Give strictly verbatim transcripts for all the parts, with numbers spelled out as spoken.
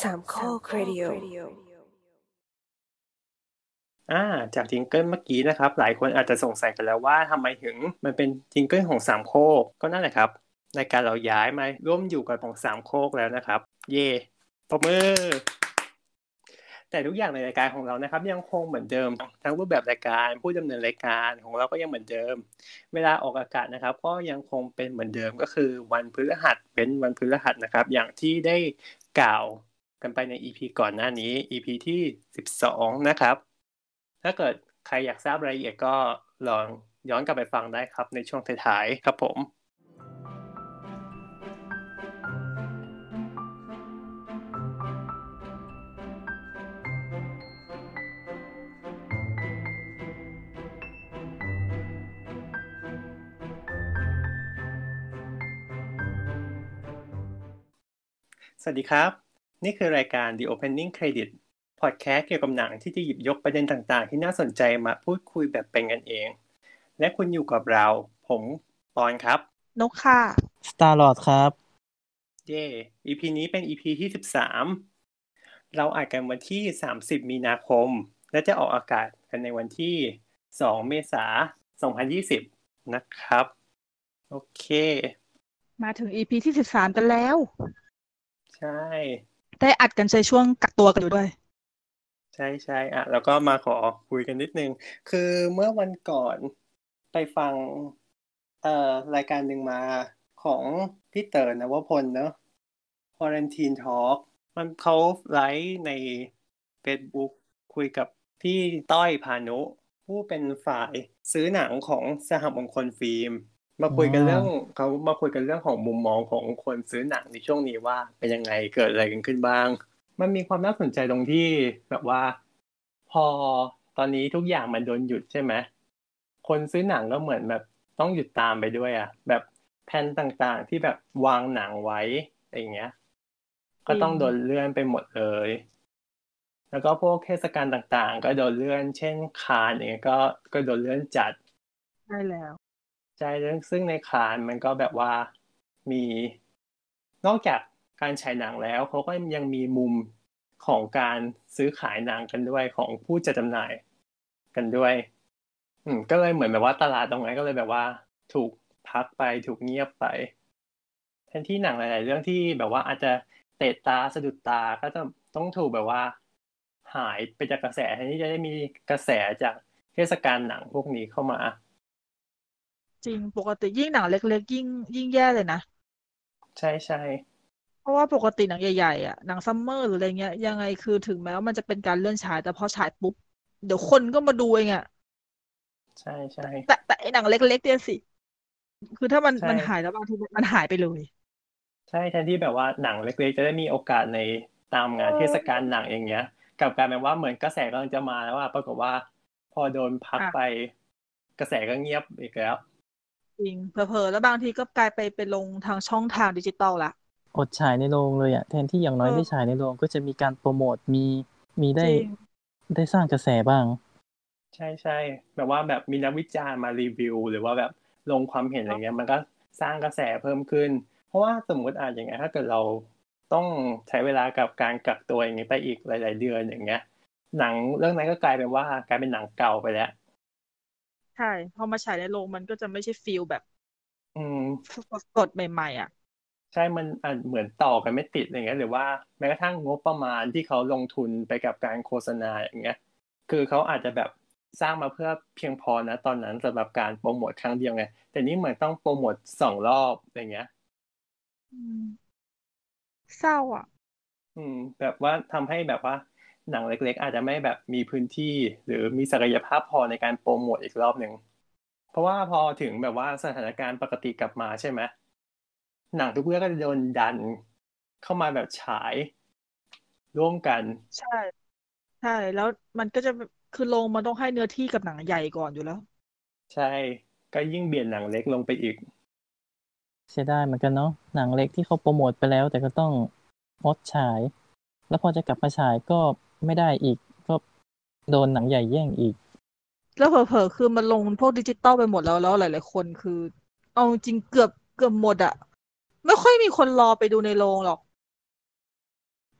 สามข้อครดิโออ่าจากจิงเกิลเมื่อกี้นะครับหลายคนอาจจะสงสัยกันแล้วว่าทำไมถึงมันเป็นจิงเกิลของสามโคกก็นั่นแหละครับรายการเราย้ายมาร่วมอยู่กับของสามโคกแล้วนะครับเย่ปรบมือแต่ทุกอย่างในรายการของเรานะครับยังคงเหมือนเดิมทั้งรูปแบบรายการผู้ดำเนินรายการของเราก็ยังเหมือนเดิมเวลาออกอากาศนะครับก็ยังคงเป็นเหมือนเดิมก็คือวันพฤหัสเป็นวันพฤหัสนะครับอย่างที่ได้กล่าวกันไปใน อี พี ก่อนหน้านี้ อี พี ที่สิบสองนะครับถ้าเกิดใครอยากทราบรายละเอียดก็ลองย้อนกลับไปฟังได้ครับในช่วงท้ายๆครับผมสวัสดีครับนี่คือรายการ The Opening Credit พอดแคสต์เกี่ยวกับหนังที่จะหยิบยกประเด็นต่างๆที่น่าสนใจมาพูดคุยแบบเป็นกันเองและคุณอยู่กับเราผมปอนครับนกค่ะ Starlord ครับเย่ อี พี นี้เป็น อี พี ที่สิบสามเราอัดกันวันที่สามสิบมีนาคมและจะออกอากาศกันในวันที่สองเมษายนสองพันยี่สิบนะครับโอเคมาถึง อี พี ที่สิบสามกันแล้วใช่ได้อัดกันในช่วงกักตัวกันอยู่ด้วยใช่ใช่อ่ะแล้วก็มาขอคุยกันนิดนึงคือเมื่อวันก่อนไปฟังเอ่อรายการหนึ่งมาของพี่เต๋อนวพลเนอะ Quarantine Talk มันเขาไลฟ์ใน Facebook คุยกับพี่ต้อยพานุผู้เป็นฝ่ายซื้อหนังของสหมงคลฟิล์มมาคุยกันเรื่องเขามาคุยกันเรื่องของมุมมองของคนซื้อหนังในช่วงนี้ว่าเป็นยังไงเกิดอะไรกันขึ้นบ้างมันมีความน่าสนใจตรงที่แบบว่าพอตอนนี้ทุกอย่างมันโดนหยุดใช่ไหมคนซื้อหนังก็เหมือนแบบต้องหยุดตามไปด้วยอ่ะแบบแผนต่างๆที่แบบวางหนังไว้อะไรอย่างเงี้ยก็ต้องโดนเลื่อนไปหมดเลยแล้วก็พวกเทศกาลต่างๆก็โดนเลื่อนเช่นคานอย่างเงี้ยก็ก็โดนเลื่อนจัดใช่แล้วใช่ซึ่งในคานมันก็แบบว่ามีนอกจากการฉายหนังแล้วเขาก็ยังมีมุมของการซื้อขายหนังกันด้วยของผู้จัดจำหน่ายกันด้วยอืมก็เลยเหมือนแบบว่าตลาดตรงนั้นก็เลยแบบว่าถูกพักไปถูกเงียบไปแทนที่หนังหลายๆเรื่องที่แบบว่าอาจจะเตะตาสะดุดตาก็จะต้องถูกแบบว่าหายไปจากกระแสแทนที่จะได้มีกระแสจากเทศกาลหนังพวกนี้เข้ามาจริงปกติยิ่งหนังเล็กๆยิ่งยิ่งแย่เลยนะใช่ใช่เพราะว่าปกติหนังใหญ่ๆอ่ะหนังซัมเมอร์หรืออะไรเงี้ยยังไงคือถึงแม้ว่ามันจะเป็นการเลื่อนฉายแต่พอฉายปุ๊บเดี๋ยวคนก็มาดูเองอ่ะใช่ใช่แต่แต่ไอ้หนังเล็กๆเนี่ยสิคือถ้ามันใช่มันหายแล้วบางทีมันหายไปเลยใช่แทนที่แบบว่าหนังเล็กๆจะได้มีโอกาสในตามงานเทศกาลหนังอย่างเงี้ยกลับกลายเป็นว่าเหมือนกระแสกำลังจะมาแล้วว่าปรากฏว่าพอโดนพักไปกระแสก็เงียบอีกแล้วจริงเผลอๆแล้วบางทีก็กลายไปไปลงทางช่องทางดิจิตอลละอดฉายในโรงเลยอ่ะแทนที่อย่างน้อยได้ฉายในโรงก็จะมีการโปรโมทมีมีได้ได้สร้างกระแสบ้างใช่ใช่แบบว่าแบบมีนักวิจารณ์มารีวิวหรือว่าแบบลงความเห็นอะไรเงี้ยมันก็สร้างกระแสเพิ่มขึ้นเพราะว่าสมมติอ่ะอย่างเงี้ยถ้าเกิดเราต้องใช้เวลากับการกักตัวอย่างเงี้ยไปอีกหลายๆเดือนอย่างเงี้ยหนังเรื่องนั้นก็กลายเป็นว่ากลายเป็นหนังเก่าไปแล้วใช่พอมาฉายในโรงมันก็จะไม่ใช่ฟีลแบบอืมสดๆใหม่ๆอ่ะใช่มันอ่ะเหมือนต่อกันไม่ติดอะไรเงี้ยหรือว่าแม้กระทั่งงบประมาณที่เขาลงทุนไปกับการโฆษณาอย่างเงี้ยคือเขาอาจจะแบบสร้างมาเพื่อเพียงพอนะตอนนั้นสำหรับการโปรโมทครั้งเดียวไงแต่นี่เหมือนต้องโปรโมทสองรอบอะไรเงี้ยอืมเศร้าอ่ะอืมแบบว่าทำให้แบบว่าหนังเล็กๆอาจจะไม่แบบมีพื้นที่หรือมีศักยภาพพอในการโปรโมทอีกรอบหนึ่งเพราะว่าพอถึงแบบว่าสถานการณ์ปกติกลับมาใช่ไหมหนังทุกเรื่องก็จะโดนดันเข้ามาแบบฉายร่วมกันใช่ใช่แล้วมันก็จะคือโรงมันต้องให้เนื้อที่กับหนังใหญ่ก่อนอยู่แล้วใช่ก็ยิ่งเบียดหนังเล็กลงไปอีกเสียดายเหมือนกันเนาะหนังเล็กที่เขาโปรโมทไปแล้วแต่ก็ต้องงดฉายแล้วพอจะกลับมาฉายก็ไม่ได้อีกก็โดนหนังใหญ่แย่งอีกแล้วเผลอๆคือมันลงพวกดิจิตอลไปหมดแล้วแล้วหลายๆคนคือเอาจริงเกือบเกือบหมดอ่ะไม่ค่อยมีคนรอไปดูในโรงหรอก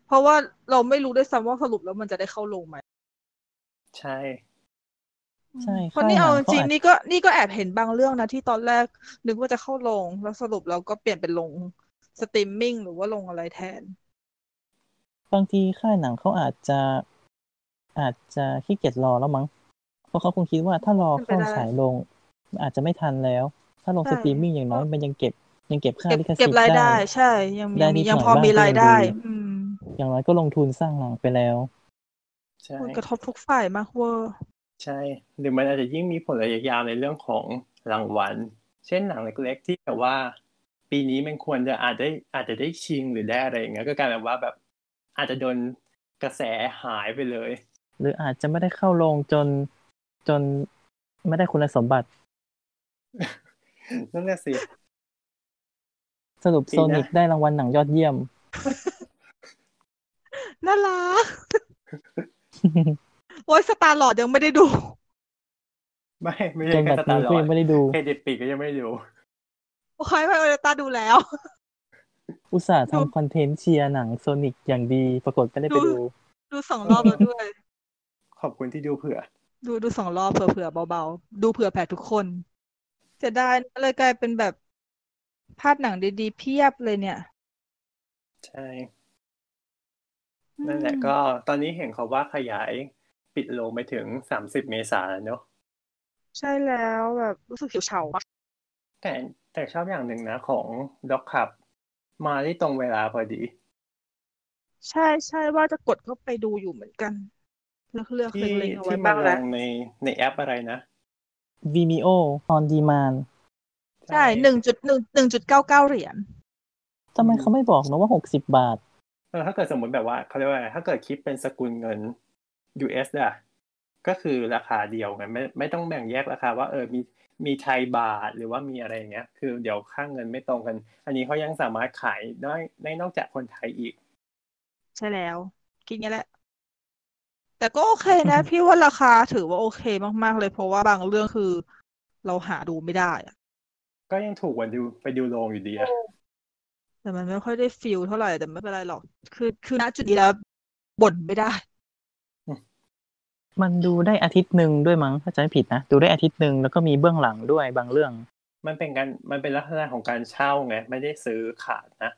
เพราะว่าเราไม่รู้ด้วยซ้ำว่าสรุปแล้วมันจะได้เข้าโรงไหมใช่ใช่เพราะค่ายนี่เอาจหนังเขาอาจริงๆนี่ก็นี่ก็แอบเห็นบางเรื่องนะที่ตอนแรกนึกว่าจะเข้าโรงแล้วสรุปเราก็เปลี่ยนเป็นโรงสตรีมมิ่งหรือว่าโรงอะไรแทนบางทีค่ายหนังเขาอาจจะอาจจะขี้เกียจรอแล้วมั้งเพราะเขาคงคิดว่าถ้ารอเป็นไปเข้าได้ฉายโรงอาจจะไม่ทันแล้ว ถ้าลงใช่สตรีมมิ่งอย่างน้อยมันยังเก็บยังเก็บค่าเก็บลิขสิทธิ์ได้เก็บรายได้ใช่ยังได้ยังมีนิดหน่อยยังพอบ้างก็ยังดีมีรายได้อืมอย่างน้อยก็ลงทุนสร้างหนังไปแล้วใช่มันกระทบทุกฝ่ายมากเวอร์ใช่หรือมันอาจจะยิ่งมีผลระยะยาวในเรื่องของรางวัลเช่นหนังเล็กๆที่แบบว่าปีนี้มันควรจะอาจได้อาจจะได้ชิงหรือได้อะไรอย่างเงี้ยก็กลายเป็นว่าแบบอาจจะโดนกระแสหายไปเลยหรืออาจจะไม่ได้เข้าโรงจนจนไม่ได้คุณสมบัตินั่นแหละสิสรุปโซนิกได้รางวัลหนังยอดเยี่ยมน่ารัก โอ้ยสตาร์ลอร์ดยังไม่ได้ดูไม่ไม่จใช่นแค่บัดสตานี้ร์ลก็อร์ยัดงไม่ได้ดูเครดิตปีกก็ยังไม่ได้ดูโอ้ยไม่โอเดต้าดูแล้วอุตส่าห์ดูทำคอนเทนต์เชียร์หนังโซนิกอย่างดีปรากฏไม่ได้ไปดูดูดูสองรอบแล้วด้วยขอบคุณที่ดูเผื่อดูดูสองรอบเผื่อเผื่อเบาๆดูเผื่อแผ่ทุกคนเสียดายเลยกลายเป็นแบบพลาดหนังดีๆเพียบเลยเนี่ยใช่นั่นแหละก็ตอนนี้เห็นเขาว่าขยายปิดโรงไปถึงสามสิบเมษายนแล้วเนอะใช่แล้วแบบรู้สึกเฉียวเฉามากแต่แต่ชอบอย่างหนึ่งนะของด็อกขับมาได้ตรงเวลาพอดีใช่ใช่ว่าจะกดเข้าไปดูอยู่เหมือนกันเลือกเลือกที่เล็งๆเอาไว้ที่มาบ้างลแล้วงในในแอปอะไรนะ Vimeo on demand ใช่หนึ่งจุดหนึ่งหนึ่งจุดเก้าเก้าเหรียญทำไมเขาไม่บอกนะว่าหกสิบบาทเออถ้าเกิดสมมติแบบว่าเขาเรียกว่าอะไรถ้าเกิดคิดเป็นสกุลเงิน ยู เอส อ่ะก็คือราคาเดียวไงไม่ไม่ต้องแบ่งแยกราคาว่าเออมีมีไทยบาทหรือว่ามีอะไรอย่างเงี้ยคือเดี๋ยวค่าเงินไม่ตรงกัน อันนี้เขายังสามารถขายได้ได้นอกจากคนไทยอีกใช่แล้วคิดงี้แหละ แต่ก็โอเคนะ พี่ว่าราคาถือว่าโอเคมากๆเลยเพราะว่าบางเรื่องคือเราหาดูไม่ได้อะก็ยังถูกกว่าดูไปดูโรงอยู่ดีอะแต่มันไม่ค่อยได้ฟีลเท่าไหร่แต่ไม่เป็นไรหรอกคือคือณจุดนี้แล้วบ่นไม่ได้มันดูได้อาทิตย์หนึ่งด้วยมั้งถ้าจำไม่ผิดนะดูได้อาทิตย์หนึ่งแล้วก็มีเบื้องหลังด้วยบางเรื่องมันเป็นการมันเป็นลักษณะของการเช่าไงไม่ได้ซื้อขาดนะ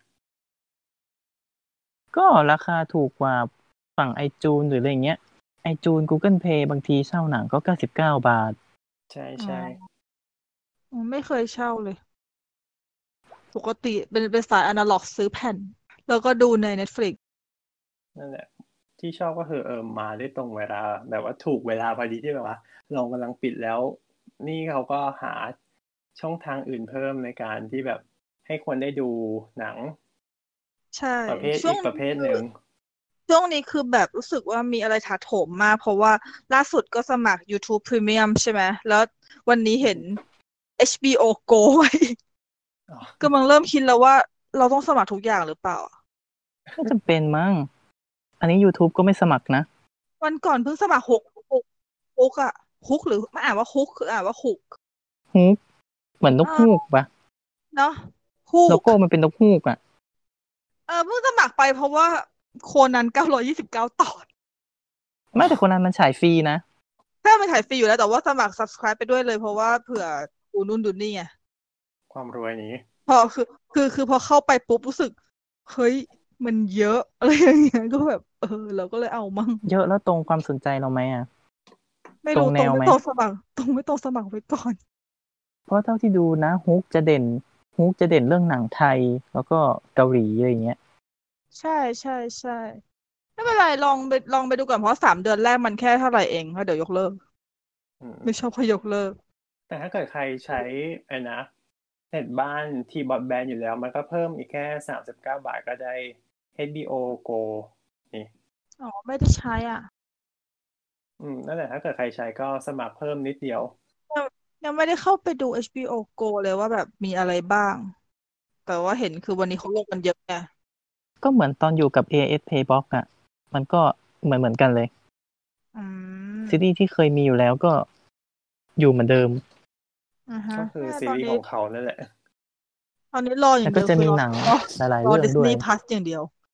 ก็ราคาถูกกว่าฝั่ง iTunes หรืออะไรเงี้ย iTunes Google Play บางทีเช่าหนังก็เก้าสิบเก้าบาทใช่ใช่อ๋อไม่เคยเช่าเลย ปกติเป็นเป็นสายอนาล็อกซื้อแผ่น แล้วก็ดูใน Netflix นั่นแหละ ที่ชอบก็คือเออมาได้ตรงเวลาแบบว่าถูกเวลาพอดีที่แบบว่าโรงกำลังปิดแล้ว นี่เขาก็หาช่องทางอื่นเพิ่มในการที่แบบให้คนได้ดูหนังใช่ประเภทช่วอีงกประเภทหนึ่งช่วงนี้คือแบบรู้สึกว่ามีอะไรถาโถมมาก เพราะว่าล่าสุดก็สมัคร YouTube Premium ใช่ไหม แล้ววันนี้เห็น เอช บี โอ Go ไว้อ๋อกำลังเริ่มคิดแล้วว่าเราต้องสมัครทุกอย่างหรือเปล่าไม่จำเป็นมั้ง อันนี้ YouTube ก็ไม่สมัครนะวันก่อนเพิ่งสมัครฮุกฮุกฮุกอะฮุกหรือไม่อ่านว่าฮุกคืออ่านว่าฮุกฮูกเหมือนนกฮูกปะเนาะฮุโลกโก้มันเป็นนกฮูกอ่ะเออเพิ่งสมัครไปเพราะว่าโคนันเก้าร้อยยี่สิบเก้าตอนไม่แต่คนนั้นมันฉายฟรีนะแค่มันถ่ายฟรีอยู่แล้วแต่ว่าสมัคร subscribe ไปด้วยเลยเพราะว่าเผื่อดูนู่นดูนี่ไงความรวยนี้พอคือคือคือพอเข้าไปปุ๊บรู้สึกเฮ้ยมันเยอะอะไรอย่างเงี้ยก็แบบเออเราก็เลยเอามั่งเยอะแล้วตรงความสนใจเราไหมอ่ะไม่ตรรู้งแนตรงวไม่ไหมตรงสมัครตรงไม่ตรงสมัครไว้ก่อนเพราะเท่าที่ดูนะฮุกจะเด่นฮุกจะเด่นเรื่องหนังไทย แล้วก็เกาหลีอะไรอย่างเงี้ยใช่ใช่ใช่ไม่เป็นไรลองไปลองไปดูก่อนเพราะสามเดือนแรกมันแค่เท่าไหร่เองแล้วเดี๋ยวยกเลิกอืมไม่ชอบให้ยกเลิกแต่ถ้าเกิดใครใช้ไอ้นะเน็ตบ้านทีบอดแบนด์อยู่แล้ว มันก็เพิ่มอีกแค่สามสิบเก้าบาทก็ได้ เอช บี โอ Go นี่อ๋อไม่ได้ใช้อ่ะอืมนั่นแหละถ้าเกิดใครใช้ก็สมัครเพิ่มนิดเดียวยังยังไม่ได้เข้าไปดู เอช บี โอ Go เลยว่าแบบมีอะไรบ้าง แต่ว่าเห็นคือวันนี้เขาลงกันเยอะไงก็เหมือนตอนอยู่กับ เอ เอส Playbox อ่ะ มันก็เหมือนเหมือนกันเลยอืมซีรีส์ที่เคยมีอยู่แล้วก็อยู่เหมือนเดิมอ่าฮะก็คือเนี่ยซีตอนรีส์นี้ของเขานั่นแหละตอนนี้รออแล้ย่าว งก็เดียวจะคือมีรอหนังรอหลายๆรอเรื่องด้วย Disney Plus อย่างเดียว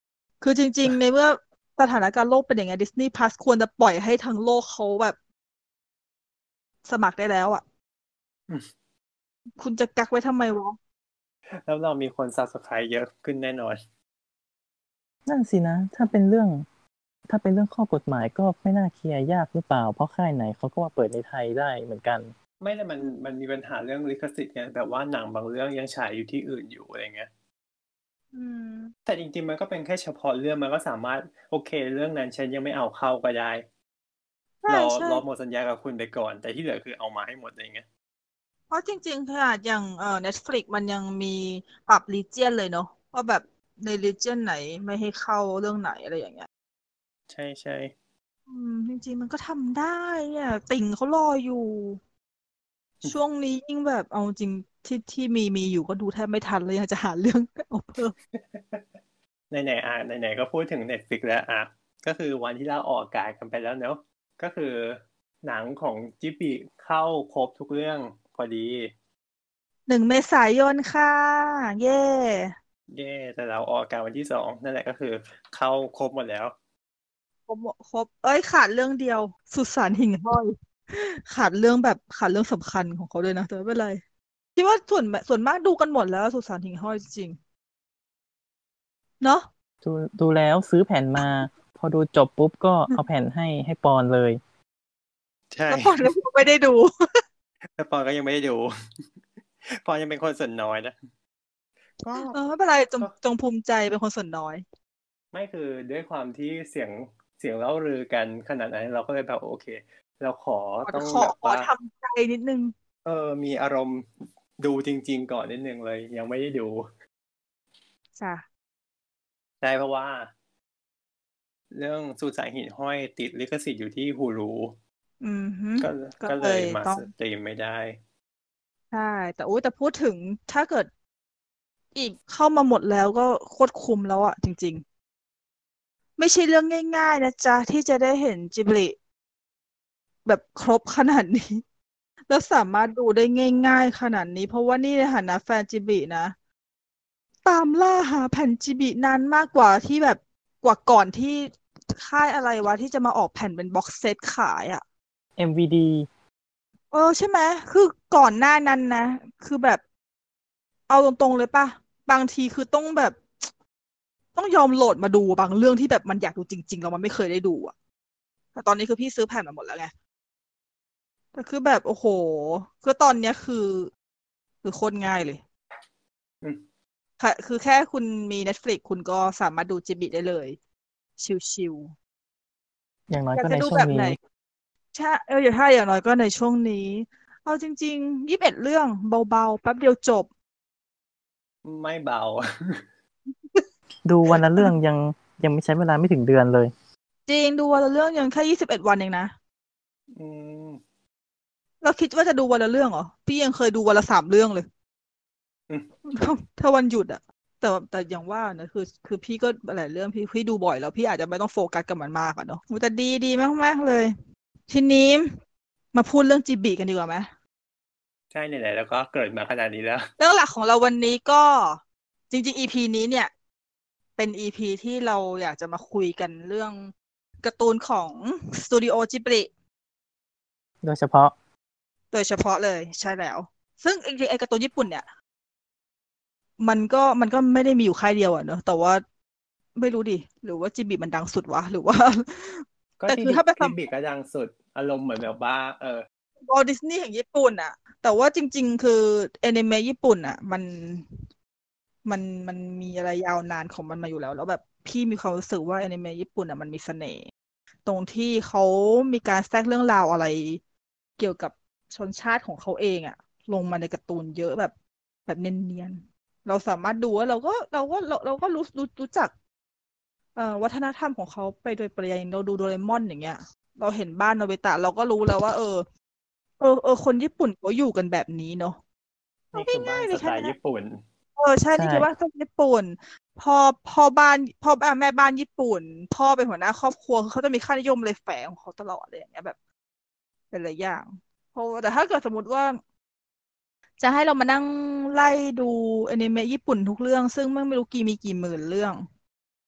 คือจริง ๆ ในเมื่อสถานการณ์โลกเป็นอย่างไง Disney Plus ควรจะปล่อยให้ทั้งโลกเขาแบบ สมัครได้แล้วอ่ะอืมคุณจะกักไว้ทำไมวะแล้วเรามีคน Subscribe เยอะขึ้นแน่นอนนั่นสินะ ถ้าเป็นเรื่อง ถ้าเป็นเรื่องข้อกฎหมายก็ไม่น่าเคลียร์ยากหรือเปล่า เพราะค่ายไหนเขาก็มาเปิดในไทยได้เหมือนกันไม่แต่มันมันมีปัญหาเรื่องลิขสิทธิ์ไงแบบว่าหนังบางเรื่องยังฉายอยู่ที่อื่นอยู่อะไรเงี้ยอืมแต่จริงๆมันก็เป็นแค่เฉพาะเรื่องมันก็สามารถโอเคเรื่องนั้นฉันยังไม่เอาเข้าก็ได้ใช่รอใช่รอหมดสัญญากับคุณไปก่อน แต่ที่เหลือคือเอามาให้หมดอะไรเงี้ยเพราะจริง ๆ ขนาดอย่างเอ่อ Netflix มันยังมีปรับ region เลยเนาะว่าแบบใน region ไหนไม่ให้เข้าเรื่องไหนอะไรอย่างเงี้ยใช่ใช่อืม จริง ๆ มันก็ทำได้อ่ะ ติ่งเขารออยู่ ช่วงนี้ยิ่งแบบเอาจริงที่ที่มีมีอยู่ก็ดูแทบไม่ทันเลยอยากจะหาเรื่องเอาเพิ่มไหนๆอ่ะไหนๆก็พูดถึง Netflix แล้วอ่ะก็คือวันที่เราออกอากาศกันไปแล้วเนอะก็คือหนังของจิบลิเข้าครบทุกเรื่องพอดีหนึ่งเมษายนค่ะ เย่เย่แต่เราออกอากาศวันที่สองนั่นแหละก็คือเข้าครบหมดแล้วครบหมดครบ เอ้ยขาดเรื่องเดียว สุสานหิ่งห้อย ขาดเรื่องแบบขาดเรื่องสำคัญของเขาด้วยนะแต่ไม่เป็นไรคิดว่าส่วนส่วนมากดูกันหมดแล้วสุสานหิ่งห้อยจริงๆเนาะดูดูแล้วซื้อแผ่นมา พอดูจบปุ๊บก็เอาแผ่นให้ให้ปอนเลยใช่แล้วปอนก็ไม่ได้ดูแล้วปอนก็ยังไม่ได้ดู ปอนยังเป็นคนส่วนน้อยนะก็เออไม่เป็นไรจงก็จงภูมิใจเป็นคนส่วนน้อยไม่คือด้วยความที่เสียงเสียงเล่าลือกันขนาดนั้นเราก็เลยแบบโอเค เราขอขอต้องขอแบบขอว่าทำใจนิดนึงเออมีอารมณ์ดูจริง ๆ ก่อนนิดนึงเลย ยังไม่ได้ดูจ้ะใช่เพราะว่า เรื่องสุสานหิ่งห้อยติดลิขสิทธิ์อยู่ที่ Hulu อือฮึก็ก็ก็เลเลยยมาต้องสตรีมไม่ได้ใช่ แต่อุ้ยแต่พูดถึงถ้าเกิดอีกเข้ามาหมดแล้วก็โคตรคุ้มแล้วอะจริง ๆ ไม่ใช่เรื่องง่าย ๆ นะจ๊ะ ที่จะได้เห็นจิบลิแบบครบขนาดนี้ แล้วสามารถดูได้ง่าย ๆ ขนาดนี้ เพราะว่านี่ในฐานะแฟนจิบลินะ ตามล่าหาแผ่นจิบลินานมากกว่าที่แบบกว่าก่อนที่ค่ายอะไรวะที่จะมาออกแผ่นเป็นบ็อกซ์เซตขายอะเอ็ม วี ดีเออใช่ไหมคือก่อนหน้านั้นนะ คือแบบ เอาตรงๆเลยป่ะ บางทีคือต้องแบบ ต้องยอมโหลดมาดูบางเรื่องที่แบบมันอยากดูจริงๆแล้วมันไม่เคยได้ดูอะแต่ตอนนี้คือพี่ซื้อแผ่นมาหมดแล้วไงแต่คือแบบโอ้โหคือตอนเนี้ยคือ คือโคตรง่ายเลยอืมค่ะ คือแค่คุณมี Netflix คุณก็สามารถดูจิบลิได้เลย ชิวอย่างน้อๆยอยากก็จะในดูช่วแบงบไหนนี้ใช่เอออย่าถ้าอย่างน้อยก็ในช่วงนี้ เอาจริงๆยี่สิบเอ็ดเรื่องเบาๆแป๊บเดียวจบไม่เบาดูวันละเรื่องยังยังไม่ใช้เวลาไม่ถึงเดือนเลยจริงดูวันละเรื่องยังแค่ยี่สิบเอ็ดวันเองนะอืมเราคิดว่าจะดูวันละเรื่องเหรอ พี่ยังเคยดูวันละสามเรื่องเลยอืมถ้าถ้าวันหยุดอะแต่แต่อย่างว่านะคือ คือพี่ก็หลายเรื่องพี่พี่ดูบ่อยแล้วพี่อาจจะไม่ต้องโฟกัสกับมันมากอะเนาะอุ๊ยแต่ดีดีมากๆเลย ทีนี้มาพูดเรื่องจิบลิกันดีกว่าไหมใช่ไหนๆแล้วก็เกิดมาขนาดนี้แล้วเรื่องหลักของเราวันนี้ก็จริงๆ อี พี นี้เนี่ย เป็น อี พี ที่เราอยากจะมาคุยกันเรื่องการ์ตูนของสตูดิโอจิบลิโดยเฉพาะโดยเฉพาะเลยใช่แล้ว ซึ่งจริงๆไอ้การ์ตูนญี่ปุ่นเนี่ย มันก็มันก็ไม่ได้มีอยู่ค่ายเดียวอะเนอะแต่ว่าไม่รู้ดิหรือว่าจิบลิมันดังสุดวะหรือว่าก็แต่ที่คือถ้าเป็นจิบลิก็ดังสุดอารมณ์เหมือนแบบว่า เออวอลดิสนีย์แห่งญี่ปุ่นอะแต่ว่าจริง ๆ คือแอนิเมะญี่ปุ่นอะมันมันมันมีอะไรยาวนานของมันมาอยู่แล้ว แล้วแบบพี่มีความรู้สึกว่าแอนิเมะญี่ปุ่นอะมันมีเสน่ห์ตรงที่เขามีการแทรกเรื่องราวอะไร เกี่ยวกับชนชาติของเขาเองอะลงมาในการ์ตูนเยอะแบบแบบเนียนๆเราสามารถดูว่าเราก็เราก็เราเราก็รู้รู้รู้จักเอ่อวัฒนธรรมของเขาไปโดยปริยายเราดูโดเรมอนอย่างเงี้ย เราเห็นบ้านโนบิตะเราก็รู้แล้วว่า เออ เออเออคนญี่ปุ่นเขาอยู่กันแบบนี้เนาะนี่คือบ้าง่าน ยๆเลสยไตแค่ล์นั้นญี่ปุ่นเออใช่ใช่นี่คือบ้านคนญี่ปุ่นพ่อพ่อบ้านพ่อบ้านแม่บ้านญี่ปุ่น พ่อเป็นหัวหน้าครอบครัวเขาจะมีค่านิยมเลยแฝงของเขาตลอดเลยอย่างเงี้ยแบบเป็นหลายอย่างเพราะแต่ถ้าเกิดสมมติว่า จะให้เรามานั่งไล่ดูอนิเมะญี่ปุ่นทุกเรื่อง ซึ่งไม่รู้กี่มีกี่หมื่นเรื่องอ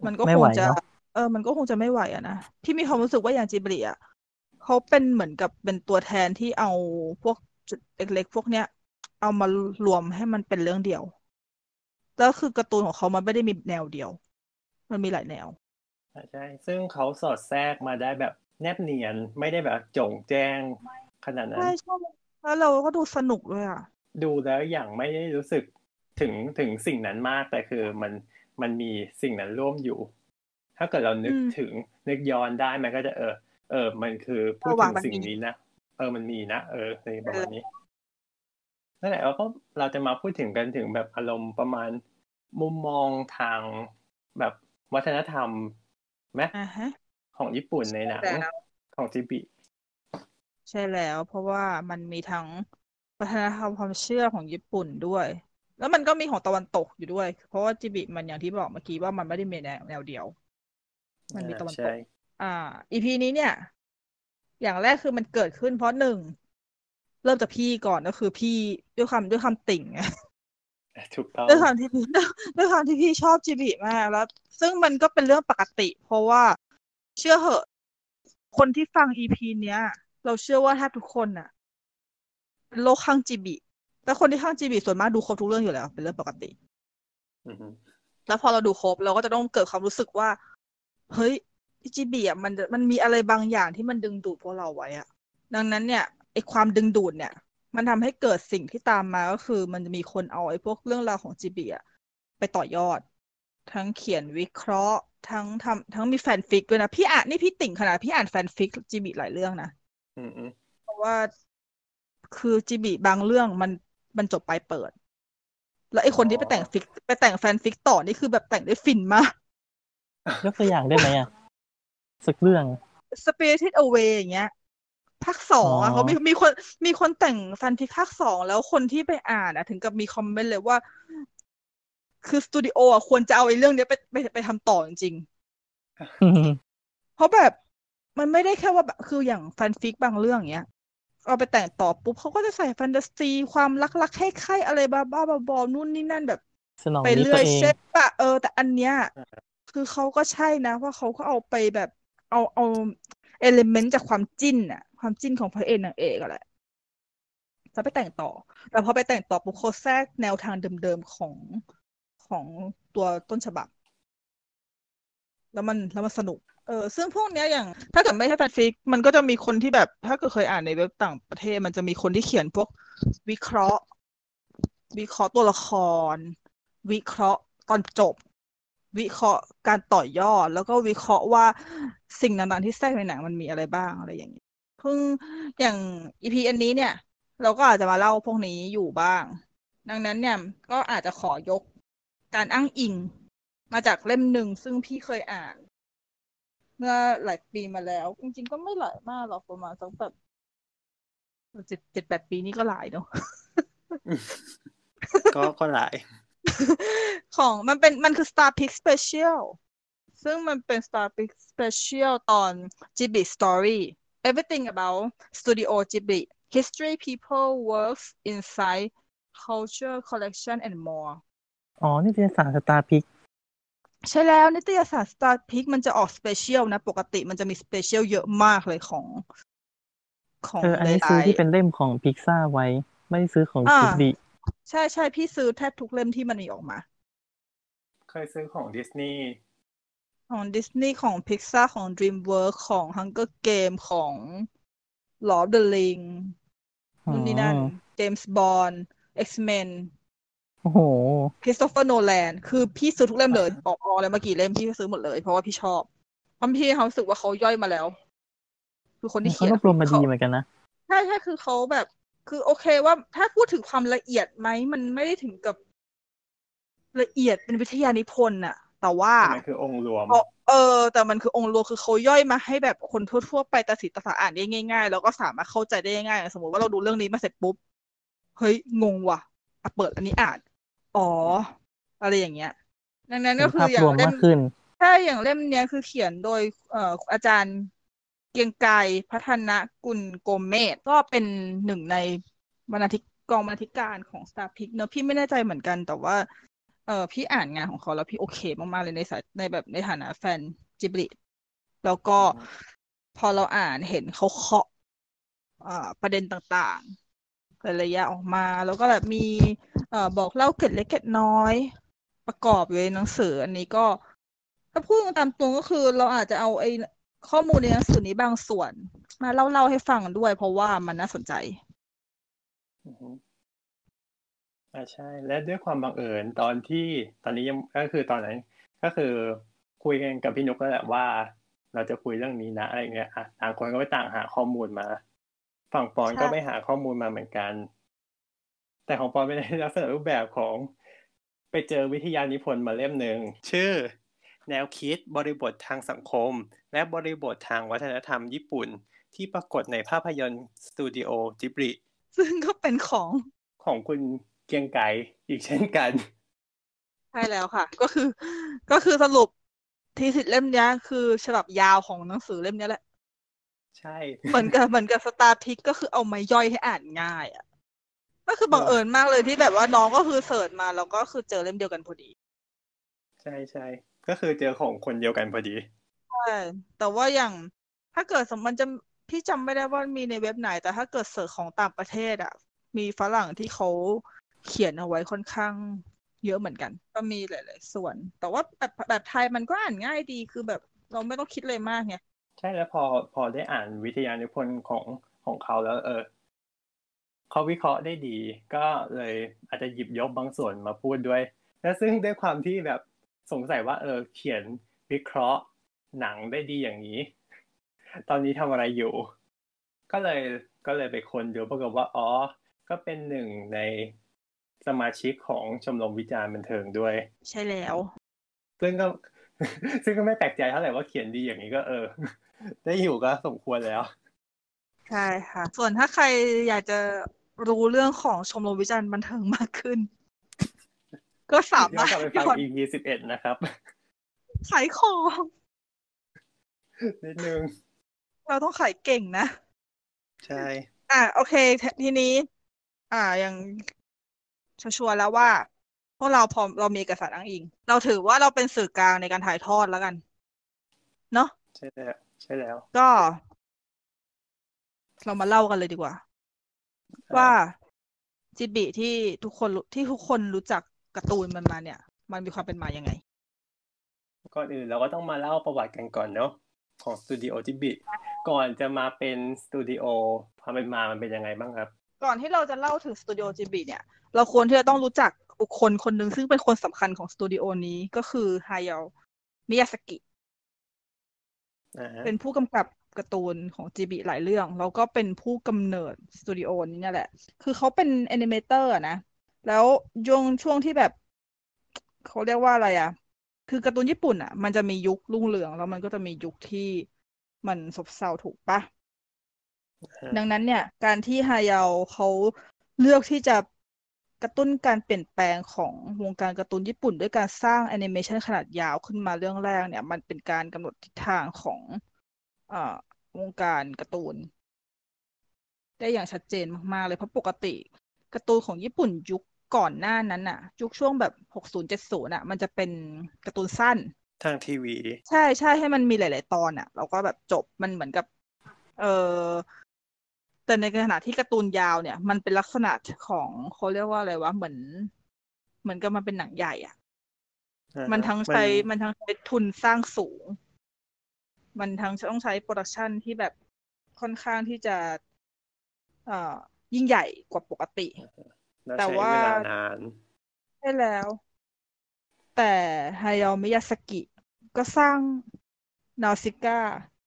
มันก็ไม่คไหวงจะเนาะเออ มันก็คงจะไม่ไหวอะนะ พี่มีความรู้สึกว่าอย่างจิบลิอะเขาเป็นเหมือนกับเป็นตัวแทนที่เอาพวกจุดเล็กๆพวกเนี้ย เอามารวมให้มันเป็นเรื่องเดียว แล้วคือการ์ตูนของเขามันไม่ได้มีแนวเดียว มันมีหลายแนวใช่ ซึ่งเขาสอดแทรกมาได้แบบแนบเนียน ไม่ได้แบบโจ่งแจ้งขนาดนั้ใช่นใช่ แล้วเราก็ดูสนุกด้วยอะดูแล้วอย่างไม่ได้รู้สึกถึง ถึงสิ่งนั้นมาก แต่คือมัน มันมีสิ่งนั้นร่วมอยู่ ถ้าเกิดเรานึอืกมถึง นึกย้อนได้มันก็จะ เออ เออ มันคือพูดระหว่างถึงมันสิ่งมีนี้นะ เออ มันมีนะ เออ อะไรปนั่ระนมแาหละณนี้ นั่นแหละ แล้วก็เราจะมาพูดถึงกันถึงแบบอารมณ์ประมาณมุมมองทางแบบวัฒนธรรมไหมอะฮะของญี่ปุ่นใชใน่หนังแล้วของจิบลิใช่แล้ว เพราะว่ามันมีทั้งวัฒนธรรมความเชื่อของญี่ปุ่นด้วย แล้วมันก็มีของตะวันตกอยู่ด้วย เพราะว่าจิบลิมันอย่างที่บอกเมื่อกี้ว่ามันไม่ได้มีแนว แนวเดียว มันมีอาตะวันใชตก อ่า อี พี นี้เนี่ย อย่างแรกคือมันเกิดขึ้นเพราะ หนึ่ง เริ่มจากพี่ก่อน ก็คือพี่ด้วยความ ด้วยความติ่ง ไงถูกต้อด้วยงความที่ ด้วยความที่พี่ชอบจิบลิมาก แล้ว ซึ่งมันก็เป็นเรื่องปกติ เพราะว่าเชื่อเหอะ คนที่ฟัง อี พี เนี้ย เราเชื่อว่าแทบทุกคนน่ะ เป็นโรคคลั่งจิบลิ แล้วคนที่คลั่งจิบลิส่วนมากดูครบทุกเรื่องอยู่แล้ว เป็นเรื่องปกติอือฮึแล้วพอเราดูครบ เราก็จะต้องเกิดความรู้สึกว่า เฮ้ย จิบลิอะมันจะ มันมีอะไรบางอย่างที่มันดึงดูดพวกเราไว้อะ ดังนั้นเนี่ย ไอ้ความดึงดูดเนี่ย มันทำให้เกิดสิ่งที่ตามมา ก็คือมันจะมีคนเอาไอ้พวกเรื่องราวของจิบลิอะไปต่อยอด ทั้งเขียนวิเคราะห์ ทั้งทำ ทั้งมีแฟนฟิกด้วยนะ พี่อ่าน นี่พี่ติ่งขนาดพี่อ่านแฟนฟิกจิบลิหลายเรื่องนะอือ ๆเพราะว่า คือจิบลิบางเรื่องมัน มันจบปลายเปิด แล้วไอ้อ๋คนที่ไปแต่งอฟิก ไปแต่งแฟนฟิกต่อนี่คือแบบแต่งได้ฟินมากยกตัวอย่างได้ไหมอะ? สักเรื่อง Spirited Away อย่างเงี้ย ภาค สออ๋ง อะ เขามีอมีคน มีคนแต่งแฟนฟิกภาค สอง แล้วคนที่ไปอ่านอะถึงกับมีคอมเมนต์เลยว่า คือสตูดิโออะควรจะเอาไอ้เรื่องเนี้ยไป ไป ไปทำต่อจริง ๆ เพราะแบบมันไม่ได้แค่ว่าแบบ คืออย่างแฟนฟิกบางเรื่อง อย่างเงี้ย เอาไปแต่งต่อปุ๊บ เขาก็จะใส่แฟนตาซี ความรัก ๆ ใคร่ ๆ อะไรบ้า ๆ บอ ๆ นู่นนี่นั่น แบบสนองไปนี้เรื่อยตัวเองใช่เปล่า เออ แต่อันเนี้ยอาคือเขาก็ใช่นะว่า เขาก็เอาไปแบบ เอา เอา เอลิเมนต์ จากความจิ้นน่ะ ความจิ้นของพระเอกนางเอกอะแหละ แล้วไปแต่งต่อ แต่พอไปแต่งต่อปุ๊บ เขาแทรกแนวทางเดิม ๆ ของ ของตัวต้นฉบับ แล้วมัน แล้วมันสนุก เออ ซึ่งพวกเนี้ย อย่างถ้าเกิดไม่ใช่แฟนฟิก มันก็จะมีคนที่แบบ ถ้าเกิดเคยอ่านในเว็บต่างประเทศ มันจะมีคนที่เขียนพวกวิเคราะห์ วิเคราะห์ตัวละคร วิเคราะห์ตอนจบ วิเคราะห์การต่อยอด แล้วก็วิเคราะห์ว่าสิ่งต่าง ๆ ที่แทรกในหนังมันมีอะไรบ้าง อะไรอย่างงี้ เพิ่ง อย่าง อี พี อันนี้เนี่ย เราก็อาจจะมาเล่าพวกนี้อยู่บ้าง ดังนั้นเนี่ย ก็อาจจะขอยกการอ้างอิงมาจากเล่มหนึ่ง ซึ่งพี่เคยอ่าน เมื่อหลายปีมาแล้ว จริง ๆ ก็ไม่หลายมากหรอก ประมาณสักแบบ เจ็ด เจ็ดแปด ปีนี่ก็หลายเนาะก็ ก็หลายของ มันเป็น มันคือ Star Peak Special ซึ่งมันเป็น Star Peak Special ตอน Ghibli Story Everything About Studio Ghibli History People Works Insight Culture Collection and More อ๋อ นิตยสาร Star Peak ใช่แล้ว นิตยสาร Star Peak มันจะออก Special นะ ปกติมันจะมี Special เยอะมากเลยของ ขอเงออ อันหนี้ลซื้อายที่เป็นเล่มของ Pixar ไว้ ไม่ได้ซื้อของๆ อา Ghibli ใช่ ๆ พี่ซื้อแทบทุกเล่มที่มันมีออกมาเคยซื้อของดิสนีย์ของดิสนีย์ ของ Pixar ของ DreamWorks ของ Hunger Games ของ Lord of the Rings อ๋อนู่นนี่นั่น James Bond X-Men โอ้โฮ Christopher Nolan คือพี่ซื้อทุกเล่มเลย ออก ออกอะไรมากี่เล่มพี่ก็ซื้อหมดเลย เพราะว่าพี่ชอบ เพราะพี่มีความรู้สึกว่าเขาย่อยมาแล้ว คือคนเอที่อเขเขาียนอะรวบรวมมาเขดีเหมือนกันนะใช่ ๆ คือเขาแบบ คือโอเคว่า ถ้าพูดถึงความละเอียดไหม มันไม่ได้ถึงกับ ละเอียดเป็นวิทยานิพนธ์น่ะ แต่ว่าแต่มันคือองค์รวมเออ เออ แต่มันคือองค์รวม คือเขาย่อยมาให้แบบคนทั่ว ๆ ไปตาสีตาสาอ่านได้ง่าย ๆ แล้วก็สามารถเข้าใจได้ง่าย ๆ อย่างสมมุติว่าเราดูเรื่องนี้มาเสร็จปุ๊บ เฮ้ย งงว่ะ อะ เปิดอันนี้อ่าน อ๋อ อะไรอย่างเงี้ย ดังนั้นเห็ก็นคืภาอ อย่พรางวมเล่มมากขึ้นใช่ อย่างเล่มเนี้ย คือเขียนโดย เอ่อ อาจารย์เกรียงไกร พัฒนกุลโกเมศ ก็เป็นหนึ่งในบรรณาธิ กองบรรณาธิการของ Star Peak เนาะ พี่ไม่แน่ใจเหมือนกัน แต่ว่าเออพี่อ่านงานของเขาแล้วพี่โอเคมากๆเลยในสายในแบบในฐานะแฟนจิบลิแล้วก็พอเราอ่านเห็นเขาเคาะอ่าประเด็นต่างๆหลายๆอย่างออกมาแล้วก็แบบมีเอ่อบอกเล่าเกร็ดเล็กเกร็ดน้อยประกอบอยู่ในหนังสืออันนี้ก็ถ้าพูดตามตรงก็คือเราอาจจะเอาไอ้ข้อมูลในหนังสือนี้บางส่วนมาเล่าเล่าให้ฟังด้วยเพราะว่ามันน่าสนใจอือฮึอ่าใช่ และด้วยความบังเอิญตอนที่ตอนนี้ยังก็คือตอนนั้นก็คือคุยกันกับพี่นุกแล้วแหละว่า เราจะคุยเรื่องนี้นะอะไรเงี้ยอ่ะต่างคนก็ไปต่างหาข้อมูลมา ฝั่งปอนก็ไปใช่หาข้อมูลมาเหมือนกัน แต่ของปอนเป็นในลักษณะรูปแบบของไปเจอวิทยานิพนธ์มาเล่มหนึ่งชื่อแนวคิดบริบททางสังคม และบริบททางวัฒนธรรมญี่ปุ่นที่ปรากฏในภาพยนตร์สตูดิโอจิบลิซึ่งก็เป็นของของคุณเกรียงไกรอีกเช่นกันใช่แล้วค่ะ ก็คือก็คือสรุปทีสิทธิ์เล่มนี้คือฉบับยาวของหนังสือเล่มนี้แหละใช่เหมือนกับเหมือนกับสตาร์พิกก็คือเอามาย่อยให้อ่านง่ายอ่ะก็คือบังเอิญมากเลยที่แบบว่าน้องก็คือเสิร์ชมาแล้วก็คือเจอเล่มเดียวกันพอดีใช่ใช่ก็คือเจอของคนเดียวกันพอดีใช่แต่ว่าอย่างถ้าเกิดสมมันจะพี่จำไม่ได้ว่ามีในเว็บไหนแต่ถ้าเกิดเสิร์ชของต่างประเทศอ่ะมีฝรั่งที่เขาเขียนเอาไว้ค่อนข้างเยอะเหมือนกันก็มีหลายๆส่วนแต่ว่าแบบแบบไทยมันก็อ่านง่ายดีคือแบบเราไม่ต้องคิดเลยมากไงใช่แล้วพอพอได้อ่านวิทยานิพนธ์ของของเขาแล้วเออเขาวิเคราะห์ได้ดีก็เลยอาจจะหยิบยกบางส่วนมาพูดด้วยและซึ่งด้วยความที่แบบสงสัยว่าเออเขียนวิเคราะห์หนังได้ดีอย่างนี้ตอนนี้ทำอะไรอยู่ก็เลยก็เลยไปค้นดูปรากฏว่าอ๋อก็เป็นหนึ่งในสมาชิกของชมรมวิจารณ์บันเทิงด้วยใช่แล้วซึ่งก็ ซึ่งก็ไม่แปลกใจเท่าไหร่ว่าเขียนดีอย่างนี้ก็เออได้อยู่ก็สมควรแล้วใช่ค่ะส่วนถ้าใครอยากจะรู้เรื่องของชมรมวิจารณ์บันเทิงมากขึ้นก็สาย้อนมารถกลับไปฟังย้อนอี พี สิบเอ็ดนะครับขายของนิดนึงเราต้องขายเก่งนะใช่อ่ะโอเคทีนี้อ่าอย่างชัวร์ๆแล้วว่าพวกเราพอเรามีเอกสารอ้างอิงเราถือว่าเราเป็นสื่อกลางในการถ่ายทอดแล้วกันเนาะใช่แล้วใช่แล้วก็เรามาเล่ากันเลยดีกว่าว่าอ่าจิบิที่ทุกคนรู้ที่ทุกคนรู้จักการ์ตูนมันมาเนี่ยมันมีความเป็นมายังไงก่อนอื่นเราก็ต้องมาเล่าประวัติกันก่อนเนาะของสตูดิโอจิบิก่อนจะมาเป็นสตูดิโอความเป็นมามันเป็นยังไงบ้างครับก่อนที่เราจะเล่าถึงสตูดิโอจิบิเนี่ยเราควรที่จะต้องรู้จักบุคคลคนหนึ่งซึ่งเป็นคนสำคัญของสตูดิโอนี้ก็คือฮายามิยาสกิอ่าฮะเป็นผู้กำกับการ์ตูนของจิบิหลายเรื่องแล้วก็เป็นผู้กำเนิดสตูดิโอนี้นั่นแหละคือเขาเป็นแอนิเมเตอร์นะแล้วช่วงช่วงที่แบบเขาเรียกว่าอะไรอ่ะคือการ์ตูนญี่ปุ่นอ่ะมันจะมียุครุ่งเรืองแล้วมันก็จะมียุคที่มันซบเซาถูกปะ ดังนั้นเนี่ยการที่ฮายาเขาเลือกที่จะกระตุ้นการเปลี่ยนแปลงของวงการการ์ตูนญี่ปุ่นด้วยการสร้างแอนิเมชันขนาดยาวขึ้นมาเรื่องแรกเนี่ยมันเป็นการกำหนดทิศทางของอ่าวงการการ์ตูนได้อย่างชัดเจนมากๆเลยเพราะปกติการ์ตูนของญี่ปุ่นยุคก่อนหน้านั้นน่ะยุคช่วงแบบหกสิบ เจ็ดสิบน่ะมันจะเป็นการ์ตูนสั้นทางทีวีใช่ใช่ให้มันมีหลายๆตอนอ่ะแล้วก็แบบจบมันเหมือนกับเออ แต่ในขณะที่การ์ตูนยาวเนี่ยมันเป็นลักษณะของเขาเรียกว่าอะไรวะเหมือนเหมือนกับมันเป็นหนังใหญ่อ่ะอ่ามันฮะทั้งใช้มันมันทั้งใช้ทุนสร้างสูงมันทั้งต้องใช้โปรดักชันที่แบบค่อนข้างที่จะเอ่อยิ่งใหญ่กว่าปกติแล้วแต่ว่าใช้เวลานานใช่แล้วแต่ฮายามิยาสกิก็สร้างนาซิก้า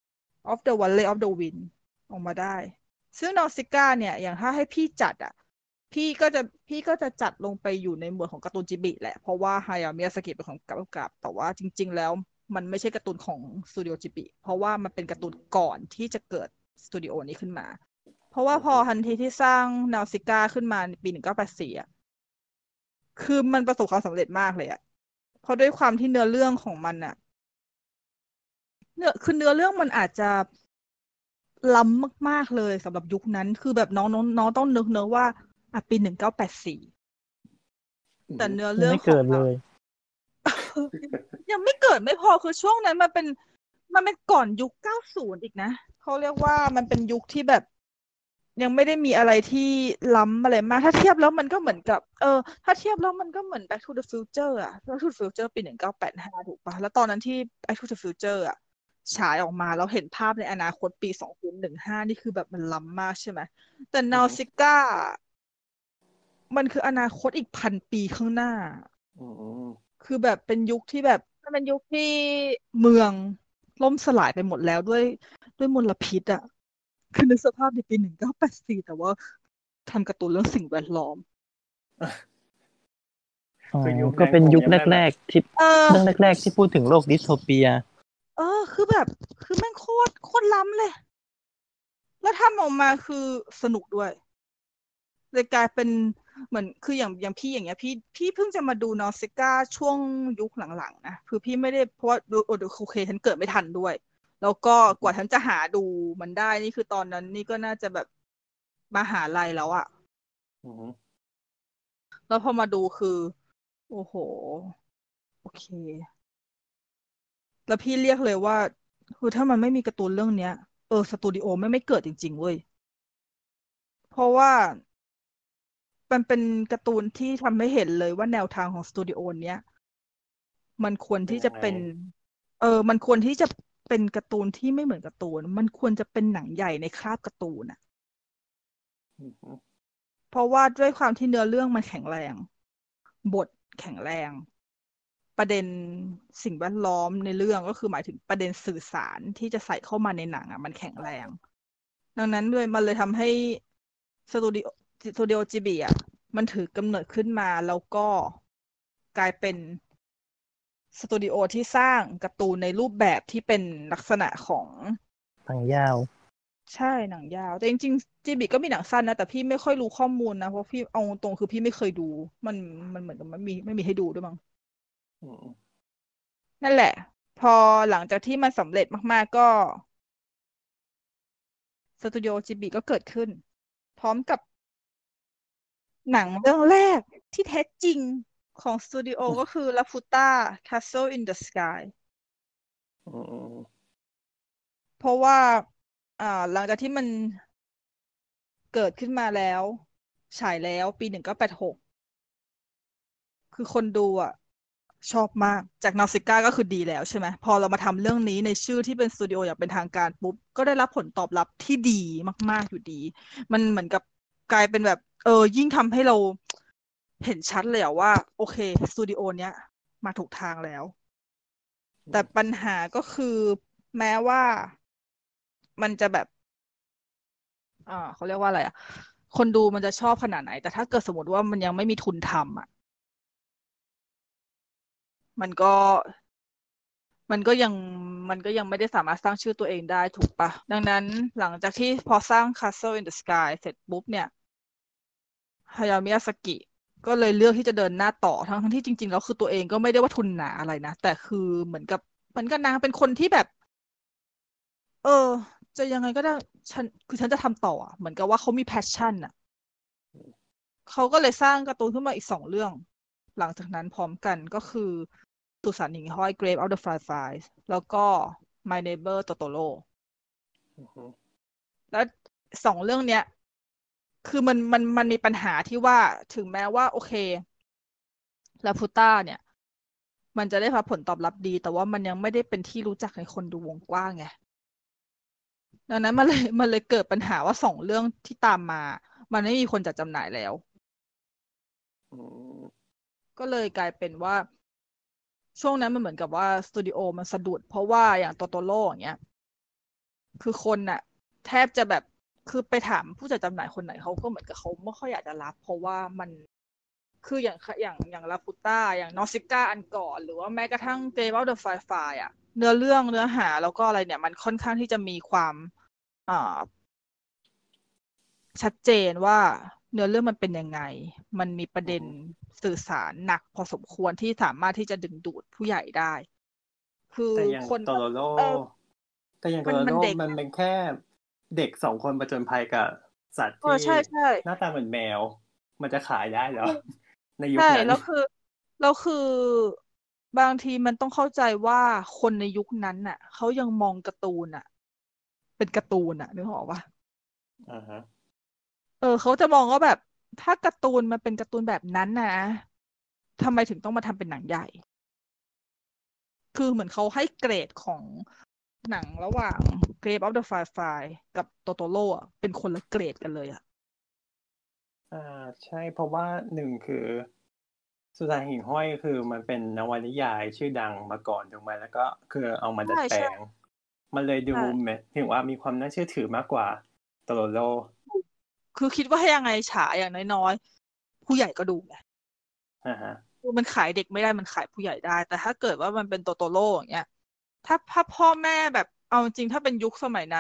of the Valley of the Wind ออกมาได้ซึ่งนาซิก้าเนี่ยอย่างถ้าให้พี่จัดอ่ะพี่ก็จะพี่ก็จะจัดลงไปอยู่ในหมวดของการ์ตูนจิบิแหละเพราะว่าฮายามิยาสกิเป็นของกำกับแต่ว่าจริงๆแล้วมันไม่ใช่การ์ตูนของสตูดิโอจิบิเพราะว่ามันเป็นการ์ตูนก่อนที่จะเกิดสตูดิโอนี้ขึ้นมาเพราะว่าพอทันทีที่สร้างนาซิก้าขึ้นมาในปีหนึ่งเก้าแปดสี่อ่ะคือมันประสบความสำเร็จมากเลยอ่ะเพราะด้วยความที่เนื้อเรื่องของมันอ่ะเนื้อคือเนื้อเรื่องมันอาจจะล้ำมากๆเลยสำหรับยุคนั้นคือแบบน้องน้องน้องต้องนึกเนอะว่าอ่ะปีหนึ่งเก้าแปดสี่แต่เนื้อยังเรื่องไม่ขอเกิงดเลอ่ะยยังไม่เกิดไม่พอคือช่วงนั้นมันเป็นมันเป็นก่อนยุค เก้าสิบ อีกนะเขาเรียกว่ามันเป็นยุคที่แบบ ยังไม่ได้มีอะไรที่ล้ำอะไรมากถ้าเทียบแล้วมันก็เหมือนกับ เออ ถ้าเทียบแล้วมันก็เหมือน Back to the Future อ่ะ Back to the Future ปี หนึ่งเก้าแปดห้า ถูกปะแล้วตอนนั้นที่ Back to the Future อ่ะฉายออกมาแล้วเห็นภาพในอนาคตปี สองพันสิบห้า นี่คือแบบมันล้ำมากใช่ไหมแต่ Nausicaa มันคืออนาคตอีกพันปีข้างหน้า คือแบบเป็นยุคที่แบบมันเป็นยุคที่เมืองล่มสลายไปหมดแล้วด้วยด้วยมลพิษอ่ะคือนึกสภาพในปี หนึ่งเก้าแปดสี่ แต่ว่าทำการ์ตูนเรื่องสิ่งแวดล้อมอ๋อคือยุคก็นั้นเป็นคงยุคยังไม่แบแรบก ๆ ที่เออเรื่องแรก ๆ ที่พูดถึงโลกดิสโทเปียเออ คือแบบ คือแม่งโคตรโคตรล้ำเลย แล้วทำออกมาคือสนุกด้วย เลยกลายเป็นเหมือนคืออย่างอย่างพี่อย่างเงี้ยพี่พี่เพิ่งจะมาดูนอซิก้าช่วงยุคหลังๆนะคือพี่ไม่ได้เพราะว่าดูโอโอเคฉันเกิดไม่ทันด้วย แล้วก็กว่าฉันจะหาดูมันได้นี่คือตอนนั้นนี่ก็น่าจะแบบมหาลัยแล้วอะอือฮึแล้วพอมาดูคือ โอ้โห โอเค แล้วพี่เรียกเลยว่าคือถ้ามันไม่มีการ์ตูนเรื่องเนี้ย เออสตูดิโอไม่ไม่เกิดจริงๆเว้ย เพราะว่ามันเป็นการ์ตูนที่ทำให้เห็นเลยว่าแนวทางของสตูดิโอเนี้ยมันควรเป็นที่ยัจะงไงเป็น เออ มันควรที่จะเป็นการ์ตูนที่ไม่เหมือนการ์ตูน มันควรจะเป็นหนังใหญ่ในคราบการ์ตูนน่ะอือฮึเพราะว่าด้วยความที่เนื้อเรื่องมันแข็งแรง บทแข็งแรง ประเด็นสิ่งแวดล้อมในเรื่องก็คือหมายถึงประเด็นสื่อสารที่จะใส่เข้ามาในหนังอ่ะมันแข็งแรง ดังนั้นเลยมันเลยทำให้สตูดิโอสตูดิโอจิบิอ่ะมันถือกำเนิดขึ้นมาแล้วก็กลายเป็นสตูดิโอที่สร้างการ์ตูนในรูปแบบที่เป็นลักษณะของหนังยาวใช่หนังยาวแต่จริงๆจิบิก็มีหนังสั้นนะแต่พี่ไม่ค่อยรู้ข้อมูลนะเพราะพี่เอาตรงคือพี่ไม่เคยดู มันมันเหมือนกับมันมีไม่มีให้ดูด้วยมั้งอืมนั่นแหละ พอหลังจากที่มันสำเร็จมากๆก็สตูดิโอจิบิก็เกิดขึ้น พร้อมกับหนังเรื่องแรกที่แท้จริงของสตูดิโอก็คือ Laputa Castle in the Sky อืมเพราะว่าอ่าหลังจากที่มันเกิดขึ้นมาแล้วฉายแล้วปี หนึ่งเก้าแปดหก คือคนดูอ่ะชอบมากจากนอซิก้าก็คือดีแล้วใช่ไหมพอเรามาทำเรื่องนี้ในชื่อที่เป็นสตูดิโออย่างเป็นทางการปุ๊บก็ได้รับผลตอบรับที่ดีมากๆอยู่ดี มันเหมือนกับกลายเป็นแบบเออยิ่งทำให้เราเห็นชัดเลยอะว่าโอเคสตูดิโอเนี้ยมาถูกทางแล้ว แต่ปัญหาก็คือแม้ว่ามันจะแบบอ่าเขาเรียกว่าอะไรอะคนดูมันจะชอบขนาดไหน แต่ถ้าเกิดสมมติว่ามันยังไม่มีทุนทำอะมันก็ มันก็ยังมันก็ยังไม่ได้สามารถสร้างชื่อตัวเองได้ถูกปะดังนั้นหลังจากที่พอสร้าง Castle in the Sky เสร็จปุ๊บเนี่ยฮายามิยาสกิก็เลยเลือกที่จะเดินหน้าต่อทั้งทั้งที่จริงๆแล้วคือตัวเองก็ไม่ได้ว่าทุนหนาอะไรนะแต่คือเหมือนกับเหมือนกับนางเป็นคนที่แบบ เออ จะยังไงก็ได้ฉันคือฉันจะทำต่ออ่ะเหมือนกับว่าเขามีแพชชั่นอ่ะเขาก็เลยสร้างการ์ตูนขึ้นมาอีกสองเรื่อง หลังจากนั้นพร้อมกันก็คือสุสานหิ่งห้อย Grave of the Fireflies แล้วก็ My Neighbor Totoro อือฮึแล้วสองเรื่องเนี้ย คือมันมันมันมีปัญหาที่ว่าถึงแม้ว่าโอเคลาพูต้าเนี่ย มันจะได้รับผลตอบรับดี แต่ว่ามันยังไม่ได้เป็นที่รู้จักในคนดูวงกว้างไง ดังนั้นมันเลยมันเลยเกิดปัญหาว่าสองเรื่องที่ตามมา มันไม่มีคนจัดจำหน่ายแล้วอืมก็เลยกลายเป็นว่า ช่วงนั้นมันเหมือนกับว่าสตูดิโอมันสะดุดเพราะว่าอย่างโตโตโร่อย่างเงี้ย คือคนน่ะ แทบจะแบบคือไปถามผู้จัดจำหน่ายคนไหนเขาก็เหมือนกับเขาไม่ค่อยอยากจะรับ เพราะว่ามันคืออย่างอย่างอย่างลาพูต้าอย่างนอซิก้าอันก่อนหรือว่าแม้กระทั่งเกม of the Firefly อ่ะเนื้อเรื่องเนื้อหาแล้วก็อะไรเนี่ย มันค่อนข้างที่จะมีความอ่าชัดเจนว่าเนื้อเรื่องมันเป็นยังไง มันมีประเด็นสื่อสารหนักพอสมควรที่สามารถที่จะดึงดูดผู้ใหญ่ได้ คือแต่อย่างคนโตโรโร่เออแต่อย่างโตมันโรมันโร่เด็กมันเป็นแค่เด็กสองคนผจญภัยกับสัตว์เออที่ใช่ใช่หน้าตาเหมือนแมว มันจะขายได้เหรอในยุคใช่นั้นแล้วคือแล้วคือบางทีมันต้องเข้าใจว่าคนในยุคนั้นน่ะเขายังมองการ์ตูนน่ะ เป็นการ์ตูนน่ะนึกออกปะอ่าฮะเออเขาจะมองว่าแบบถ้าการ์ตูนมันเป็นการ์ตูนแบบนั้นนะทำไมถึงต้องมาทำเป็นหนังใหญ่ คือเหมือนเขาให้เกรดของหนังระหว่าง Grave of the Firefly กับ Totoro อ่ะเป็นคนละเกรดกันเลยอ่ะอ่าใช่เพราะว่าหนึ่งคือสุสานหิ่งห้อยคือมันเป็นนวนิยายชื่อดังมาก่อนถูกไหมแล้วก็คือเอามาดัดใช่แปลใช่งมันเลยดูใช่แมถึงว่ามีความน่าเชื่อถือมากกว่าโตโรโรคือคิดว่าให้ยังไงฉายอย่างน้อยๆผู้ใหญ่ก็ดูแหละอ่าฮะคือมันขายเด็กไม่ได้มันขายผู้ใหญ่ได้ แต่ถ้าเกิดว่ามันเป็นโตโตโร่อย่างเงี้ยถ้าถ้าพ่อแม่แบบเอาจริงถ้าเป็นยุคสมัยนั้น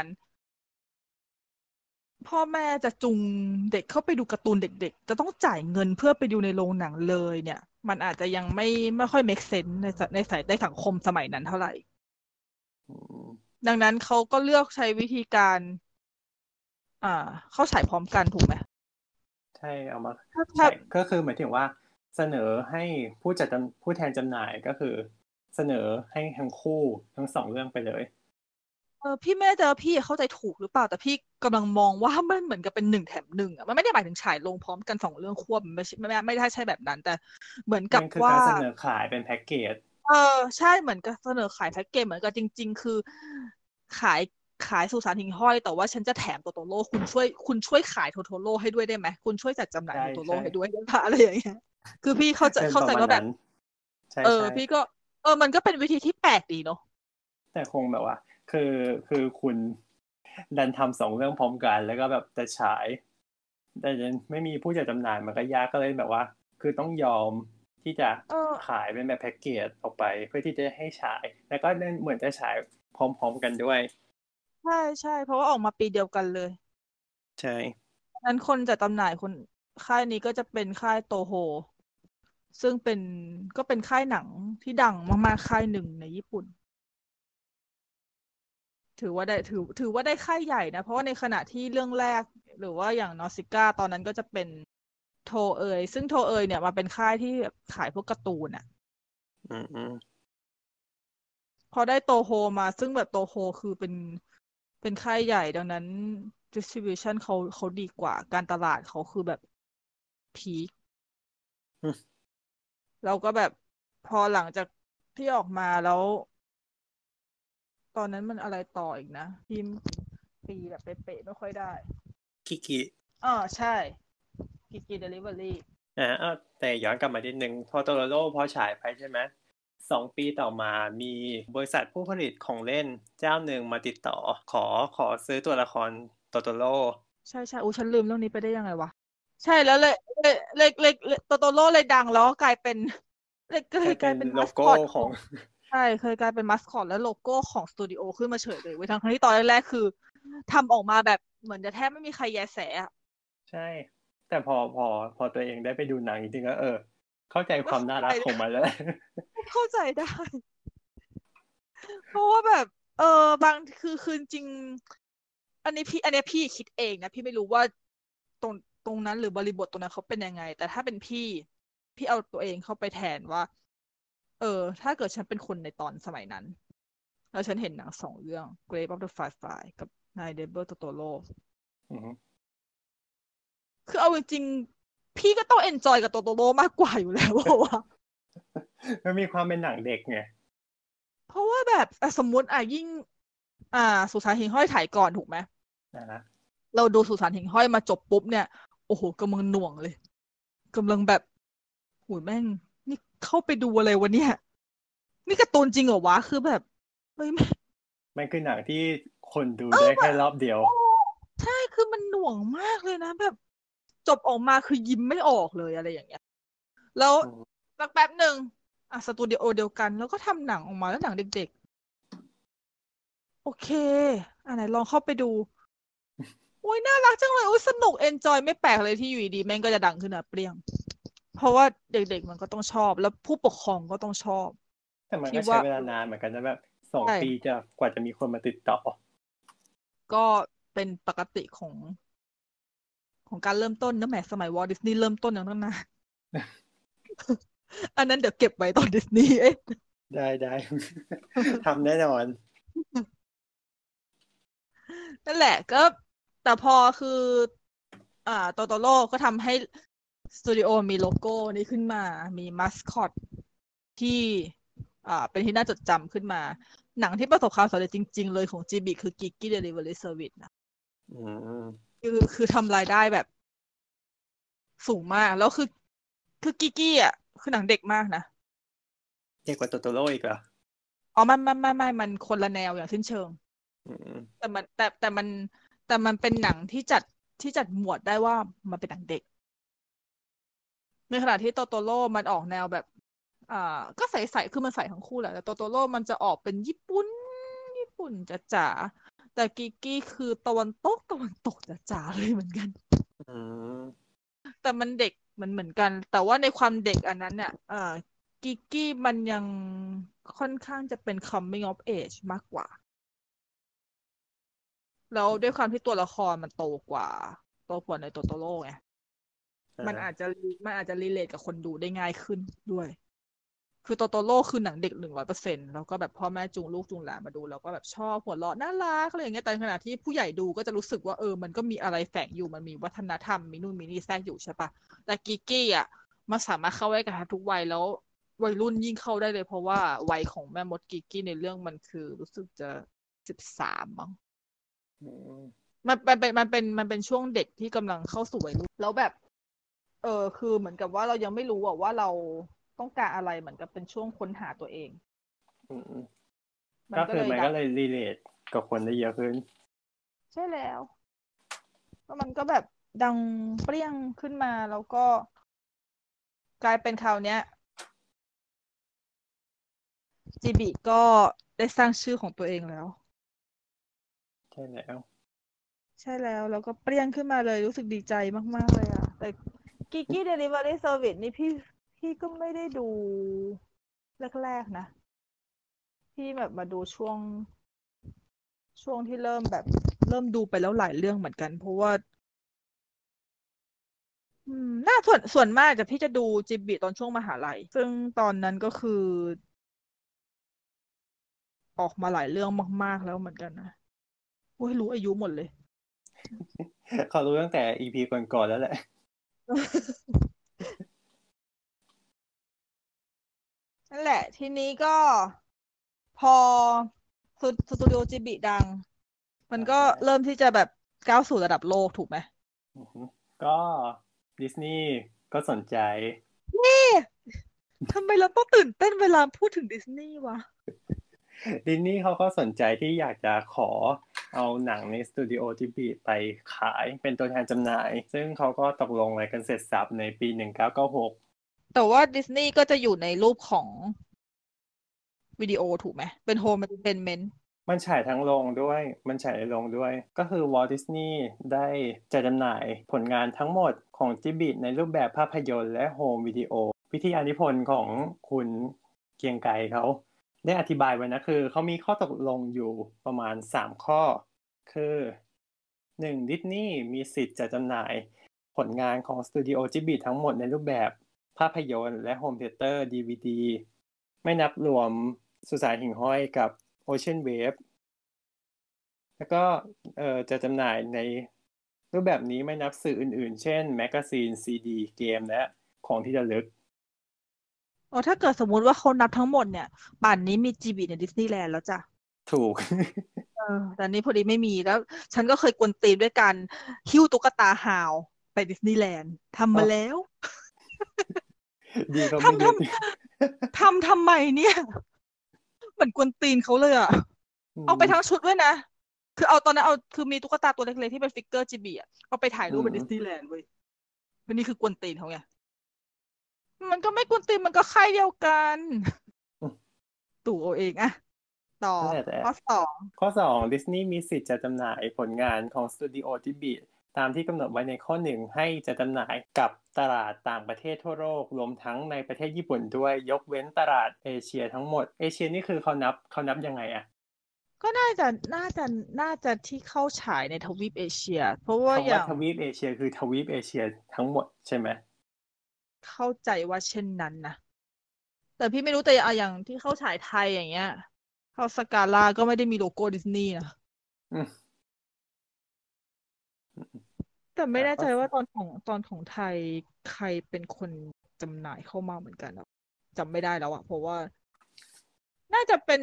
พ่อแม่จะจูงเด็กเข้าไปดูการ์ตูนเด็กๆจะต้องจ่ายเงินเพื่อไปดูในโรงหนังเลยเนี่ยมันอาจจะยังไม่ไม่ค่อย make sense ในสในสายในสังคมสมัยนั้นเท่าไหร่อืมดังนั้นเขาก็เลือกใช้วิธีการอ่าเข้าฉายพร้อมกันถูกไหมใช่เอามาถ้าถ้าใช่ก็คือหมายถึงว่าเสนอให้ผู้จัดจำผู้แทนจำหน่ายก็คือเสนอให้ทั้งคู่ทั้งสองเรื่องไปเลยเออพี่ไม่แน่ใจว่าพี่เข้าใจถูกหรือเปล่าแต่พี่กำลังมองว่ามันเหมือนกับเป็นหนึ่งแถมหนึ่งอ่ะมันไม่ได้หมายถึงฉายลงพร้อมกันสองเรื่องควบมันไม่ใช่ไม่ไม่ไม่ได้ใช่แบบนั้นแต่เหมือนกับมันคือว่าการเสนอขายเป็นแพ็กเกจเออใช่เหมือนกับเสนอขายแพ็กเกจเหมือนกับจริงๆคือขายขายสุสานหิ่งห้อยแต่ว่าฉันจะแถมโตโตโร่คุณช่วยคุณช่วยขายโตโตโร่ให้ด้วยได้ไหมคุณช่วยจัดจำหน่ายใช่โตโตโร่ใช่ให้ด้วยได้ปะอะไรอย่างเงี้ยคือพี่เข้าใจเป็นเข้าใจว่าแบบประมาณนั้นใช่เออใช่พี่ก็เออมันก็เป็นวิธีที่แปลกดีเนาะแต่คงแบบว่าคือคือคุณดันทำสองเรื่องพร้อมกันแล้วก็แบบจะฉายแต่ยังไม่มีผู้จัดจำหน่ายมันก็ยากก็เลยแบบว่าคือต้องยอมที่จะเออขายเป็นแบบแพ็กเกจออกไปเพื่อที่จะให้ฉายแล้วก็เหมือนจะฉายพร้อมๆกันด้วยใช่ใช่เพราะว่าออกมาปีเดียวกันเลยใช่นั้นคนจัดจำหน่ายคนค่ายนี้ก็จะเป็นค่ายโตโฮซึ่งเป็นก็เป็นค่ายหนังที่ดังมากๆค่ายหนึ่งในญี่ปุ่น ถือว่าได้ถือถือว่าได้ค่ายใหญ่นะเพราะว่าในขณะที่เรื่องแรกหรือว่าอย่างนอสิก้าตอนนั้นก็จะเป็นโทเอยซึ่งโทเอยเนี่ยมาเป็นค่ายที่แบบขายพวกการ์ตูนอ่ะอืมอืมพอได้โตโฮมาซึ่งแบบโตโฮคือเป็นเป็นค่ายใหญ่ดังนั้น distribution เขาเขาดีกว่าการตลาดเขาคือแบบพีคเราก็แบบพอหลังจากที่ออกมาแล้วตอนนั้นมันอะไรต่ออีกนะทีมปีแบบเป๊ะๆไม่ค่อยได้คิกิอ๋อใช่กิกิเดลิเวอรี่อ่าเอาแต่ย้อนกลับมานิดนึงพอโตโรโร่พอฉายไปใช่ไหมสองปีต่อมามีบริษัทผู้ผลิตของเล่นเจ้าหนึ่งมาติดต่อขอขอซื้อตัวละครโตโตโร่ใช่ใช่อู้ฉันลืมเรื่องนี้ไปได้ยังไงวะใช่แล้วเลยเลยเลยเลยเลยโตโตโร่เลยดังแล้วก็กลายเป็นเลยก็เลยกลายเป็นกลายเป็นโลโก้มาสคอตขขององใช่เคยกลายเป็นมาสคอตและโลโก้ของสตูดิโอขึ้นมาเฉยเลยเว้ยทั้งที่ตอนแรกๆคือทำออกมาแบบเหมือนจะแทบไม่มีใครแยแสอะใช่ แต่พอพอพอตัวเองได้ไปดูหนังจริงๆก็เออ เข้าใจความก็เข้าใจน่ารักของมันแล้วเข้าใจได้เพราะว่าแบบเออบางคือคือจริงอันนี้พี่อันนี้พี่คิดเองนะพี่ไม่รู้ว่าตรงตรงนั้นหรือบริบทตรงนั้นเขาเป็นยังไงแต่ถ้าเป็นพี่พี่เอาตัวเองเข้าไปแทนว่า เออถ้าเกิดฉันเป็นคนในตอนสมัยนั้นแล้วฉันเห็นหนังสองเรื่อง Grave of the Firefly กับ Nine Devil Totoro อือฮึคือเอาจริงๆพี่ก็ต้องเอนจอยกับโตโตโร่มากกว่าอยู่แล้วเพราะว่ามันมีความเป็นหนังเด็กไงเพราะว่าแบบอ่ะสมมุติอ่ะยิ่งอ่าสุสานหิ่งห้อยถ่ายก่อนถูกไหมนะฮะเราดูสุสานหิ่งห้อยมาจบปุ๊บเนี่ยโอ้โหกำลังหน่วงเลยกำลังแบบโหแม่งนี่เข้าไปดูอะไรวะเนี่ยนี่การ์ตูนจริงเหรอวะคือแบบเฮ้ยมันคือหนังที่คนดูได้แค่รอบเดียวใช่คือมันหน่วงมากเลยนะแบบจบออกมาคือยิ้มไม่ออกเลยอะไรอย่างเงี้ยแล้วอืมสักแป๊บหนึ่งอ่ะสตูดิโอเดียวกันแล้วก็ทำหนังออกมาแล้วหนังเด็กๆโอเคอันไหนลองเข้าไปดูโอ้ยน่ารักจังเลยโอ้ยสนุกเอนจอยไม่แปลกเลยที่อยู่ดีๆแม่งก็จะดังขึ้นอ่ะเปรี้ยงเพราะว่าเด็กๆมันก็ต้องชอบแล้วผู้ปกครองก็ต้องชอบแต่มันพี่ก็ใช้ว่าเวลานานเหมือนกันนะแบบสองใช่ปีจะกว่าจะมีคนมาติดต่อก็เป็นปกติของของการเริ่มต้นนะแหมสมัยวอลดิสนีย์เริ่มต้นอย่างนั้นนะอันนั้นเดี๋ยวเก็บไว้ตอนดิสนีย์เอ๊ะได้ได้ ทำแน่นอนนั่นแหละก็แต่พอคืออ่าโตโตโร่ก็ทำให้สตูดิโอมีโลโก้นี้ขึ้นมามีมัสคอตที่อ่าเป็นที่น่าจดจำขึ้นมาหนังที่ประสบความสำเร็จจริงๆเลยของ จี บี คือ Kiki Delivery Service นะอืมคือคือทำรายได้แบบสูงมากแล้วคือคือกิกกี้อ่ะคือหนังเด็กมากนะเด็กกว่าโตโตโร่อีกเหรออ๋อมันมันไม่ไม่มันคนละแนวอย่างสิ้นเชิงอืมแต่มันแต่แต่มันแต่มันเป็นหนังที่จัดที่จัดหมวดได้ว่ามันเป็นหนังเด็กในขณะที่โตโตโร่มันออกแนวแบบ อ่า ก็ใสๆคือมันใสทั้งคู่แหละแต่โตโตโร่มันจะออกเป็นญี่ปุ่นญี่ปุ่นจ๋าๆแต่กิกกี้คือตะวันตกตะวันตกจ๋าๆเลยเหมือนกันอืมแต่มันเด็กเหมือนเหมือนกัน แต่ว่าในความเด็กอันนั้นเนี่ยเอ่อกิกกี้มันยังค่อนข้างจะเป็น coming of age มากกว่า แล้วด้วยความที่ตัวละครมันโตกว่าโตกว่าในโตโตโร่ไง มันอาจจะมันอาจจะรีเลทกับคนดูได้ง่ายขึ้นด้วย คือโตโตโร่คือหนังเด็กหนึ่งร้อยเปอร์เซ็นต์แล้วก็แบบพ่อแม่จูงลูกจูงหลานมาดูแล้วก็แบบชอบหัวเราะน่ารักอะไรอย่างเงี้ยแต่ในขณะที่ผู้ใหญ่ดูก็จะรู้สึกว่าเออมันก็มีอะไรแฝงอยู่มันมีวัฒนธรรมมีนู่นมีนี่แทรกอยู่ใช่ปะแต่กิกกี้อ่ะมันสามารถเข้าได้กับทุกวัยแล้ววัยรุ่นยิ่งเข้าได้เลยเพราะว่าวัยของแม่มดกิกกี้ในเรื่องมันคือรู้สึกจะสิบสามมั้งอืมมันมันเป็นมันเป็นมันเป็นช่วงเด็กที่กำลังเข้าสู่วัยรุ่นแล้วแบบ เออคือเหมือนกับว่าเรายังไม่รู้อะว่าเราต้องการอะไรเหมือนกับเป็นช่วงค้นหาตัวเองอืมมันก็ก็คือเลยมันดัก็งเลยรีเลทกับคนได้เยอะขึ้นใช่แล้วแล้วมันก็แบบดังเปรี้ยงขึ้นมาแล้วก็กลายเป็นคราวเนี้ยจีบีก็ได้สร้างชื่อของตัวเองแล้วใช่แล้วใช่แล้วแล้วก็เปรี้ยงขึ้นมาเลยรู้สึกดีใจมากๆเลยอะแต่กิกกี้เดลิเวอรี่เซอร์วิสนี่พี่พี่ก็ไม่ได้ดูแรกๆนะพี่แบบมาดูช่วงช่วงที่เริ่มแบบเริ่มดูไปแล้วหลายเรื่องเหมือนกันเพราะว่าอืมน่าส่วนส่วนมากจะพี่จะดูจิบบิตอนช่วงมหาลัยซึ่งตอนนั้นก็คือออกมาหลายเรื่องมากๆแล้วเหมือนกันนะโอ้ยรู้อายุหมดเลยเขารู้ตั้งแต่ อี พี ก่อนๆแล้วแหละนั่นแหละทีนี้ก็พอสตูดิโอจิบิดัง มันก็อ่าฮะเริ่มที่จะแบบก้าวสู่ระดับโลกถูกไหมอือฮึก็ดิสนีย์ก็สนใจนี่ทำไมเราต้องตื่นเต้นเวลาพูดถึงดิสนีย์วะดิสนีย์เขาก็สนใจที่อยากจะขอเอาหนังในสตูดิโอจิบิไปขายเป็นตัวแทนจำหน่าย ซึ่งเขาก็ตกลงอะไรกันเสร็จสับในปีหนึ่งเก้าเก้าหกแต่ว่าดิสนีย์ก็จะอยู่ในรูปของวิดีโอถูกไหม เป็นโฮมเอนเตอร์เทนเมนต์มันฉายทั้งโรงด้วย มันฉายในโรงด้วย ก็คือวอลต์ดิสนีย์ได้จัดจำหน่ายผลงานทั้งหมดของจิบิในรูปแบบภาพยนตร์และโฮมวิดีโอวิทยานิพนธ์ของคุณเกรียงไกรเขาได้อธิบายไว้นะคือเขามีข้อตกลงอยู่ประมาณสามข้อ คือหนึ่งดิสนีย์มีสิทธิ์จัดจำหน่ายผลงานของสตูดิโอจิบิทั้งหมดในรูปแบบภาพยนตร์และโฮมเธียเตอร์ ดี วี ดี ไม่นับรวมสุสานหิ่งห้อยกับ Ocean Wave แล้วก็เอ่อจะจำหน่ายในรูปแบบนี้ไม่นับสื่ออื่นๆ เช่นแมกกาซีน ซี ดี เกมและของที่ระลึกอ๋อถ้าเกิดสมมุติว่าเขานับทั้งหมดเนี่ยป่านนี้มีจีบีในดิสนีย์แลนด์แล้วจ้ะถูกเออแต่อันนี้พอดีไม่มีแล้ว ฉันก็เคยกวนตีนด้วยการหิ้วตุ๊กตาฮาวไปดิสนีย์แลนด์ทำมาแล้วดีเขาไม่ทำยึทดำทำทำไมเนี่ย เหมือนกวนตีนเขาเลยอ่ะ เอาไปทั้งชุดด้วยนะ คือเอาตอนนั้นเอาคือมีตุ๊กตาตัวเล็กๆที่เป็นฟิกเกอร์จีบีอ่ะเอาไปถ่ายรูปบนดิสนีย์แลนด์เว้ยวันนี้คือกวนตีนเขาไง มันก็ไม่กวนตีนมันก็ค่ายเดียวกัน ตู่เอาเองอะต่อนั่นแหละแต่ข้อสองข้อสองดิสนีย์มีสิทธิ์จะจำหน่ายผลงานของสตูดิโอจิบิตามที่กำหนดไว้ในข้อหนึ่งให้จะจำหน่ายกับตลาดต่างประเทศทั่วโลกรวมทั้งในประเทศญี่ปุ่นด้วยยกเว้นตลาดเอเชียทั้งหมดเอเชียนี่คือเขานับเขานับยังไงอะก็น่าจะน่าจะน่าจะที่เข้าฉายในทวีปเอเชีย เพราะว่าอคำว่าย่างทวีปเอเชียคือทวีปเอเชียทั้งหมดใช่ไหมเข้าใจว่าเช่นนั้นนะแต่พี่ไม่รู้แต่อะอย่างที่เข้าฉายไทยอย่างเงี้ยเข้าสกาล่าก็ไม่ได้มีโลโก้ดิสนีย์นะอืมแต่ไม่อ่ะแน่ข้อใจว่าตอนของตอนของไทยใครเป็นคนจำหน่ายเข้ามาเหมือนกันอะจำไม่ได้แล้วอะเพราะว่า น่าจะเป็น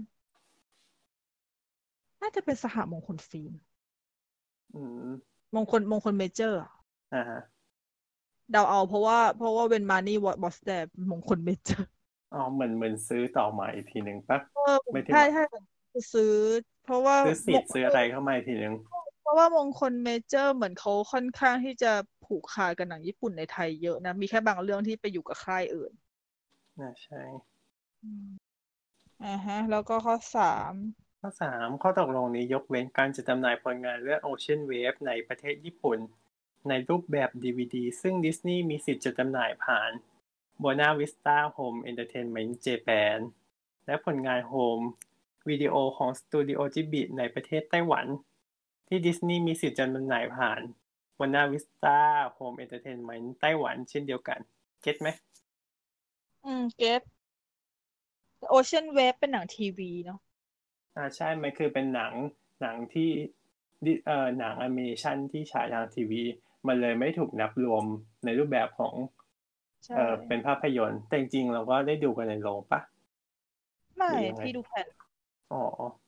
น่าจะเป็นสหมงคลฟิล์มอืมมงคลมงคลเมเจอร์อะอ่าฮะเดาเอาเพราะว่าเพราะว่าเวนมานี่บอสแดมงคลเมเจอร์อ๋อเหมือนเหมือนซื้อต่อมาอีกทีหนึ่งปะเออไม่ถึงใช่ว่าใช่ซื้อเพราะว่าซื้อสิมงทธิ์ซื้ออะไรเข้ามาอีกทีหนึ่งเพราะว่ามงคลเมเจอร์เหมือนเขาค่อนข้างที่จะผูกขาดกับหนังญี่ปุ่นในไทยเยอะนะมีแค่บางเรื่องที่ไปอยู่กับค่ายอื่นน่าใช่อืมอ่าฮะแล้วก็ข้อสามข้อสามข้อตกลงนี้ยกเว้นการจัดจำหน่ายผลงานเรื่อง Ocean Wave ในประเทศญี่ปุ่นในรูปแบบ ดี วี ดี ซึ่งดิสนีย์มีสิทธิ์จัดจำหน่ายผ่าน Buena Vista Home Entertainment Japan และผลงาน Home Video ของสตูดิโอจิบิในประเทศไต้หวันที่ดิสนีย์มีสิทธิ์จำหน่ายผ่าน Buena Vista Home Entertainment ไต้หวันเช่นเดียวกันเก็ตไหมอืมเก็ตโอเชียนเวฟเป็นหนังทีวีเนาะอ่าใช่มันคือเป็นหนังหนังที่ดิเอ่อหนังแอนิเมชันที่ฉายทางทีวีมันเลยไม่ถูกนับรวมในรูปแบบของใช่เอ่อเป็นภาพยนตร์แต่จริงๆเราก็ได้ดูกันในโรงปะหไม่รือยังไงพี่ดูแผ่นอ๋อ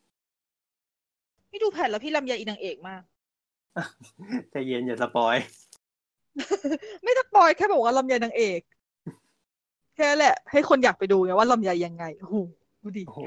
พี่ดูแผ่นแล้วพี่ลำไยอีนางเอกมากใจเย็นอย่าสปอยไม่สปอยแค่บอกว่าลำไยนางเอกแค่แหละให้คนอยากไปดูไงว่าลำไยยังไงโอ้โหดูดิโอ้โห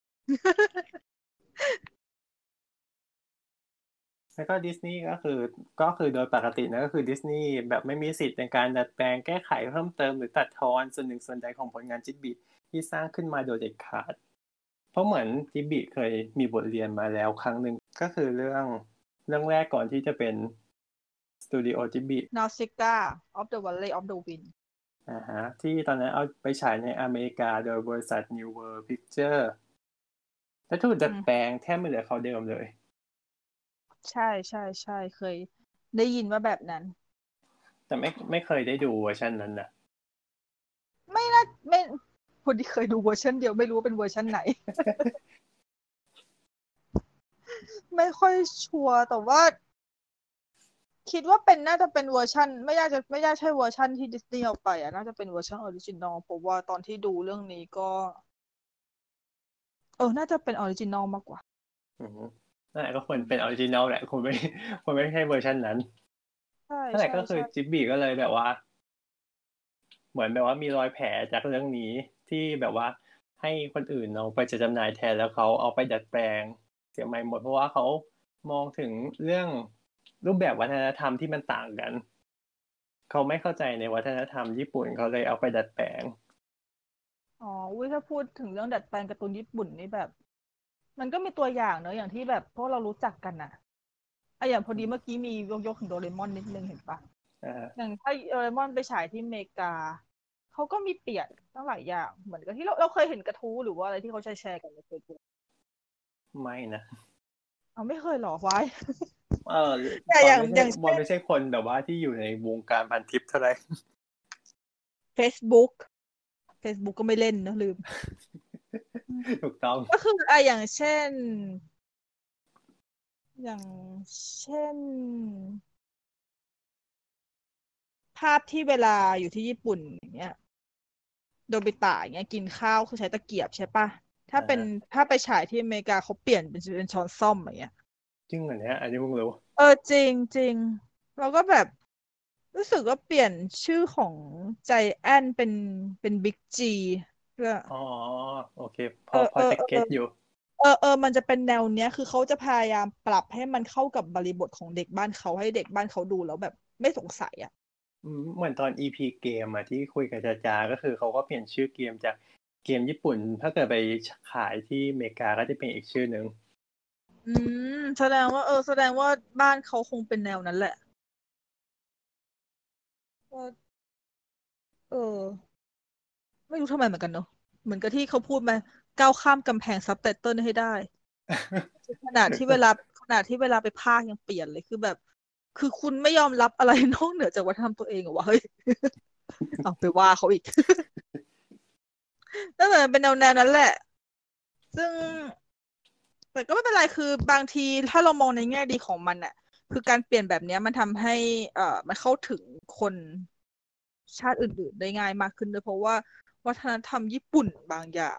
แล้วก็ดิสนีย์ก็คือก็คือโดยปกตินะก็คือดิสนีย์แบบไม่มีสิทธิ์ในการดัดแปลงแก้ไขเพิ่มเติมหรือตัดทอนส่วนหนึ่งส่วนใดของผลงานจิบบิที่สร้างขึ้นมาโดยเด็ดขาด เพราะเหมือนจิบบิเคยมีบทเรียนมาแล้วครั้งหนึ่งก็คือเรื่องเรื่องแรกก่อนที่จะเป็นสตูดิโอจิบบิ Nausicaa of the Valley of the Wind อ่าฮะที่ตอนนั้นเอาไปฉายในอเมริกาโดยบริษัท New World Picture และถูกดัดแปลงแทบไม่เหลือเขาเดิมเลยใช่ใช่ใช่เคยได้ยินว่าแบบนั้นแต่ไม่ไม่เคยได้ดูเวอร์ชันนั้นนะไม่น่าไม่คนที่เคยดูเวอร์ชันเดียวไม่รู้ว่าเป็นเวอร์ชันไหน ไม่ค่อยชัวร์แต่ว่า คิดว่าเป็นน่าจะเป็นเวอร์ชันไม่น่าจะไม่น่าใช่เวอร์ชันที่ดิสนีย์เอาไปอ่ะน่าจะเป็นเวอร์ชันออริจินอลเพราะว่าตอนที่ดูเรื่องนี้ก็ เออน่าจะเป็นออริจินอลมากกว่าอืมนั่นแหละก็ควรเป็นออริจินอลแหละคงไม่คงไม่ใช่เวอร์ชันนั้นใช่นั่นแหละใช่ก็คือใช่จิบบิก็เลยแบบว่า เหมือนแบบว่ามีรอยแผลจากเรื่องนี้ที่แบบว่าให้คนอื่นเอาไปจัดจำหน่ายแทนแล้วเขาเอาไปดัดแปลงเสียใหม่หมดเพราะว่าเขามองถึงเรื่องรูปแบบวัฒนธรรมที่มันต่างกันเขาไม่เข้าใจในวัฒนธรรมญี่ปุ่นเขาเลยเอาไปดัดแปลงอ๋ออุ้ยถ้าพูดถึงเรื่องดัดแปลงการ์ตูนญี่ปุ่นนี่แบบ มันก็มีตัวอย่างเนอะอย่างที่แบบพวกเรารู้จักกันน่ะไอะอย่างพอดีเมื่อกี้มียกยกถึงโดเรมอนนิดนึงเห็นปะอ่าอย่างถ้าโดเรมอนไปฉายที่อเมริกาเขาก็มีเปลี่ยนตั้งหลายอย่างเหมือนกับที่เราเราเคยเห็นกระทู้หรือว่าอะไรที่เขาแชร์แชร์กันในเฟซบุ๊กไม่นะเอาไม่เคยหรอไว้เออแต่บออลย่างไม่อใช่ย่างบอลเช่นไม่ใช่คนแบบว่าที่อยู่ในวงการพันทิปเท่าไหร่ Facebook Facebook ก็ไม่เล่นนะลืมถูกต้องก็คืออะอย่างเช่น อย่างเช่น ภาพที่เวลาอยู่ที่ญี่ปุ่นอย่างเงี้ยโดบิตะอย่างเงี้ยกินข้าวคือใช้ตะเกียบใช่ปะถ้าเป็นอ่าฮะถ้าไปฉายที่อเมริกาเขาเปลี่ยนเป็นเป็นช้อนส้อมอย่างเงี้ยจริงเหรอเนี้ยอันนี้เพิ่งรู้เออจริงจริงเราก็แบบรู้สึกว่าเปลี่ยนชื่อของใจแอนเป็นเป็นบิ๊กจีเพื่ออ๋อโอเคพเอออพอจะเออเออเก็ตอยู่เออเออมันจะเป็นแนวเนี้ยคือเขาจะพยายามปรับให้มันเข้ากับบริบทของเด็กบ้านเขาให้เด็กบ้านเขาดูแล้วแบบไม่สงสัยอ่ะอืมเหมือนตอน อี พี เกมอะที่คุยกับจาจาก็คือเขาก็เปลี่ยนชื่อเกมจากเกมญี่ปุ่นถ้าเกิดไปขายที่อเมริกาก็จะเป็นอีกชื่อหนึ่งอืมแสดงว่าเออแสดงว่าบ้านเขาคงเป็นแนวนั้นแหละก็เออไม่รู้ทำไมเหมือนกันเนาะเหมือนกับที่เขาพูดมาก้าวข้ามกำแพงซับไตเติลให้ได้ขนาดที่เวลาขนาดที่เวลาไปพากย์ยังเปลี่ยนเลยคือแบบคือคุณไม่ยอมรับอะไรนอกเหนือจากวัฒนธรรมตัวเองเหรอวะเฮ้ยเอาไปว่าเขาอีก นั่นแหละเป็นแนวแนวนั้นแหละ ซึ่งแต่ก็ไม่เป็นไรคือบางทีถ้าเรามองในแง่ดีของมันอ่ะ คือการเปลี่ยนแบบเนี้ยมันทำให้ เอ่อมันเข้าถึงคนชาติอื่น ๆ ได้ง่ายมากขึ้นด้วยเพราะว่าวัฒนธรรมญี่ปุ่นบางอย่าง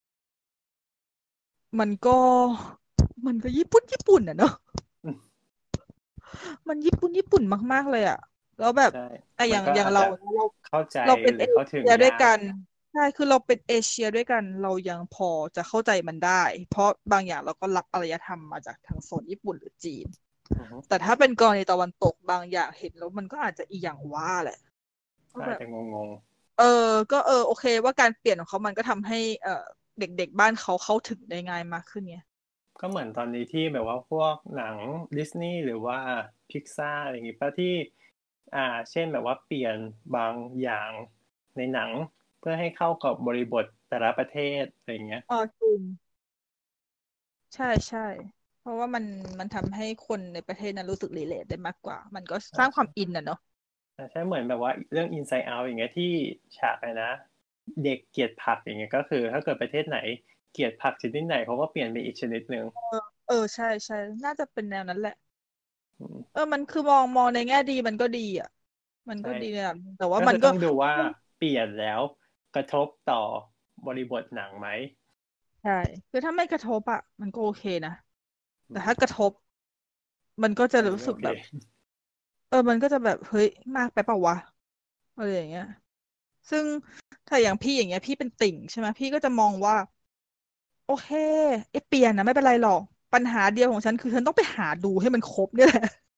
มันก็ มันก็ญี่ปุ่นญี่ปุ่นอ่ะเนอะอืมมันญี่ปุ่นญี่ปุ่นมากๆเลยอ่ะ แล้วแบบใช่แต่อมันย่างก็อย่างอาจเราจะเราเข้าใจเราเป็นหรืเออเข้าถึงเชียด้วยยากักน ใช่ คือเราเป็นเอเชียด้วยกัน เรายังพอจะเข้าใจมันได้ เพราะบางอย่างเราก็รับอารยธรรมมาจากทางโซนญี่ปุ่นหรือจีนอือฮึแต่ถ้าเป็นกรณีตะวันตกบางอย่างเห็นแล้วมันก็อาจจะอีหยังว่าแหละ ก็ก็แบอาจบจะงง ๆเออ ก็ เออ โอเคว่าการเปลี่ยนของเขามันก็ทำให้ เอ่อ เด็ก ๆ บ้านเขาเข้าถึงได้ง่ายมากขึ้นไงก็เหมือนตอนนี้ที่แบบว่าพวกหนัง Disney หรือว่า Pixar อะไรงี้เปล่า? ที่ อ่า เช่น แบบว่าเปลี่ยนบางอย่างในหนัง เพื่อให้เข้ากับบริบทแต่ละประเทศ อะไรอย่างเงี้ยเออ จริง ใช่ ๆ เพราะว่ามัน มันทำให้คนในประเทศนั้นรู้สึก relate ได้มากกว่า มันก็ใสร้างคชวา่มอินอะเนาะๆ ใช่ ๆ เหมือนแบบว่าเรื่อง Inside Out อย่างเงี้ย ที่ฉากอะไรนะ เด็กเกลียดผัก อย่างเงี้ย ก็คือถ้าเกิดประเทศไหนเกลียดผักชนิดไหน เขาก็เปลี่ยนไปอีกชนิดหนึ่งเออ เออ ใช่ ๆ น่าจะเป็นแนวนั้นแหละอืมเออ มันคือมอง มองในแง่ดีมันก็ดีอะ มันใชก็่ดีในระดับหนึ่ง แต่ว่าก็คมันือก็ต้องดูว่าเปลี่ยนแล้วกระทบต่อบริบทหนังไหม? ใช่ คือถ้าไม่กระทบอะ มันก็โอเคนะอืแต่ถ้ากระทบ มันก็จะอาจจะรูไ้ม่สโึอก เคกแบบ เออ มันก็จะแบบ เฮ้ย มากไปเปล่าวะ? อะไรอย่างเงี้ย ซึ่งถ้าอย่างพี่ อย่างเงี้ย พี่เป็นติ่ง ใช่ไหม พี่ก็จะมองว่า โอเค ไอ้เปลี่ยนน่ะไม่เป็นไรหรอก ปัญหาเดียวของฉันคือฉันต้องไปหาดูให้มันครบเนี่ย แหละ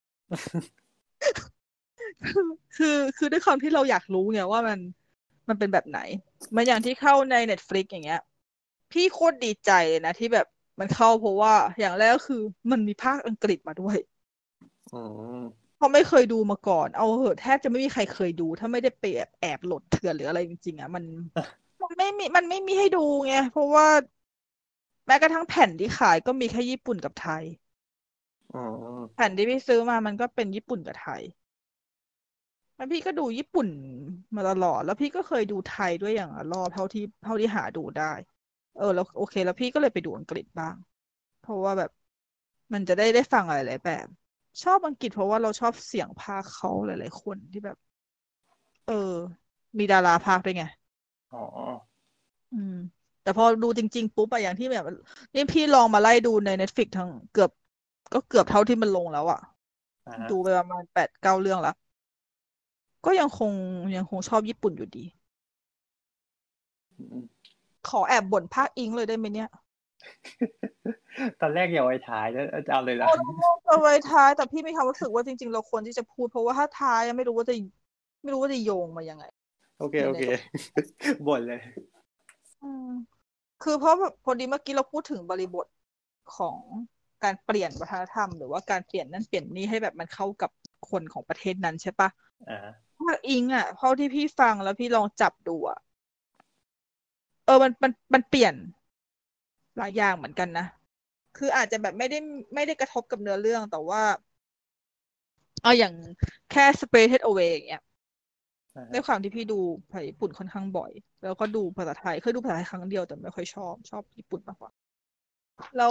คือ คือด้วยความที่เราอยากรู้ไงว่ามัน มันเป็นแบบไหน เหมือนอย่างที่เข้าใน Netflix อย่างเงี้ย พี่โคตรดีใจเลยนะที่แบบมันเข้า เพราะว่าอย่างแรกก็คือมันมีภาคอังกฤษมาด้วยอืมเพราะไม่เคยดูมาก่อน เอาเหอะ แทบจะไม่มีใครเคยดู ถ้าไม่ได้ไปแอบ แอบโหลดเถื่อนหรืออะไรจริง ๆ อะ มัน มันไม่มี มันไม่มีให้ดูไง เพราะว่า แม้กระทั่งแผ่นที่ขายก็มีแค่ญี่ปุ่นกับไทยอ๋อแผ่นที่พี่ซื้อมามันก็เป็นญี่ปุ่นกับไทย แล้วพี่ก็ดูญี่ปุ่นมาตลอด แล้วพี่ก็เคยดูไทยด้วยอย่างละรอบเท่าที่ เท่าที่หาดูได้ เออ แล้ว โอเค แล้วพี่ก็เลยไปดูอังกฤษบ้าง เพราะว่าแบบมันจะได้ ได้ฟังหลาย ๆ แบบ ชอบอังกฤษเพราะว่าเราชอบเสียงพากย์เขาหลาย ๆ คนที่แบบ เออ มีดาราพากย์ด้วยไงอ๋ออืม แต่พอดูจริง ๆ ปุ๊บอะ อย่างที่แบบ นี่พี่ลองมาไล่ดูใน Netflix ทั้ง เกือบ ก็เกือบเท่าที่มันลงแล้วอะอะฮะดูไปประมาณ แปดเก้า เรื่องแล้ว ก็ยังคง ยังคงชอบญี่ปุ่นอยู่ดีอืมขอแอบบ่นภาคอิงค์เลยได้ไหมเนี่ย? ตอนแรกอย่าเอาไว้ท้ายนะ เออ จะเอาเลยเหรอ? เออ เอาไว้ท้าย แต่พี่มีความรู้สึกว่าจริง ๆ เราควรที่จะพูด เพราะว่าถ้าท้ายอะไม่รู้ว่าจะ ไม่รู้ว่าจะโยงมายังไงโอเคใน ในตรงๆ บ่นเลยอืม คือเพราะแบบพอดีเมื่อกี้เราพูดถึงบริบทของการเปลี่ยนวัฒนธรรม หรือว่าการเปลี่ยนนั่นเปลี่ยนนี่ให้แบบมันเข้ากับคนของประเทศนั้น ใช่เปล่า? อะฮะภาคอิงค์อะ เท่าที่พี่ฟังแล้วพี่ลองจับดูอะ เออ มัน มัน มันเปลี่ยน หลายอย่างเหมือนกันนะ คืออาจจะแบบไม่ได้ ไม่ได้กระทบกับเนื้อเรื่อง แต่ว่า เอาอย่างแค่ Spirited Away อย่างเงี้ยอะฮด้วยะความที่พี่ดูภาษาญี่ปุ่นค่อนข้างบ่อย แล้วก็ดูภาษาไทย เคยดูภาษาไทยครั้งเดียวแต่ไม่ค่อยชอบ ชอบญี่ปุ่นมากกว่า แล้ว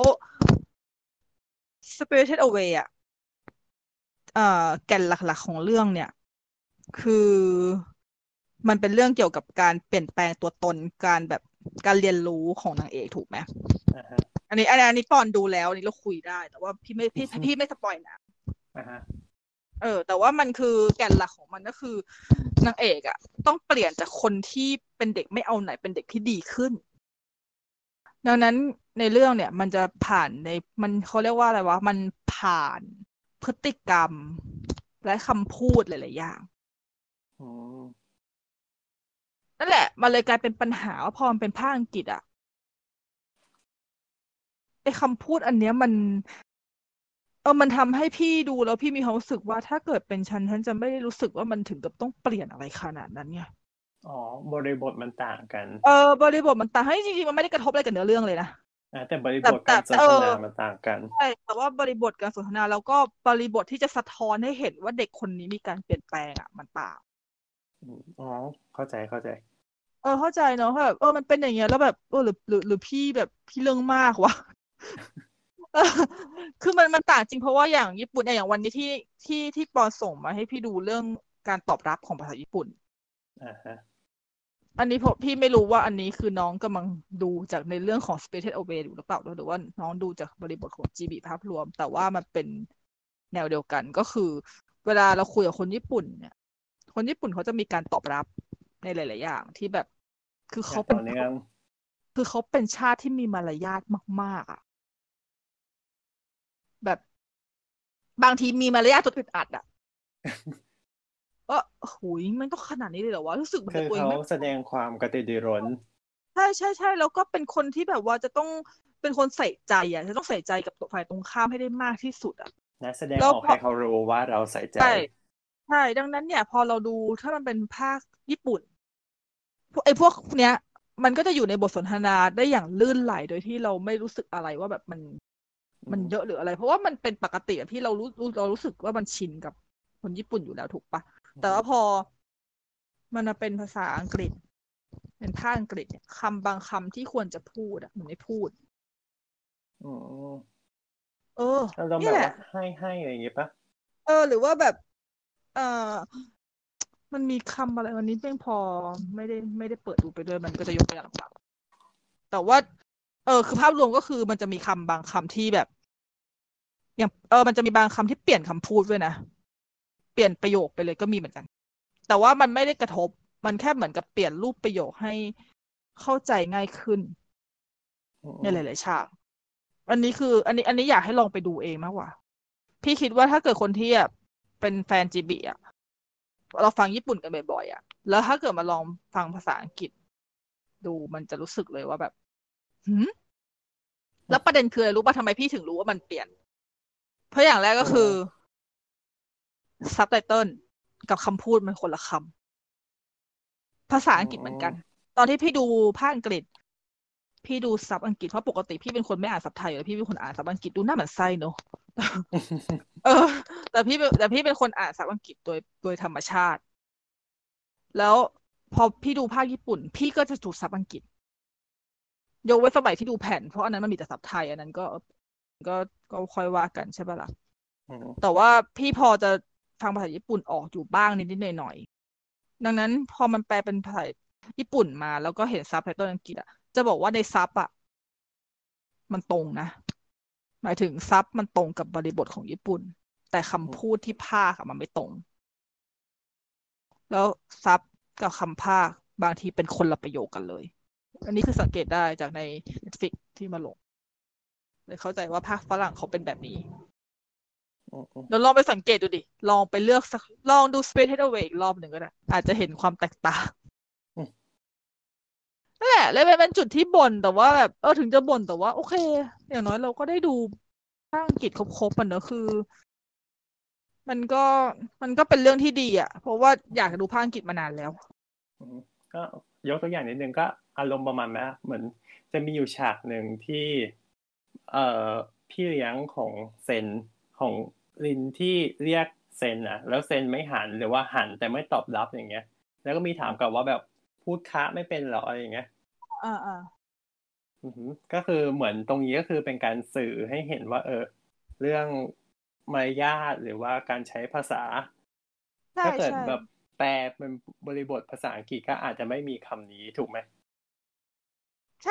Spirited Away อะ เอ่อ แก่นหลัก ๆ ของเรื่องเนี่ย คือมันเป็นเรื่องเกี่ยวกับการเปลี่ยนแปลงตัวตน การแบบ การเรียนรู้ของนางเอกถูกไหม? อะฮะอันนี้ อัน อันนี้ปอนดูแล้ว อันนี้เราคุยได้ แต่ว่าพี่ไม่ พี่ พี่ไม่สปอยล์นะอะฮะเออ แต่ว่ามันคือแก่นหลักของมัน ก็คือนางเอกอะต้องเปลี่ยนจากคนที่เป็นเด็กไม่เอาไหน เป็นเด็กที่ดีขึ้น ดังนั้นในเรื่องเนี่ยมันจะผ่านใน มัน เขาเรียกว่าอะไรวะ มันผ่านพฤติกรรมและคำพูดหลาย ๆ อย่างอ๋อนั่นแหละ มันเลยกลายเป็นปัญหาว่าพอมันเป็นภาคอังกฤษอะ ไอ้คำพูดอันเนี้ยมัน เออ มันทำให้พี่ดูแล้วพี่มีความรู้สึกว่า ถ้าเกิดเป็นฉัน ฉันจะไม่ได้รู้สึกว่ามันถึงกับต้องเปลี่ยนอะไรขนาดนั้นไงอ๋อ บริบทมันต่างกันเออ บริบทมันต่าง เฮ้ย จริง ๆ มันไม่ได้กระทบอะไรกับเนื้อเรื่องเลยนะอา แต่บริแต่บทแตก่ารสแต่นเอทอนามันต่างกันใช่ แต่ว่าบริบทการสนทนา แล้วก็บริบทที่จะสะท้อนให้เห็นว่าเด็กคนนี้มีการเปลี่ยนแปลงอะมันต่างอืมอ๋อเข้าใจเข้าใจเออเข้าใจเนาะว่าแบบเออมันเป็นอย่างเงี้ยแล้วแบบเออหรือหรือหรือพี่แบบพี่เรื่องมากวะ เออคือมันมันต่างจริงเพราะว่าอย่างญี่ปุ่นเนี่ยอย่างวันนี้ที่ที่ที่ปอส่งมาให้พี่ดูเรื่องการตอบรับของภาษาญี่ปุ่นอ่าฮะอันนี้ผมพี่ไม่รู้ว่าอันนี้คือน้องกำลังดูจากในเรื่องของ Spirited Away อยู่หรือเปล่าหรือว่าน้องดูจากบริบทของ จี บี ภาพรวม แต่ว่ามันเป็นแนวเดียวกันก็คือเวลาเราคุยกับคนญี่ปุ่นเนี่ยคนญี่ปุ่นเขาจะมีการตอบรับในหลาย ๆ อย่างที่แบบคืออย่าเขางเป็นต่อเนื่องคือเขาเป็นชาติที่มีมารยาทมาก ๆอ่ะแบบบางทีมีมารยาทจนอึดอัดอ่ะเออหุยมันต้องขนาดนี้เลยเหรอวะรู้สึกเหมือนคือเขากับตัวเองไม่แสดงความกระตือรือร้นใช่ใช่ใช่แล้วก็เป็นคนที่แบบว่าจะต้องเป็นคนใส่ใจอ่ะจะต้องใส่ใจกับฝ่ายตรงข้ามให้ได้มากที่สุดอ่ะนะแสดงแล้วพอออกให้เขารู้ว่าเราใส่ใจใช่ใช่ดังนั้นเนี่ยพอเราดูถ้ามันเป็นภาคญี่ปุ่นพวกไอ้พวกเนี้ยมันก็จะอยู่ในบทสนทนาได้อย่างลื่นไหลโดยที่เราไม่รู้สึกอะไรว่าแบบมันอืมันมเยอะหรืออะไรเพราะว่ามันเป็นปกติอะที่เรารู้รู้เรารู้สึกว่ามันชินกับคนญี่ปุ่นอยู่แล้วถูกปะอืมแต่ว่าพอมันมาเป็นภาษาอังกฤษเป็นภาคอังกฤษเนี่ยคำบางคำที่ควรจะพูดอะมันไม่พูดอืมเออเราลองนี่แหละแบบว่าให้ให้อะไรอย่างงี้ปะเออหรือว่าแบบเออมันมีคำอะไรวันนี้เพ่งพอไม่ได้ไม่ได้เปิดดูไปด้วยมันก็จะยกตัวอย่างลำบากแต่ว่าเออคือภาพรวมก็คือมันจะมีคำบางคำที่แบบอย่างเออมันจะมีบางคำที่เปลี่ยนคำพูดด้วยนะเปลี่ยนประโยคไปเลยก็มีเหมือนกันแต่ว่ามันไม่ได้กระทบมันแค่เหมือนกับเปลี่ยนรูปประโยคให้เข้าใจง่ายขึ้นอืในหมลายๆฉากอันนี้คืออันนี้อันนี้อยากให้ลองไปดูเองมากกว่าพี่คิดว่าถ้าเกิดคนที่แบบเป็นแฟนจีบีอ่ะ เราฟังญี่ปุ่นกันบ่อยๆอ่ะแล้วถ้าเกิดมาลองฟังภาษาอังกฤษดูมันจะรู้สึกเลยว่าแบบหืมแล้วประเด็นคืออะไรรู้ป่ะทำไมพี่ถึงรู้ว่ามันเปลี่ยนเพราะอย่างแรกก็อืคือมซับไตเติลกับคำพูดมันคนละคำภาษาอือังกฤษเหมือนกันมตอนที่พี่ดูภาคอังกฤษพี่ดูซับอังกฤษเพราะปกติพี่เป็นคนไม่อ่านซับไทยเลยพี่เป็นคนอ่านซับอังกฤษดูหน้าเหมือนไส้เนอะ เออแต่พี่เป็นแต่พี่เป็นคนอ่านซับอังกฤษโดยโดยธรรมชาติแล้วพอพี่ดูภาคญี่ปุ่นพี่ก็จะดูซับอังกฤษ ยกเว้นสมัยที่ดูแผ่นเพราะอันนั้นมันมีแต่ซับไทยอันนั้นก็ก็ก็ค่อยว่ากันใช่ปะล่ะอืมแต่ว่าพี่พอจะฟังภาษาญี่ปุ่นออกอยู่บ้างนิดๆหน่อยๆดังนั้นพอมันแปลเป็นภาษาญี่ปุ่นมาแล้วก็เห็นซับไตเติลอังกฤษอ่ะจะบอกว่าในซับอ่ะมันตรงนะหมายถึงซับมันตรงกับบริบทของญี่ปุ่นแต่อืคำมพูดที่พากย์อะมันไม่ตรงแล้วซับกับคำพากย์บางทีเป็นคนละประโยคกันเลยอันนี้คือสังเกตได้จากใน Netflix ที่มาลง เลยเข้าใจว่าภาคฝรั่งเขาเป็นแบบนี้อืมอืมเราลองไปสังเกตดูดิ ลองไปเลือกสักลองดู Spirited Away อีกรอบหนึ่งก็ได้ อาจจะเห็นความแตกต่างอืมนั่นแหละเลยเป็นจุดที่บ่นแต่ว่าแบบเออถึงจะบ่นแต่ว่าโอเค อย่างน้อยเราก็ได้ดูภาคอังกฤษครบๆมันเนอะคือ มันก็มันก็เป็นเรื่องที่ดีอ่ะ เพราะว่าอยากจะดูภาคอังกฤษมานานแล้วอืมก็ยกตัวอย่างนิดนึงก็อารมณ์ประมาณนั้นเหมือนจะมีอยู่ฉากหนึ่งที่เอ่อพี่เลี้ยงของเซนของลินที่เรียกเซนอ่ะแล้วเซนไม่หันหรือว่าหันแต่ไม่ตอบรับอย่างเงี้ยแล้วก็มีถามกลับว่าแบบพูดคะไม่เป็นเหรออะไรอย่างเงี้ยอ่าอ่าอือหือก็คือเหมือนตรงนี้ก็คือเป็นการสื่อให้เห็นว่าเออเรื่องมารยาทหรือว่าการใช้ภาษาใช่ถ้าเกิดใช่แบบแปลเป็นบริบทภาษาอังกฤษก็อาจจะไม่มีคำนี้ถูกไหมใช่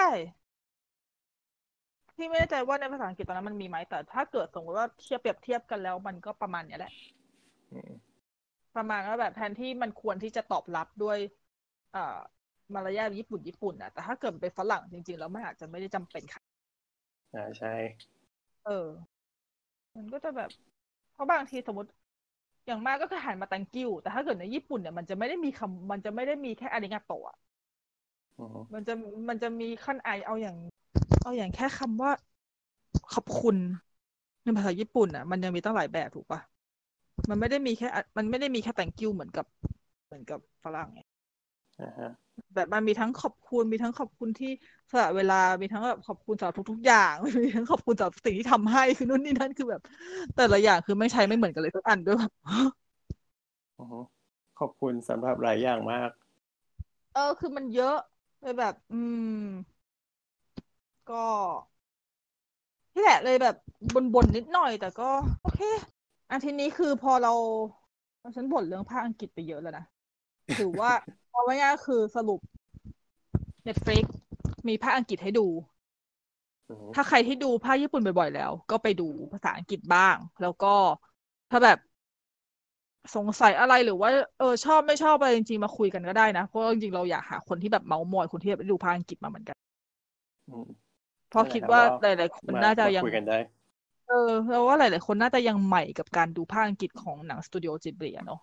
พี่ไม่แน่ใจว่าในภาษาอังกฤษตอนนั้นมันมีไหมแต่ถ้าเกิดสมมติว่าเทียบเปรียบเทียบกันแล้วมันก็ประมาณเนี้ยแหละอืมประมาณว่าแบบแทนที่มันควรที่จะตอบรับด้วยเอ่อมารยาทญี่ปุ่นญี่ปุ่นนะแต่ถ้าเกิดเป็นฝรั่งจริงๆแล้วมันอาจจะไม่ได้จำเป็นค่ะอ่าใช่เออมันก็จะแบบเพราะบางทีสมมติอย่างมากก็คือหันมา thank you แต่ถ้าเกิดในญี่ปุ่นเนี่ยมันจะไม่ได้มีคำมันจะไม่ได้มีแค่อาริงาโตะอืมมันจะมันจะมีขั้นไอเอาอย่างเอาอย่างแค่คำว่าขอบคุณในภาษาญี่ปุ่นอ่ะมันยังมีตั้งหลายแบบถูกปะมันไม่ได้มีแค่มันไม่ได้มีแค่ thank you เหมือนกับเหมือนกับฝรั่งอ่าฮะแบบมันมีทั้งขอบคุณมีทั้งขอบคุณที่สละเวลามีทั้งแบบขอบคุณสำหรับทุกๆอย่างมีทั้งขอบคุณสำหรับสิ่งที่ทำให้คือนู่นนี่นั่นคือแบบแต่ละอย่างคือไม่ใช้ไม่เหมือนกันเลยทุกอันด้วยแบบอืมขอบคุณสำหรับหลายอย่างมากเออคือมันเยอะเลยแบบ อืม ก็นี่แหละเลยแบบบ่นๆนิดหน่อยแต่ก็โอเคอันทีนี้คือพอเราฉันบ่นเรื่องภาคอังกฤษไปเยอะแล้วนะถือว่าเอาไว้ง่ายคือสรุป Netflix มีภาคอังกฤษให้ดู ถ้าใครที่ดูภาคญี่ปุ่นบ่อยๆแล้วก็ไปดูภาษาอังกฤษบ้าง แล้วก็ถ้าแบบสงสัยอะไรหรือว่าเออชอบไม่ชอบอะไรจริงๆมาคุยกันก็ได้นะเพราะจริงๆเราอยากหาคนที่แบบเมาท์มอยคนที่แบบได้ดูภาคอังกฤษมาเหมือนกันเพราะคิดว่าหลายๆคนน่าจะยังเออเราว่าหลายๆคนน่าจะยังใหม่กับการดูภาคอังกฤษของหนังสตูดิโอจิบลิเนาะ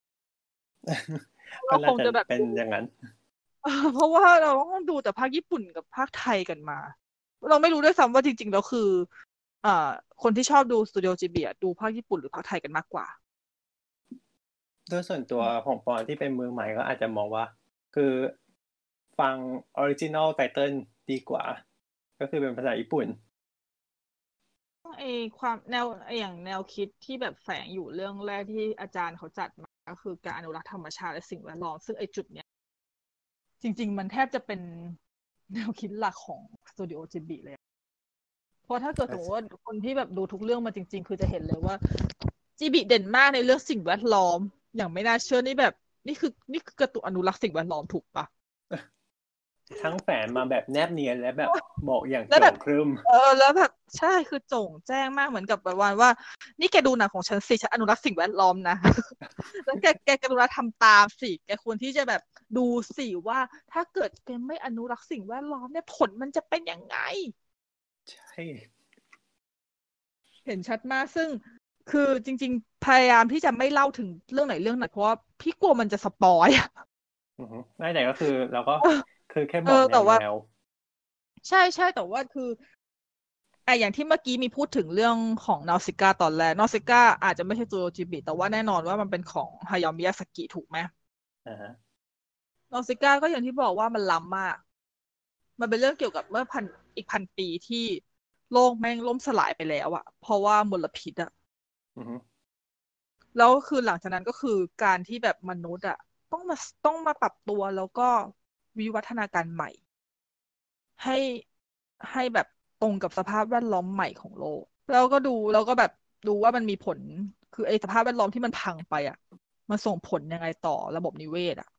ก็น่าจะเป็นอย่างนั้นเพราะว่าเราต้องดูแต่ภาคญี่ปุ่นกับภาคไทยกันมาเราไม่รู้ด้วยซ้ำว่าจริงๆแล้วคืออ่าคนที่ชอบดูสตูดิโอจิบลิดูภาคญี่ปุ่นหรือภาคไทยกันมากกว่าโดยส่วนตัวของปอนที่เป็นมือใหม่ก็อาจจะมองว่าคือฟังออริจินอลไตเติ้ลดีกว่าก็คือเป็นภาษาญี่ปุ่นไอความแนวไออย่างแนวคิดที่แบบแฝงอยู่เรื่องแรกที่อาจารย์เขาจัดมาก็คือการอนุรักษ์ธรรมชาติและสิ่งแวดล้อมซึ่งไอจุดเนี้ยจริงๆมันแทบจะเป็นแนวคิดหลักของสตูดิโอจิบลิเลยเพราะถ้าเกิดสมมติว่าคนที่แบบดูทุกเรื่องมาจริงๆคือจะเห็นเลยว่าจิบลิเด่นมากในเรื่องสิ่งแวดล้อมอย่างไม่น่าเชื่อนี่แบบนี่คือนี่คือการ์ตูนอนุรักษ์สิ่งแวดล้อมถูกปะทั้งแฝงมาแบบแนบเนียนและแบบบอกอย่างโจ่งครึมเออแล้วแบบใช่คือโจ่งแจ้งมากเหมือนกับแบบว่าว่านี่แกดูหนังของฉันสิฉันอนุรักษ์สิ่งแวดล้อมนะแล้วแกแกกรุณาทำตามสิแกควรที่จะแบบดูสิว่าถ้าเกิดแกไม่อนุรักษ์สิ่งแวดล้อมเนี่ยผลมันจะเป็นยังไงใช่เห็นชัดมากซึ่งคือจริงๆพยายามที่จะไม่เล่าถึงเรื่องไหนเรื่องไหนเพราะว่าพี่กลัวมันจะสปอยอ่ะไม่แต่ก็คือเราก็คือแค่บอกแนวใช่ใช่แต่ว่าคือไออย่างที่เมื่อกี้มีพูดถึงเรื่องของนอซิก้าตอนแรกนอซิก้าอาจจะไม่ใช่จูโรจิบิแต่ว่าแน่นอนว่ามันเป็นของฮายามิยาสกิถูกไหมอ่าฮะนอซิก้าก็อย่างที่บอกว่ามันล้ำมากมันเป็นเรื่องเกี่ยวกับเมื่อพันอีกพันปีที่โลกแม่งล่มสลายไปแล้วอะเพราะว่ามลพิษอะแล้วคือหลังจากนั้นก็คือการที่แบบมนุษย์อะต้องมาต้องมาปรับตัวแล้วก็วิวัฒนาการใหม่ให้ให้แบบตรงกับสภาพแวดล้อมใหม่ของโลกแล้วก็ดูแล้วก็แบบดูว่ามันมีผลคือไอ้สภาพแวดล้อมที่มันพังไปอ่ะมันส่งผลยังไงต่อระบบนิเวศอ่ะ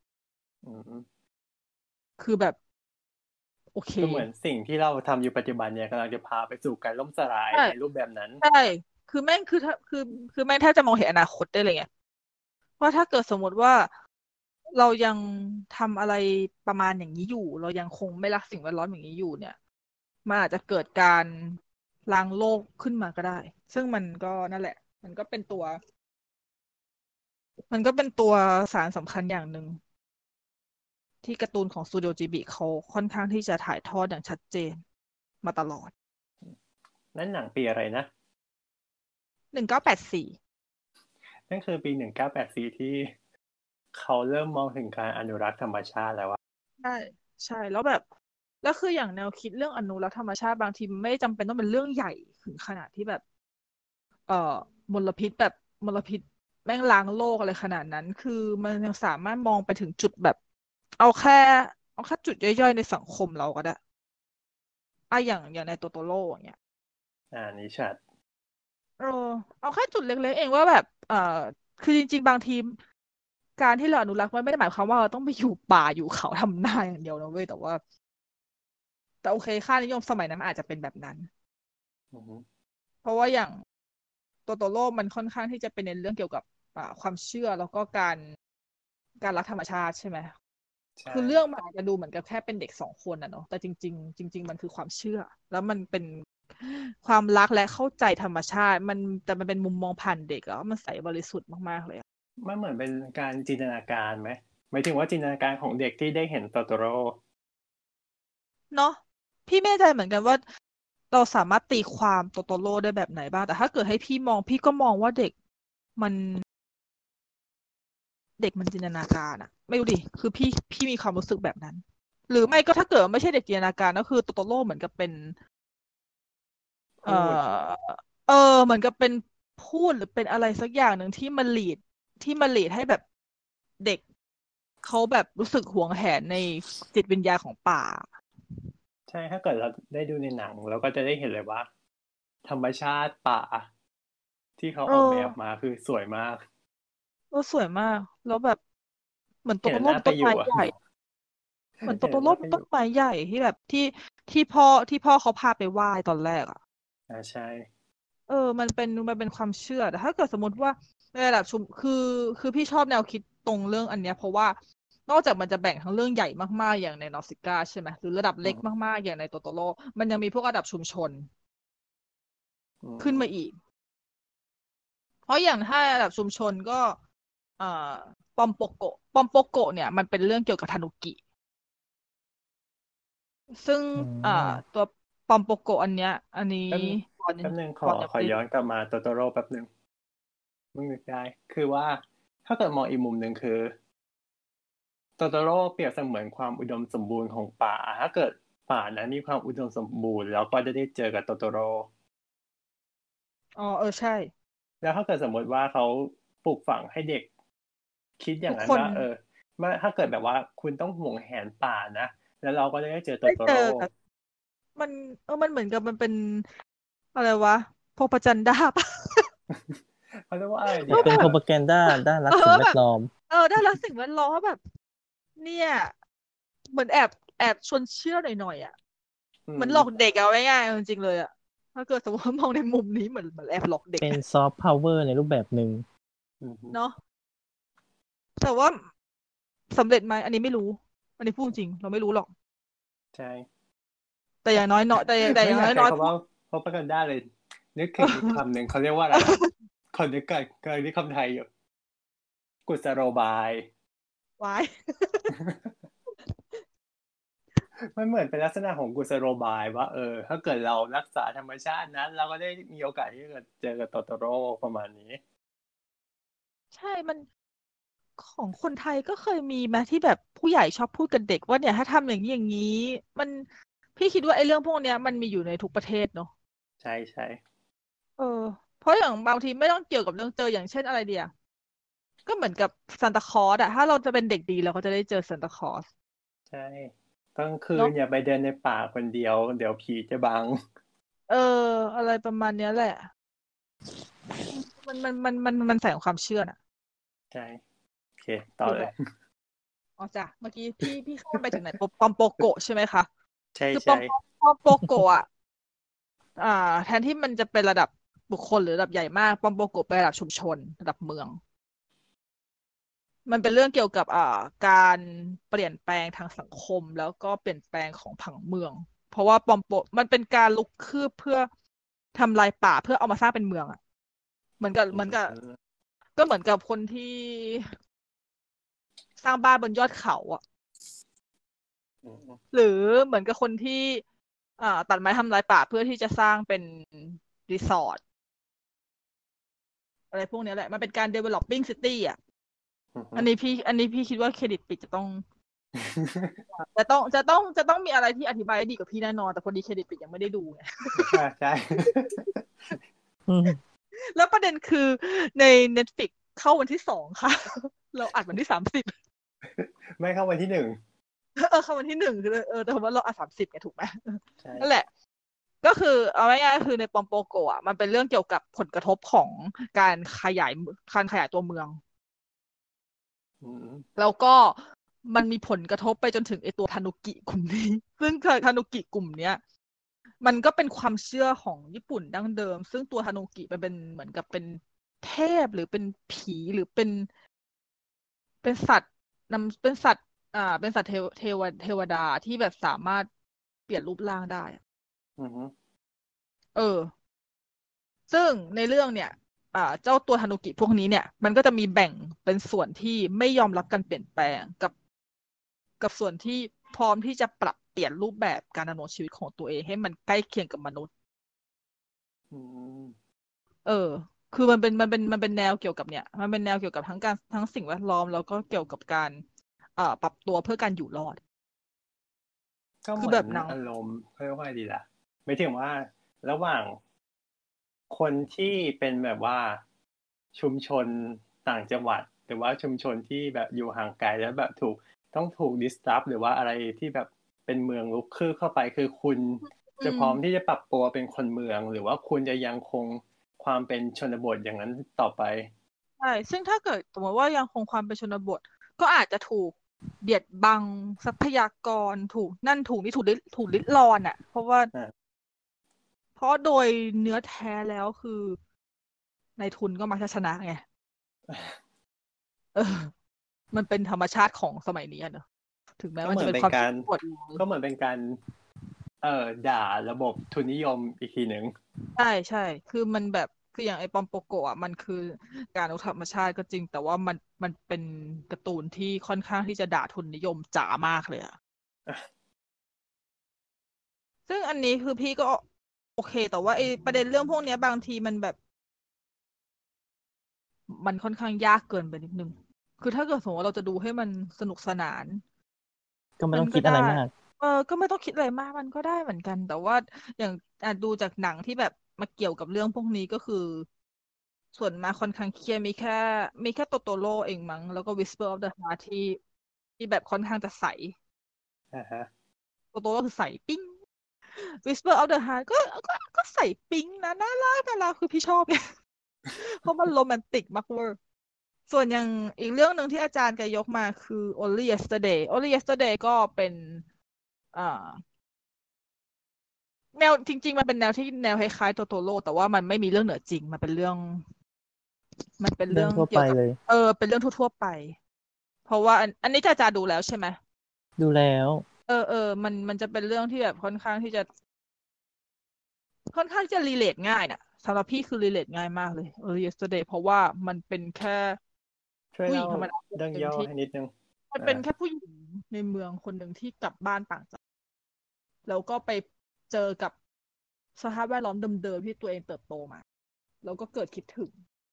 คือแบบโอเคก็เหมือนสิ่งที่เราทำอยู่ปัจจุบันเนี่ยกำลังจะพาไปสู่การล่มสลายในรูปแบบนั้นใช่คือแม่งคือถ้าคือคือแม่งแทบจะมองเห็นอนาคตได้เลยไงเพราะถ้าเกิดสมมติว่าเรายังทำอะไรประมาณอย่างนี้อยู่เรายังคงไม่รักสิ่งแวดล้อมอย่างนี้อยู่เนี่ยมันอาจจะเกิดการล้างโลกขึ้นมาก็ได้ซึ่งมันก็นั่นแหละมันก็เป็นตัวมันก็เป็นตัวสารสำคัญอย่างหนึ่งที่การ์ตูนของสตูดิโอจิบิเขาค่อนข้างที่จะถ่ายทอดอย่างชัดเจนมาตลอดนั่นหนังปีอะไรนะหนึ่งเก้าแปดสี่นั่นคือปีหนึ่งเก้าแปดสี่ที่เขาเริ่มมองถึงการอนุรักษ์ธรรมชาติแล้วว่าใช่ใช่แล้วแบบแล้วคืออย่างแนวคิดเรื่องอนุรักษ์ธรรมชาติบางทีไม่จำเป็นต้องเป็นเรื่องใหญ่ถึงขนาดที่แบบเอ่อมลพิษแบบมลพิษแม่งล้างโลกอะไรขนาดนั้นคือมันยังสามารถมองไปถึงจุดแบบเอาแค่เอาแค่จุดย่อยๆในสังคมเราก็ได้อ่ะอย่างอย่างในโตโตโร่อย่างเงี้ยอ่านิชัดเออเอาแค่จุดเล็กๆเองว่าแบบเอ่อคือจริงๆบางทีการที่เราอนุรักษ์มันไม่ได้หมายความว่าเราต้องไปอยู่ป่าอยู่เขาทำนาอย่างเดียวนะเว้ยแต่ว่าแต่โอเคค่านิยมสมัยนั้นมันอาจจะเป็นแบบนั้นเพราะว่าอย่างโตโตโร่มันค่อนข้างที่จะเป็นในเรื่องเกี่ยวกับความเชื่อแล้วก็การการรักธรรมชาติใช่ไหมคือเรื่องมันอาจจะดูเหมือนกับแค่เป็นเด็กสองคนนะเนาะแต่จริงๆจริงๆมันคือความเชื่อแล้วมันเป็นความรักและเข้าใจธรรมชาติมันแต่มันเป็นมุมมองผ่านเด็กแล้วมันใสบริสุทธิ์มากๆเลยมันเหมือนเป็นการจินตนาการไหมหมายถึงว่าจินตนาการของเด็กที่ได้เห็นโตโตโร่เนาะพี่ไม่แน่ใจเหมือนกันว่าเราสามารถตีความโตโตโร่ได้แบบไหนบ้างแต่ถ้าเกิดให้พี่มองพี่ก็มองว่าเด็กมันเด็กมันจินตนาการอะไม่รู้ดิคือพี่พี่มีความรู้สึกแบบนั้นหรือไม่ก็ถ้าเกิดไม่ใช่เด็กจินตนาการก็คือโตโตโร่เหมือนกับเป็นเออเออเหมือนกับเป็นพูดหรือเป็นอะไรสักอย่างหนึ่งที่มันลีดที่มันลีดให้แบบเด็กเขาแบบรู้สึกหวงแหนในจิตวิญญาณของป่าใช่ถ้าเกิดเราได้ดูในหนังเราก็จะได้เห็นเลยว่าธรรมชาติป่าที่เขาเอออกอแบบมาคือสวยมากเออสวยมากแล้วแบบเหมือนโตเห็นโตแล้วโร่น่าเป็นไปต้นอยู่ไม้อะใหญ่เหมือนโตเห็นโตแล้วโร่น่าเป็ไปนอต้นยู่ไม้ใหญ่ที่แบบที่ที่พ่อที่พ่อเขาพาไปไหว้ตอนแรกอ่ะอ่าใช่เออมันเป็นมันเป็นความเชื่อแต่ถ้าเกิดสมมติว่าในระดับชุมคือคือพี่ชอบแนวคิดตรงเรื่องอันเนี้ยเพราะว่านอกจากมันจะแบ่งทั้งเรื่องใหญ่มากๆอย่างในนอสิก้าใช่ไหมหรือระดับอืเล็กมมากๆอย่างในโตโตโร่มันยังมีพวกระดับชุมชนอืมขึ้นมาอีก เพราะอย่างถ้าระดับชุมชนก็เอ่อปอมโปโกะปอมโปโกะเนี่ยมันเป็นเรื่องเกี่ยวกับทานุกิ ซึ่งอือ่าม ตัวปอมโปโกะอันเนี้ย อันนี้แป๊บนึงบอลแป๊บนึงขบออลยังขไม่อได้ย้ดูอนกลับมาโตโตโร่แป๊บนึงเพิ่งนึกได้คือว่าถ้าเกิดมองอีกมุมหนึ่งคือโตโตโร่เปรียบเสมือนความอุดมสมบูรณ์ของป่าถ้าเกิดป่านั้นมีความอุดมสมบูรณ์เราก็จะได้เจอกับโตโตโร่อ๋อเออใช่แล้วถ้าเกิดสมมติว่าเขาปลูกฝังให้เด็กคิดอย่าทุงกนั้นคนว่า เออว่าถ้าเกิดแบบว่าคุณต้องห่วงแหนป่านะแล้วเราก็จะได้เจอโตได้โตเจโร่อกับ มันเออมันเหมือนกับมันเป็นอะไรวะโพปจันดาปะเขาเรียกว่าอะไรมัดีนเป็นอะ propaganda ด้านรัเอกสิ่งอแวแบดบล้อมเออด้านรักสิ่งแวดล้อมว่าแบบ เนี่ย เหมือนแอบแอบชวนเชื่อหน่อยๆอ่ะอืเหมือนมหลอกเด็กเอาง่ายๆเอาจริงๆเลยอ่ะ ถ้าเกิดสมมติว่ามองในมุมนี้เหมือนเหมือนแอบหลอกเด็กเป็นอะซอฟต์พาวเวอร์ในรูปแบบหนึ่งอือฮึเนาะแต่ว่าสำเร็จไหมอันนี้ไม่รู้ อันนี้พูดจริงเราไม่รู้หรอกใช่แต่อย่างน้อยเนาะแต่อย่างแต่อไม่ย่างอยากใช้น้อยๆคำพูว่าด propaganda เลย นึกเอถึงอีกอคำหนึ่งเขาเรียกว่าอะไรอะ ขอนึกก่อนกำลังนึกคำไทยอยู่ กุศโลบายว้ายมันเหมือนเป็นลักษณะของกุศโลบายว่า เออ ถ้าเกิดเรารักษาธรรมชาตินั้น เราก็ได้มีโอกาสที่จะเจอกับโตโตโร่ประมาณนี้ใช่ มัน ของคนไทยก็เคยมีไหมที่แบบผู้ใหญ่ชอบพูดกับเด็กว่าเนี่ยถ้าทำอย่างนี้อย่างนี้ มันพี่คิดว่าไอ้เรื่องพวกเนี้ยมันมีอยู่ในทุกประเทศเนาะใช่ใช่เออ เพราะอย่างบางทีไม่ต้องเกี่ยวกับเรื่องเจออย่างเช่นอะไรเดียก็เหมือนกับซานตาคลอสอะถ้าเราจะเป็นเด็กดีเราก็จะได้เจอซานตาคลอสใช่กลางคืนเนาะอย่าไปเดินในป่าคนเดียว เดี๋ยวผีจะบังเออ อะไรประมาณเนี้ยแหละ มันมันมันมันมันใส่ของความเชื่อน่ะใช่ โอเค ต่อคือเลแบยบ อ๋อจ้ะเมื่อกี้พี่พี่ข้ามไปถึงไหน ปอปอมโปโกะใช่ไหมคะใช่คือใชปอม่ ปอมโปโกะอะอ่า แทนที่มันจะเป็นระดับบุคคลหรือระดับใหญ่มาก ปอมโปโกะเป็นระดับชุมชน ระดับเมือง มันเป็นเรื่องเกี่ยวกับอ่าการเปลี่ยนแปลงทางสังคม แล้วก็เปลี่ยนแปลงของผังเมือง เพราะว่าปอมโปมันเป็นการลุกคืบเพื่อทำลายป่าเพื่อเอามาสร้างเป็นเมืองอะเหมือนกับเหมือนกับอืมก็เหมือนกับคนที่สร้างบ้านบนยอดเขาอะอืมหรือเหมือนกับคนที่อ่าตัดไม้ทำลายป่าเพื่อที่จะสร้างเป็นรีสอร์ทอะไรพวกนี้แหละ มันเป็นการ developing city อ่ะอือฮึอันนี้พี่ อันนี้พี่คิดว่าเครดิตปิดจะต้อง จะต้องจะต้องจะต้องมีอะไรที่อธิบายได้ดีกว่าพี่แน่นอน แต่พอดีเครดิตปิดยังไม่ได้ดูไงอ่าใช่อืมแล้วประเด็นคือใน Netflix เข้าวันที่สองค่ะ เราอัดวันที่สามสิบไม่เข้าวันที่หนึ่งเออเข้าวันที่หนึ่งคือเออแต่ว่าเราอัดสามสิบไงถูกไหมใช่นั่นแหละ ก็คือเอาง่ายๆคือในปอมโปโกะอ่ะมันเป็นเรื่องเกี่ยวกับผลกระทบของการขยายการขยายตัวเมืองอืมแล้วก็มันมีผลกระทบไปจนถึงไอตัวทานุกิกลุ่มนี้ ซึ่งทานุกิกลุ่มเนี้ย มันก็เป็นความเชื่อของญี่ปุ่นดั้งเดิม ซึ่งตัวทานุกิมันเป็นเหมือนกับเป็นเทพหรือเป็นผีหรือเป็น เป็นสัตว์นำเป็นสัตว์ อ่า เป็นสัตว์เทวเทวเทวดาที่แบบสามารถเปลี่ยนรูปร่างได้อะอือฮึเออ ซึ่งในเรื่องเนี่ย อ่า เจ้าตัวทานุกิพวกนี้เนี่ย มันก็จะมีแบ่งเป็นส่วนที่ไม่ยอมรับการเปลี่ยนแปลงกับ กับส่วนที่พร้อมที่จะปรับเปลี่ยนรูปแบบการดำรงชีวิตของตัวเองให้มันใกล้เคียงกับมนุษย์อืมเออ คือมันเป็นมันเป็นมันเป็นแนวเกี่ยวกับเนี่ย มันเป็นแนวเกี่ยวกับทั้งการทั้งสิ่งแวดล้อมแล้วก็เกี่ยวกับการเอ่อปรับตัวเพื่อการอยู่รอดก็เหคือมือแบนบหนังอารมณ์เขาเรียกว่าดีล่ะหมายถึงว่าระหว่างคนที่เป็นแบบว่าชุมชนต่างจังหวัดหรือว่าชุมชนที่แบบอยู่ห่างไกลแล้วแบบถูกต้องถูก disrupt หรือว่าอะไรที่แบบเป็นเมืองลุกคืบเข้าไปคือคุณจะพร้อมที่จะปรับตัวเป็นคนเมืองหรือว่าคุณจะยังคงความเป็นชนบทอย่างนั้นต่อไปใช่ซึ่งถ้าเกิดสมมติว่ายังคงความเป็นชนบทก็อาจจะถูกเบียดบังทรัพยากรถูกนั่นถูกนี่ถูกลิถูกลิดรอนอ่ะเพราะว่าเพราะโดยเนื้อแท้แล้วคือนายทุนก็มักจะชนะไงเออมันเป็นธรรมชาติของสมัยนี้เนอะถึงแม้มันจะเป็นความคิดกดก็เหมือนเป็นการเอ่อด่าระบบทุนนิยมอีกทีหนึ่งใช่ใช่คือมันแบบคืออย่างไอ้ปอมโปโกะอ่ะมันคือการเอาธรรมชาติก็จริงแต่ว่ามันมันเป็นการ์ตูนที่ค่อนข้างที่จะด่าทุนนิยมจ๋ามากเลยอ่ะซึ่งอันนี้คือพี่ก็โอเคแต่ว่าไอ้ประเด็นเรื่องพวกนี้บางทีมันแบบมันค่อนข้างยากเกินไปนิดนึงคือถ้าเกิดสมมติว่าเราจะดูให้มันสนุกสนานก็ไม่ต้องคิดอะไรมากเออก็ไม่ต้องคิดอะไรมากมันก็ได้เหมือนกันแต่ว่าอย่างอ่ะดูจากหนังที่แบบมาเกี่ยวกับเรื่องพวกนี้ก็คือส่วนมากค่อนข้างเครียดมีแค่มีแค่โตโตโร่เองมั้งแล้วก็ Whisper of the Heart ที่ที่แบบค่อนข้างจะใสอ่าฮะโตโตโร่คือใสปิ้ง Whisper of the Heart ก็ก็ก็ใสปิ้งนะน่ารักน่ารักคือพี่ชอบเนี่ยเพราะมันโรแมนติกมากเวอร์ส่วนอย่างอีกเรื่องหนึ่งที่อาจารย์แกยกมาคือ Only Yesterday Only Yesterday ก็เป็นอ่าแนวจริงๆมันเป็นแนวที่แนวคล้ายๆโตโตโร่แต่ว่ามันไม่มีเรื่องเหนือจริงมันเป็นเรื่องมันเป็นเรื่องทั่วไปเลยเออเป็นเรื่องทั่วๆไปเพราะว่าอันอันนี้อาจารย์ดูแล้วใช่ไหมดูแล้วเออเออมันมันจะเป็นเรื่องที่แบบค่อนข้างที่จะค่อนข้างที่จะรีเลทง่ายน่ะสำหรับพี่คือรีเลทง่ายมากเลยเออ yesterday เพราะว่ามันเป็นแค่ช่วยผู้หญิเล่างธรรมดาคนเรื่องหนึ่งที่ย่อให้นิดนึงมันเป็นแค่ผู้หญิงในเมืองคนหนึ่งที่กลับบ้านต่างจังหวัดแล้วก็ไปเจอกับสภาพแวดล้อมเดิมๆที่ตัวเองเติบโตมาแล้วก็เกิดคิดถึง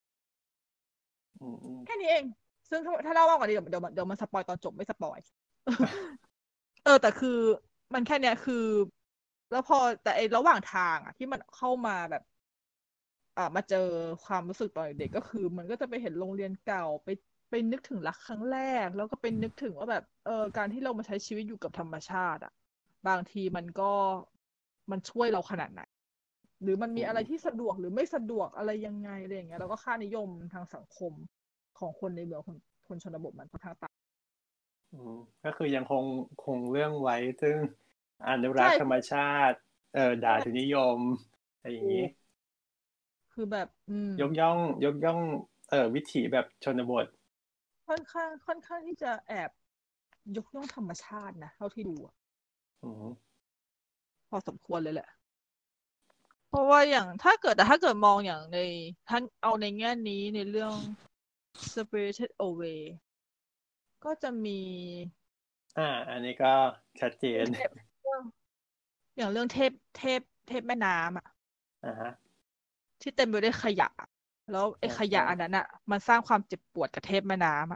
แค่นี้เองซึ่งถ้าเล่ามากกว่านี้เดี๋ยวเดี๋ยวเดี๋ยวมันสปอยตอนจบไม่สปอยเออแต่คือมันแค่เนี้ยคือแล้วพอแต่ไอ้ระหว่างทางอ่ะที่มันเข้ามาแบบอ่ามาเจอความรู้สึกตอนเด็กก็คือมันก็จะไปเห็นโรงเรียนเก่าไปไปนึกถึงรักครั้งแรกแล้วก็ไปนึกถึงว่าแบบเออการที่เรามาใช้ชีวิตอยู่กับธรรมชาติอ่ะบางทีมันก็มันช่วยเราขนาดไหนหรือมันมีอะไรที่สะดวกหรือไม่สะดวกอะไรยังไงอะไรอย่างเงี้ยแล้วก็ค่านิยมทางสังคมของคนในเมืองคนคนชนบทมันค่อนข้างต่างก็คือยังคงคงเรื่องไว้ซึ่งอนุรักษ์ธรรมชาติเออด่าทุนนิยมอะไรอย่างนี้คือแบบยกย่องยกย่องเออวิถีแบบชนบทค่อนข้างค่อนข้างที่จะแอบยกย่องธรรมชาตินะเท่าที่ดูพอสมควรเลยแหละเพราะว่าอย่างถ้าเกิดแต่ถ้าเกิดมองอย่างในท่านเอาในแง่นี้ในเรื่อง Spirited Away ก็จะมีอ่าอันนี้ก็ชัดเจนอย่างเรื่องเทพเทพเทพแม่น้ำอ่ะอ่าฮะที่เต็มไปด้วยขยะแล้วไอ้ขยะอันนั้นอ่ะมันสร้างความเจ็บปวดกับเทพแม่น้ำอ่ะ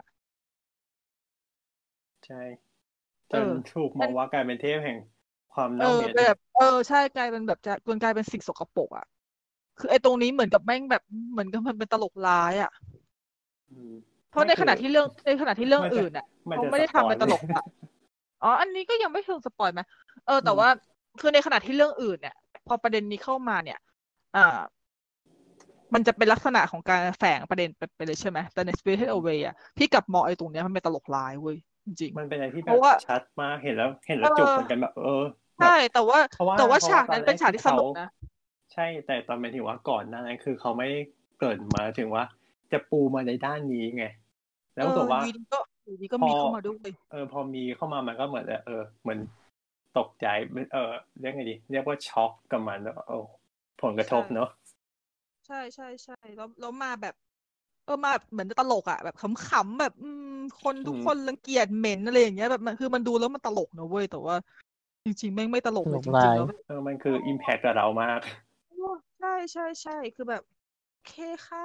ใช่จนถูกมองว่ากลายเป็นเทพแห่งความเอเน่าอเหม็นแบบเออใช่กลายเป็นแบบจะกลายเป็นสิ่งสกปรกอ่ะคือไอ้ตรงนี้เหมือนกับแม่งแบบเหมือนกับมันเป็นตลกร้ายอ่ะเพราะในขณะที่เรื่องในขณะที่เรื่องอื่นอ่ะเขาไม่ได้ทำเป็นตลกอ่ะอ๋ออันนี้ก็ยังไม่เชิงสปอยไหมเออแต่ว่าคือในขณะที่เรื่องอื่นเนี่ยพอประเด็นนี้เข้ามาเนี่ยอ่ามันจะเป็นลักษณะของการแฝงประเด็นไปเลยใช่ไหมแต่ใน Spirited Away อ่ะพี่กลับมองไอ้ตรงเนี้ยมันเป็นตลกร้ายเว้ยจริงมันเป็นอะไรที่เพแบบราะว่าชัดมากเห็นแล้วเห็นแล้วจุกเหมือนกันแบบเออใช่แต่ว่าแต่ว่าฉากนั้นั้นเป็นฉากที่สนุกนะใช่แต่ตอนเป็นถึงว่าก่อนหน้านั้นคือเขาไม่เกิดมาถึงว่าจะปูมาในด้านนี้ไงแล้วก็ว่าอยู่ดีก็อยู่ดีก็มีเข้ามาด้วยเออพอมีเข้ามามันก็เหมือนเออเหมือนตกใจเออเรียกไงดีเรียกว่าช็อกกับมันแล้วโอ้ผลกระทบเนาะใช่ใช่ใช่แล้วแล้วมาแบบเออมาแบบเหมือนตลกอ่ะแบบขำๆแบบอืมคนทุกคนรังเกียจเหม็นอะไรอย่างเงี้ยแบบมันคือมันดูแล้วมันตลกนะเว้ยแต่ว่าจริงๆแม่งไม่ตลกเลยจริงๆแล้วเออมันคืออิมแพคกับเรามากใช่ใช่ใช่คือแบบเคค่ะ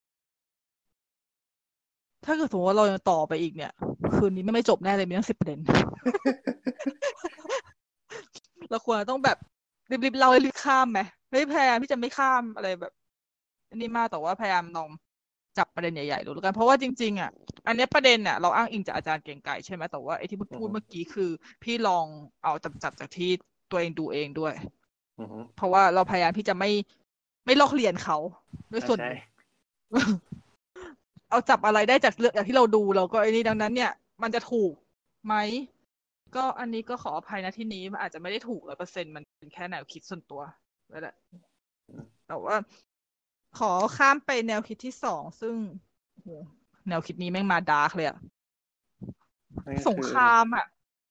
ถ้าเกิดสมมติว่าเรายังต่อไปอีกเนี่ยคืนนี้ไม่ไม่จบแน่เลยมีตั้งสิบประเด็นเราควรต้องแบบรีบๆเล่าให้รีบข้ามไหมไม่พยายามที่จะไม่ข้ามอะไรแบบอันนี้มากแต่ว่าพยายามลองจับประเด็นใหญ่ๆดูแล้วกันเพราะว่าจริงๆอ่ะอันนี้ประเด็นอ่ะเราอ้างอิงจากอาจารย์เก่งไก่ใช่ไหมแต่ว่าไอ้ที่พูดพูดเมื่อกี้คือพี่ลองเอาจับจับจากที่ตัวเองดูเองด้วยเพราะว่าเราพยายามที่จะไม่ไม่ลอกเลียนเขาด้วยส่วนเอาจับอะไรได้จากเรื่องอย่างที่เราดูเราก็ไอ้นี่ดังนั้นเนี่ยมันจะถูกไหมก็อันนี้ก็ขออภัยนะที่นี้มันอาจจะไม่ได้ถูกร้อยเปอร์เซ็นต์มันเป็นแค่แนวคิดส่วนตัวนั่นแหละแต่ว่าขอข้ามไปแนวคิดที่สองซึ่งโหแนวคิดนี้แม่งมาดาร์กเลยอะสงครามอะ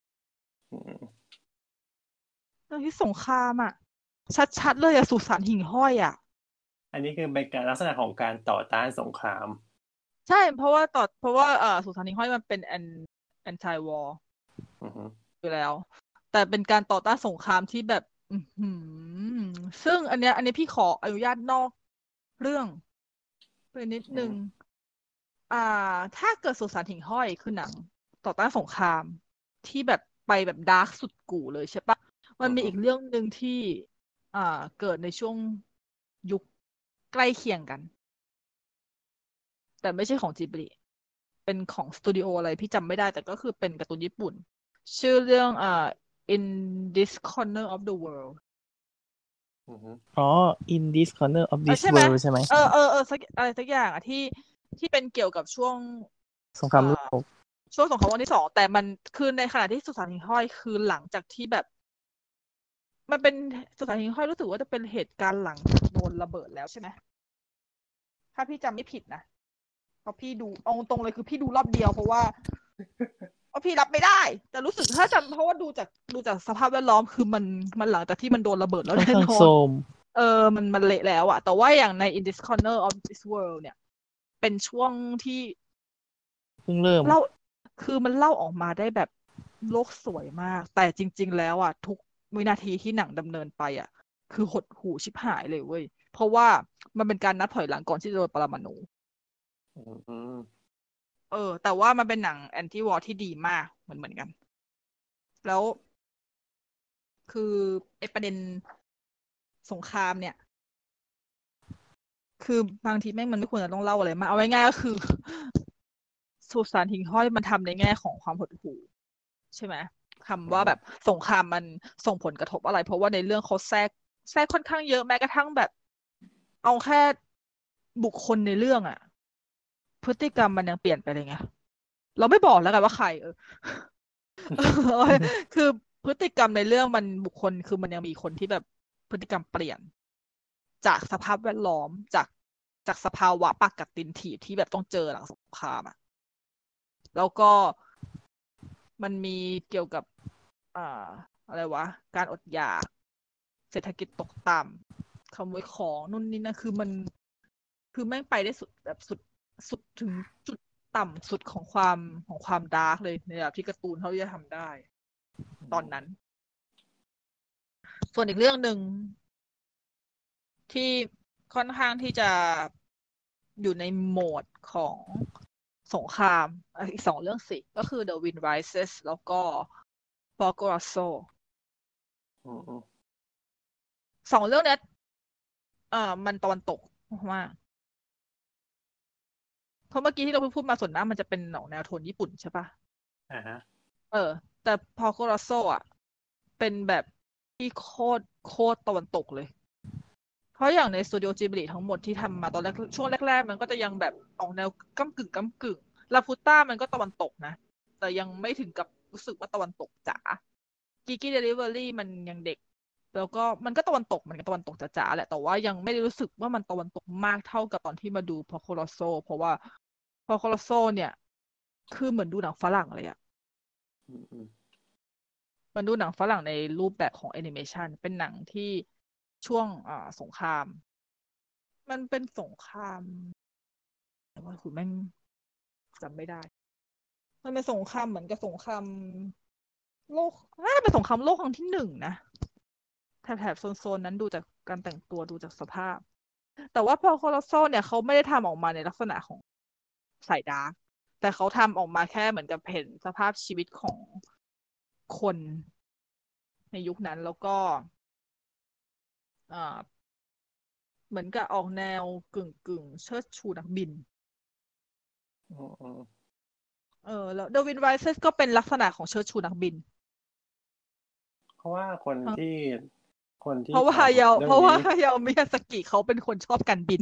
แนวคิดสงครามอะชัดๆเลยอะสุสานหิ่งห้อยอะอันนี้คือเป็นการลักษณะของการต่อต้านสงครามใช่เพราะว่าต่อเพราะว่าเอ่อสุสานหิ่งห้อยมันเป็นแอนแอนตี้วอร์อยู่แล้วแต่เป็นการต่อต้านสงครามที่แบบอืมซึ่งอันเนี้ยอันนี้พี่ขออนุญาตนอกเรื่องไปนิดนึงอ่าถ้าเกิดสุสานหิ่งห้อยคือหนังต่อต้านสงครามที่แบบไปแบบดาร์กสุดกู่เลยใช่ปะมันมีอีกเรื่องหนึ่งที่อ่าเกิดในช่วงยุคใกล้เคียงกันแต่ไม่ใช่ของจิบลิเป็นของสตูดิโออะไรพี่จำไม่ได้แต่ก็คือเป็นการ์ตูนญี่ปุ่นชื่อเรื่องอ่า In This Corner of the World อ๋อ In This Corner of เออ This ใช่ไหม World ใช่ไหมเออเออเออสักอะไรสักอย่างอะที่ที่เป็นเกี่ยวกับช่วงสงครามโลกช่วงสงครามโลกที่สองแต่มันคือในขณะที่สุสานหิ่งห้อยคือหลังจากที่แบบมันเป็นสุสานหิ่งห้อยรู้สึกว่าจะเป็นเหตุการณ์หลังจากโดนระเบิดแล้วใช่ไหมถ้าพี่จำไม่ผิดนะเพราะพี่ดูเอาตรงเลยคือพี่ดูรอบเดียวเพราะว่าเพราะพี่รับไม่ได้แต่รู้สึกถ้าจำเพราะว่าดูจากดูจากสภาพแวดล้อมคือมันมันหลังจากที่มันโดนระเบิดแล้วแน่นอนเออมันมันเละแล้วอะแต่ว่าอย่างใน In This Corner of This World เนี่ยเป็นช่วงที่เพิ่งเริ่มเล่าคือมันเล่าออกมาได้แบบโลกสวยมากแต่จริงๆแล้วอ่ะทุกวินาทีที่หนังดำเนินไปอ่ะคือหดหู่ชิบหายเลยเว้ยเพราะว่ามันเป็นการนับถอยหลังก่อนที่จะโดนปรมาณูเออแต่ว่ามันเป็นหนังแอนตี้วอร์ที่ดีมากเหมือนเหมือนกันแล้วคือไอประเด็นสงครามเนี่ยคือบางทีแม่งมันไม่ควรจะต้องเล่าอะไรมากเอาง่ายๆก็คือสุสานหิ่งห้อยมันทำในแง่ของความหดหู่ใช่ไหมคำว่าแบบสงครามมันส่งผลกระทบอะไรเพราะว่าในเรื่องเขาแทรกแทรกค่อนข้างเยอะแม้กระทั่งแบบเอาแค่บุคคลในเรื่องอะพฤติกรรมมันยังเปลี่ยนไปเลยไงเราไม่บอกแล้วกันว่าใครเออ คือพฤติกรรมในเรื่องมันบุคคลคือมันยังมีคนที่แบบพฤติกรรมเปลี่ยนจากสภาพแวดล้อมจากจากสภาวะปกติที่ที่แบบต้องเจอหลังสงครามอ่ะแล้วก็มันมีเกี่ยวกับอ่าอะไรวะการอดอยากเศรษฐกิจตกต่ำขโมยของนู่นนี่นะคือมันคือแม่งไปได้สุดแบบสุดสุดถึงจุดต่ำสุดของความของความดาร์กเลยในแบบที่การ์ตูนเขาจะทำได้ตอนนั้นส่วนอีกเรื่องหนึ่งที่ค่อนข้างที่จะอยู่ในโหมดของสงครามอีกสองเรื่องสิก็คือ The Wind Rises แล้วก็ Porco Rosso สองเรื่องนี้เอ่อมันตะวันตกมากเพราะเมื่อกี้ที่เราพูดมาส่วนมากมันจะเป็นหนังแนวโทนญี่ปุ่นใช่ปะอ่าฮะเออแต่ Porco Rosso อ่ะเป็นแบบที่โคตรโคตรตะวันตกเลยเพราะอย่างในสตูดิโอจิบลิทั้งหมดที่ทำมาตอนแรกช่วงแรกๆมันก็จะยังแบบออกแนวก้ำกึ่งก้ำกึ่งลาพูต้ามันก็ตะวันตกนะแต่ยังไม่ถึงกับรู้สึกว่าตะวันตกจ๋ากิกกี้เดลิเวอรี่มันยังเด็กแล้วก็มันก็ตะวันตกมันก็ตะวันตกจ๋าๆแหละแต่ว่ายังไม่ได้รู้สึกว่ามันตะวันตกมากเท่ากับตอนที่มาดูพอโคโลโซเพราะว่าพอโคโลโซเนี่ยคือเหมือนดูหนังฝรั่งเลยอะมันดูหนังฝรั่งในรูปแบบของแอนิเมชันเป็นหนังที่ช่วงอ่าสงครามมันเป็นสงครามแต่ว่าคุณแม่งจำไม่ได้มันเป็นสงครามเหมือนกับสงครามโลกน่าจะเป็นสงครามโลกครั้งที่หนึ่งนะแถบแถบโซนๆนั้นดูจากการแต่งตัวดูจากสภาพแต่ว่าพอโคโลโซเนี่ยเขาไม่ได้ทำออกมาในลักษณะของสายดาร์กแต่เขาทำออกมาแค่เหมือนกับเห็นสภาพชีวิตของคนในยุคนั้นแล้วก็อ่าเหมือนกับออกแนวกึ่งกึ่งเชิดชูนักบินอืมอืมเออแล้วเดวินไรเซสก็เป็นลักษณะของเชิดชูนักบินเพราะว่าคนที่คนเพที่ราะว่าทฮายาำเรื่เพองราะว่านี้ฮายามิยาสกิเขาเป็นคนชอบการบิน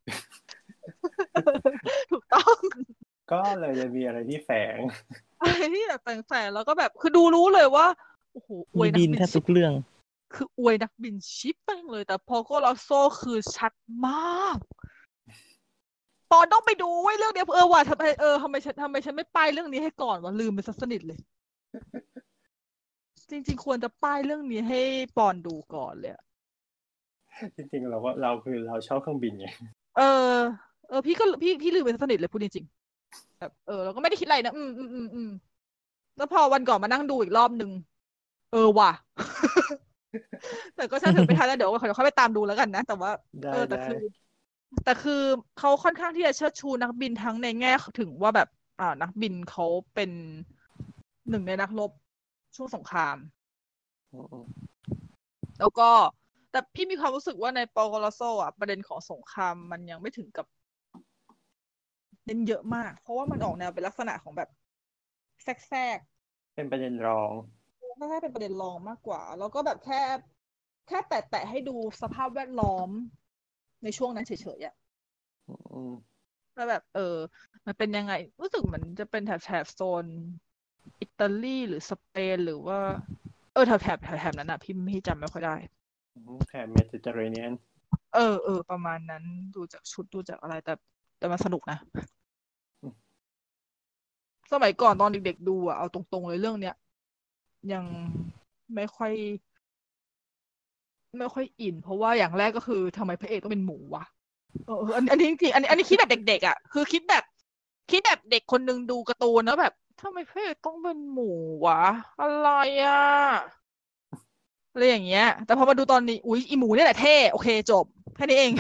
ถูกต้องก็เลยจะมีอะไรที่แฝงอะไรที่แบบแฝงๆแล้วก็แบบคือดูรู้เลยว่าโอ้โหอวมียนับิกนบินแทบชิทุบกเรื่องคืออวยนักบินชิปแม่งเลย แต่พอโกลอสโซคือชัดมาก ปอนต้องไปดูเว้ยเรื่องเนี้ยเออว่ะทำไมเออทำไมฉันทำไมฉันไม่ป้ายเรื่องนี้ให้ก่อนวะลืมไปซะสนิทเลย จริง ๆ ควรจะป้ายเรื่องนี้ให้ปอนดูก่อนเลยอะจริงๆเราก็เราคือเราชอบเครื่องบินไงเออ เออพี่ก็พี่พี่ลืมไปซะสนิทเลยพูดจริงๆแบบเออเราก็ไม่ได้คิดอะไรนะอืมอืมอืมอืมแล้วพอวันก่อนมานั่งดูอีกรอบนึงเออว่ะ แต่ก็ช่างเถอะไม่ทันแล้วเดี๋ยวเดี๋ยวค่อยไปตามดูแล้วกันนะแต่ว่าได้เออแต่ได้คือ แต่คือเขาค่อนข้างที่จะเชิดชูนักบินทั้งในแง่ถึงว่าแบบ อ่า นักบินเขาเป็นหนึ่งในนักรบช่วงสงครามอืมอืมแล้วก็ แต่พี่มีความรู้สึกว่าในปอกลโซอ่ะประเด็นของสงครามมันยังไม่ถึงกับเน้นเยอะมาก เพราะว่ามันออกแนวเป็นลักษณะของแบบแทรกเป็นประเด็นรองๆไม่ใช่เป็นประเด็นรองมากกว่า แล้วก็แบบแค่แค่แตะๆให้ดูสภาพแวดล้อมในช่วงนั้นเฉยๆอ่ะอืมแล้วแบบเออมันเป็นยังไงรู้สึกเหมือนจะเป็นแถบแถบโซนอิตาลีหรือสเปนหรือว่า เออแถบแถบแถบนั้นอ่ะพี่ไม่จำไม่ค่อยได้อืมแถบเมดิเตอร์เรเนียนเออเออประมาณนั้นดูจากชุดดูจากอะไรแต่แต่มันสนุกนะอืมสมัยก่อนตอนเด็กๆดูอ่ะเอาตรงๆเลยเรื่องเนี้ยยังไม่ค่อย ไม่ค่อยอิน เพราะว่าอย่างแรกก็คือทำไมพระเอกต้องเป็นหมูวะเออเอออันอันนี้จริงๆอันนี้อันนี้คิดแบบเด็กๆอ่ะคือคิดแบบ คิดแบบเด็กคนนึงดูการ์ตูนแล้วแบบทำไมพระเอกต้องเป็นหมูวะอะไรอ่ะอะไรอย่างเงี้ย แต่พอมาดูตอนนี้อุ๊ยอีหมูนี่แหละเท่โอเคจบแค่นี้เอง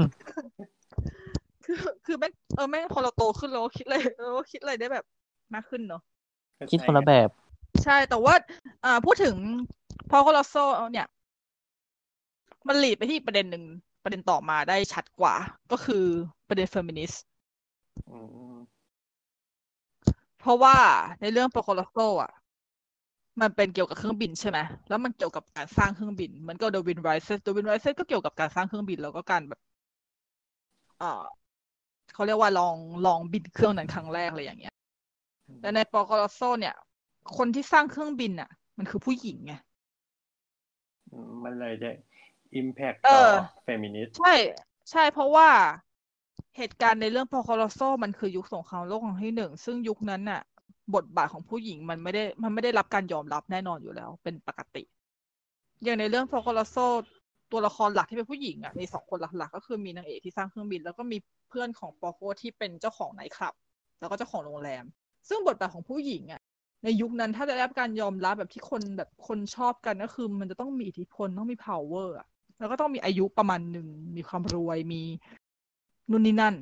คือคือแม่งเออแม่งพอเราโตขึ้นเราก็คิดเลยเราก็คิดอะไรได้แบบมากขึ้นเนาะก็คิดใช่คนละไงแบบใช่แต่ว่าอ่าพูดถึงพอโคลอสโซเนี่ย มันหลีดไปที่ประเด็นหนึ่งประเด็นต่อมาได้ชัดกว่า ก็คือประเด็นเฟมินิสต์อืมเพราะว่าในเรื่องโปโคลอสโซอ่ะ มันเป็นเกี่ยวกับเครื่องบินใช่ไหมแล้วมันเกี่ยวกับการสร้างเครื่องบินเหมันก็เดวินไรเซสเดวินไรเซสก็เกี่ยวกับการสร้างเครื่องบินแล้วก็การแบบเอ่อเขาเรียกว่าลองลองบินเครื่องนั้นครั้งแรกอะไรอย่างเงี้ยแต่ในโปโคลอสโซเนี่ย คนที่สร้างเครื่องบินอ่ะ มันคือผู้หญิงไงอืมมันเลยได้ impact เอต่ออเฟมินิสต์ใช่ใช่เพราะว่าเหตุการณ์ในเรื่องพอคอลอโซมันคือยุคสงครามโลกครั้งที่หนึ่งซึ่งยุคนั้นน่ะ บทบาทของผู้หญิงมันไม่ได้มันไม่ได้รับการยอมรับแน่นอนอยู่แล้ว เป็นปกติ อย่างในเรื่องพอคอลอโซตัวละครหลักที่เป็นผู้หญิงอ่ะมีสองคนหลักๆ ก็คือมีนางเอกที่สร้างเครื่องบิน แล้วก็มีเพื่อนของปอโกที่เป็นเจ้าของไนท์คลับ แล้วก็เจ้าของโรงแรม ซึ่งบทบาทของผู้หญิงอ่ะ ในยุคนั้นถ้าจะได้รับการยอมรับแบบที่คนแบบคนชอบกันก็คือมันจะต้องมีอิทธิพลต้องมี power อ่ะ แล้วก็ต้องมีอายุประมาณหนึ่งมีความรวยมีนู่นนี่นั่น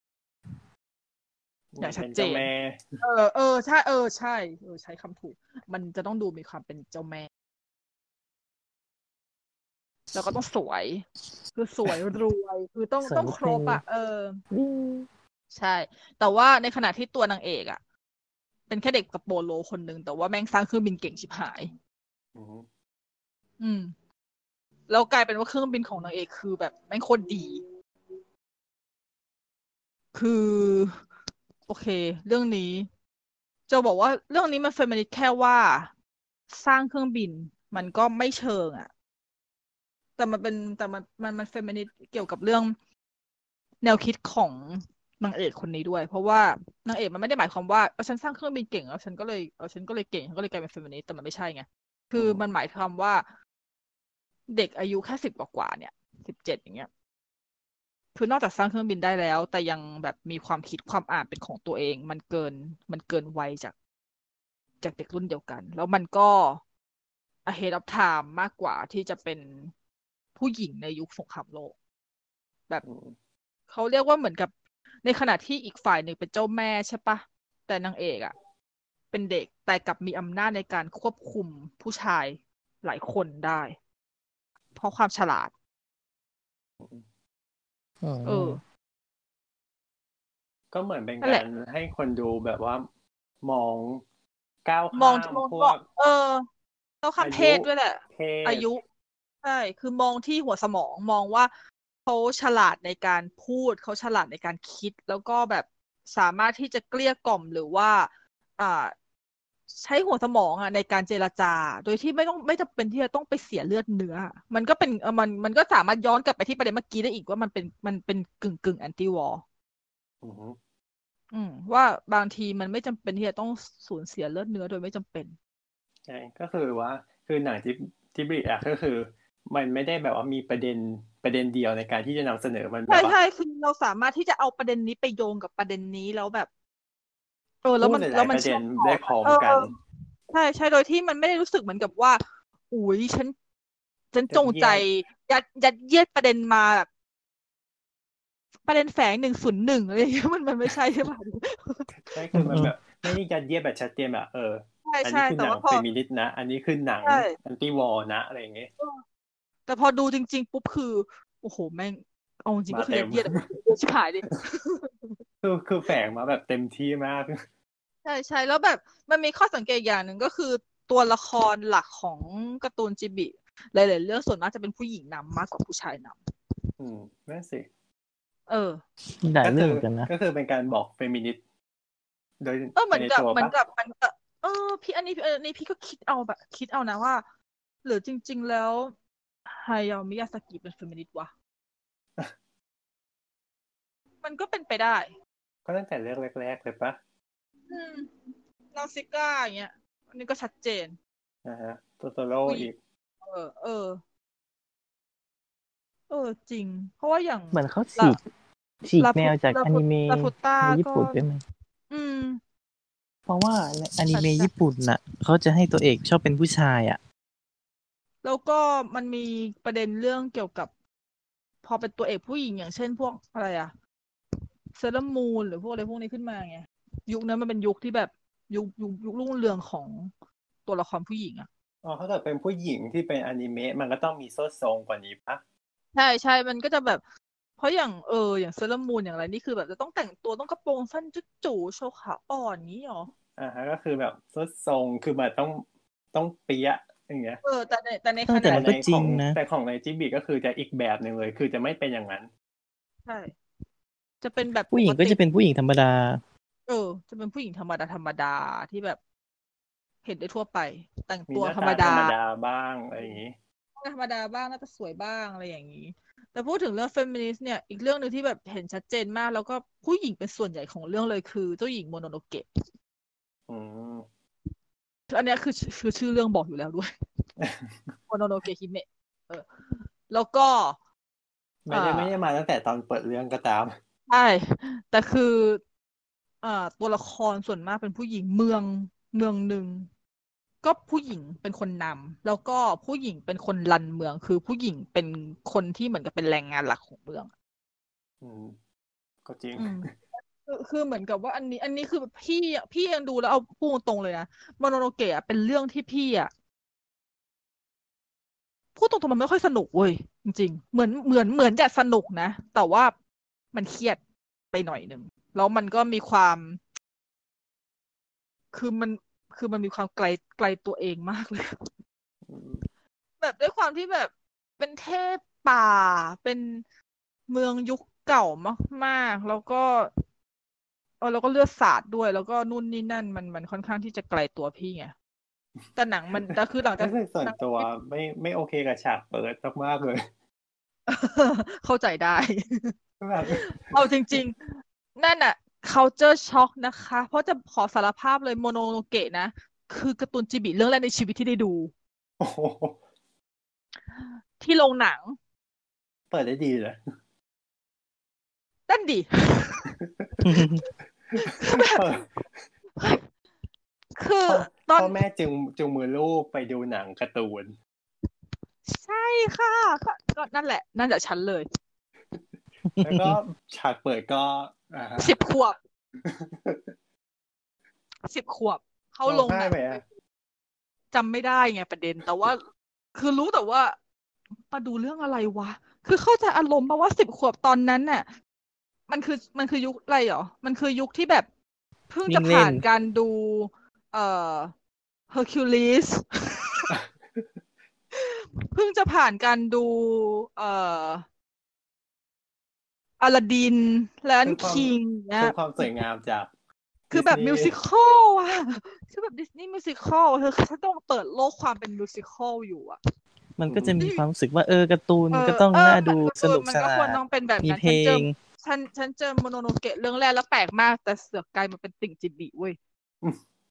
อย่างชัดเจนแม่เออเออใช่เออใช่เออใช้คำถูก มันจะต้องดูมีความเป็นเจ้าแม่ แล้วก็ต้องสวย คือสวยรวยคือต้องสวยต้องครบอ่ะเท่เออ ใช่ แต่ว่าในขณะที่ตัวนางเอกอ่ะ เป็นแค่เด็กกับโปโลคนหนึ่งแต่ว่าแม่งสร้างเครื่องบินเก่งชิบหายอืมอืม แล้วกลายเป็นว่าเครื่องบินของนางเอกคือแบบแม่งโคตรดี คือ โอเค เรื่องนี้ จะบอกว่าเรื่องนี้มันเฟมินิสต์แค่ว่าสร้างเครื่องบิน มันก็ไม่เชิงอะแต่มันเป็นแต่มันมันมันเฟมินิสต์เกี่ยวกับเรื่องแนวคิดของนางเอกคนนี้ด้วย เพราะว่านางเอกมันไม่ได้หมายความว่าเออฉันสร้างเครื่องบินเก่งแล้วฉันก็เลยเออฉันก็เลยเก่งฉันก็เลยกลายเป็นเฟมินิสต์แต่มันไม่ใช่ไงคือมันหมายความว่าเด็กอายุแค่สิบกว่าๆเนี่ยสิบเจ็ดอย่างเงี้ย คือนอกจากสร้างเครื่องบินได้แล้ว แต่ยังแบบมีความคิดความอ่านเป็นของตัวเองมันเกินมันเกินวัยจากจากเด็กรุ่นเดียวกัน แล้วมันก็ ahead of time มากกว่าที่จะเป็นผู้หญิงในยุคสงครามโลก แบบอืมเขาเรียกว่าเหมือนกับในขณะที่อีกฝ่ายหนึ่งเป็นเจ้าแม่ใช่ปะแต่นางเอกอ่ะ เป็นเด็กแต่กลับมีอำนาจในการควบคุมผู้ชายหลายคนได้ เพราะความฉลาดอืมเออก็เหมือนเป็นนั่นแหกาละรให้คนดูแบบว่ามองก้าวมอข้าง มมองพมวกเออ ก้าวข้าอามเพยุศด้วยแหละเพอาศยุ ใช่ คือมองที่หัวสมอง มองว่าเขาฉลาดในการพูด เขาฉลาดในการคิด แล้วก็แบบสามารถที่จะเกลี้ยกล่อม หรือว่า อ่า ใช้หัวสมองอะในการเจรจา โดยที่ไม่ต้อง ไม่จำเป็นที่จะต้องไปเสียเลือดเนื้อ มันก็เป็น เออ มัน มันก็สามารถย้อนกลับไปที่ประเด็นเมื่อกี้ได้อีกว่ามันเป็น มันเป็นกึ่ง ๆ Anti War อือฮึอืม ว่าบางทีมันไม่จำเป็นที่จะต้องสูญเสียเลือดเนื้อโดยไม่จำเป็นใช่ ก็คือว่า คือหนังจิบ จิบลิอะ ก็คือมันไม่ได้แบบว่ามีประเด็น ประเด็นเดียวในการที่จะนำเสนอ มันใแบบว่าช่ ๆ คือเราสามารถที่จะเอาประเด็นนี้ไปโยงกับประเด็นนี้ แล้วแบบ เออ แพล้วูมดันหแลล้าวยๆมัปนระเชเดื่นอมต่ได้อพร้อมเออกันใช่ ๆ โดยที่มันไม่ได้รู้สึกเหมือนกับว่า อุ๊ย ฉัน ฉันยัจดงเยใจ็ดยัด ยัดเยียดประเด็นมาแบบ ประเด็นแฝง หนึ่งศูนย์หนึ่ง อะไรอย่าง เงี้ย มัน มันไม่ใช่ ใช่เปล่า? ใช่ คอือมันอแบบๆไม่ได้ยัดเยียดแบบชัดเจนแบบ เออ อันใชนี้่คืๆอแต่วหนัง่าพเฟอมินิสต์นะ อันนี้คือหนังใช่ Anti War นะ อะไรอย่างงี้เออ แต่พอดูจริง ๆ ปุ๊บ คือ โอ้โฮ แม่ง เอาจริงมๆาก็คืเอต็มยัดเยียด อะ เยอะชิบหายดิคือ คือแฝงมาแบบเต็มที่มากใช่ ๆ แล้วแบบมันมีข้อสังเกตอย่างหนึ่ง ก็คือตัวละครหลักของการ์ตูนจิบลิหลาย ๆ เรื่องส่วนมากจะเป็นผู้หญิงนำมากกว่าผู้ชายนำอืม นั่นสิเออมีหลายก็เรืค่องือเหมือนกันนะก็คือเป็นการบอกเฟมินิสต์ โดยเออ เหไปในตมือนกับัวเปเหมือล่นา? กับ เหมือนกับ เออ พี่ อันนี้ เออ อันนี้พี่ก็คิดเอาแบบ คิดเอานะว่า หรือจริง ๆ แล้ว Hayao Miyazaki เป็นเฟมินิสต์วะ? มันก็เป็นไปได้ก็ตั้งแต่เรื่องแรก ๆ เลยเปล่า? อืม Nausicaa อย่างเงี้ย อันนี้ก็ชัดเจนอะฮะ Totoro ผู้หญอิงีกเออ เออ เออ จริง เพราะว่าอย่างเหมือนเขาฉละีก ฉีกแน Laput วจากอนิเมะ Laputa ในญี่ก็ปุ่นด้วยไหม? อืมเพราะว่าในอนิอาจเมะจะญี่ปุ่นน่ะ เขาจะให้ตัวเอกชอบเป็นผู้ชายอะแล้วก็มันมีประเด็นเรื่องเกี่ยวกับ พอเป็นตัวเอกผู้หญิง อย่างเช่น พวก อะไรอะ Sailor Moon หรือพวกอะไรพวกนี้ขึ้นมาไง ยุคนั้นมันเป็นยุคที่แบบยุค ยุค ยุครุ่งเรืองของตัวละครผู้หญิงอะอ๋อ ถ้าเกิดเป็นผู้หญิงที่เป็นอนิเมะ มันก็ต้องมีโซ่ทรงกว่านี้เปล่า? ใช่ ๆ มันก็จะแบบ เพราะอย่าง เออ อย่าง Sailor Moon อย่างอะไร นี่คือแบบจะต้องแต่งตัว ต้องกระโปรงสั้นจุ๊จู๋ โชว์ขาอ่อน งี้เหรอ? อะฮะ ก็คือแบบโซ่ทรง คือแบบต้อง ต้องเป๊ะ อย่างเงี้ยเออ แต่ใน แต่ในเออขแตณ่ะแต่มันในก็จของริงนะแต่ของในจิบลิก็คือจะอีกแบบหนึ่งเลย คือจะไม่เป็นอย่างนั้นใช่ จะเป็นแบบผู้หญิงปกติก็จะเป็นผู้หญิงธรรมดาเออ จะเป็นผู้หญิงธรรมดา ๆ ที่แบบ เห็นได้ทั่วไป แต่งมีตัวธรหน้าตารมดธรารมดาบ้าง อะไรอย่างงี้ธรรมดาบ้าง หน้าตาสวยบ้าง อะไรอย่างงี้ แต่พูดถึงเรื่อง Feminist เนี่ย อีกเรื่องหนึ่งที่แบบเห็นชัดเจนมาก แล้วก็ผู้หญิงเป็นส่วนใหญ่ของเรื่องเลย คือเจ้าหญิง Mononoke อืมคืออันเนี้ยคือ ช คือชื่อเรื่องบอกอยู่แล้ว ด้วย Mononoke Hime เออ แล้วก็ไมอ่่ได้ ไม่าได้มาตั้งแต่ตอนเปิดเรื่องก็ตามใช่ แต่คือ อ่า ตัวละครส่วนมากเป็นผู้หญิง เมือง เมืองหนึ่งก็ผู้หญิงเป็นคนนำ แล้วก็ผู้หญิงเป็นคนรันเมือง คือผู้หญิงเป็นคนที่เหมือนกับเป็นแรงงานหลักของเมืองอืม ก็จริงอืม คือ คือเหมือนกับว่าอันนี้ อันนี้คือแบบพี่อะ พี่ยังดูแล้วเอาพูดตรง ๆ เลยนะ Mononoke อะเป็นเรื่องที่พี่อะ พูดตรง ๆ มันไม่ค่อยสนุกเว้ย จริง ๆ เหมือน เหมือน เหมือนจะสนุกนะ แต่ว่ามันเครียดไปหน่อยหนึ่ง แล้วมันก็มีความ คือมัน คือมันมีความไกล ไกลตัวเองมาก เลยอืมแบบด้วยความที่แบบเป็นเทพป่า เป็นเมืองยุคเก่ามาก ๆ แล้วก็ เออ แล้วก็เลือดสาดด้วย แล้วก็นู่นนี่นั่น มัน มันค่อนข้างที่จะไกลตัวพี่ไง แต่หนังมัน แต่คือหลังจารู้กสึกส่วหนตัวนังที่ไม่ ไม่โอเคกับฉากเปิดมาก ๆ เลยเข้าใจได้ก็แบบเอาจริง ๆ นั่นน่ะ Culture Shock นะคะ เพราะจะขอสารภาพเลย Mononoke นะ คือการ์ตูนจิบลิเรื่องแรกในชีวิตที่ได้ดูโอ้โฮที่โรงหนังเปิดได้ดีเหรอ? นั่นดิ คือแบบเปิดคือพ่อตอนพ่อแม่จูง จูงมือลูกไปดูหนังการ์ตูนใช่ค่ะ ก็ ก็นั่นแหละ นั่นแหละฉันเลยแล้วก็ฉากเปิดก็ อะฮะสิบ ขวบ สิบ ขวบ เข้าร้อโรงงไห้หนังไหมอะ? จำไม่ได้ไงประเด็น แต่ว่า คือรู้แต่ว่า มาดูเรื่องอะไรวะ คือเข้าใจอารมณ์ เพราะว่า สิบ ขวบตอนนั้นน่ะมันคือมันคือยุคอะไรหรอมันคือยุคที่แบบเพิ่งจะวิ่งเล่ผ่าน นการดู เอ่อ Hercules เพิ่งจะผ่านการดู เอ่ออลาดินแลนคือความคิงเนี่คืยอความสวยงามจากคือดิสแบบนีมิวสิย์คอลอะคือแบบดิสนีย์มิวสิคอลคือฉันต้องเปิดโลกความเป็นมิวสิคอลอยู่อะมันก็จะมีความรู้สึกว่าเออการ์ตูนเอมันอก็ต้องเออน่ามัดูนการ์สตูนนุกมันสก็นาควรต้นองเป็นแบบมีนั้นเพลฉันเจองฉัน ฉันเจอ โมโนโนเกะ เรื่องแรกแล้วแปลกมาก แต่เสือกกลายมาเป็นติ่งจิบิเว้ยอืม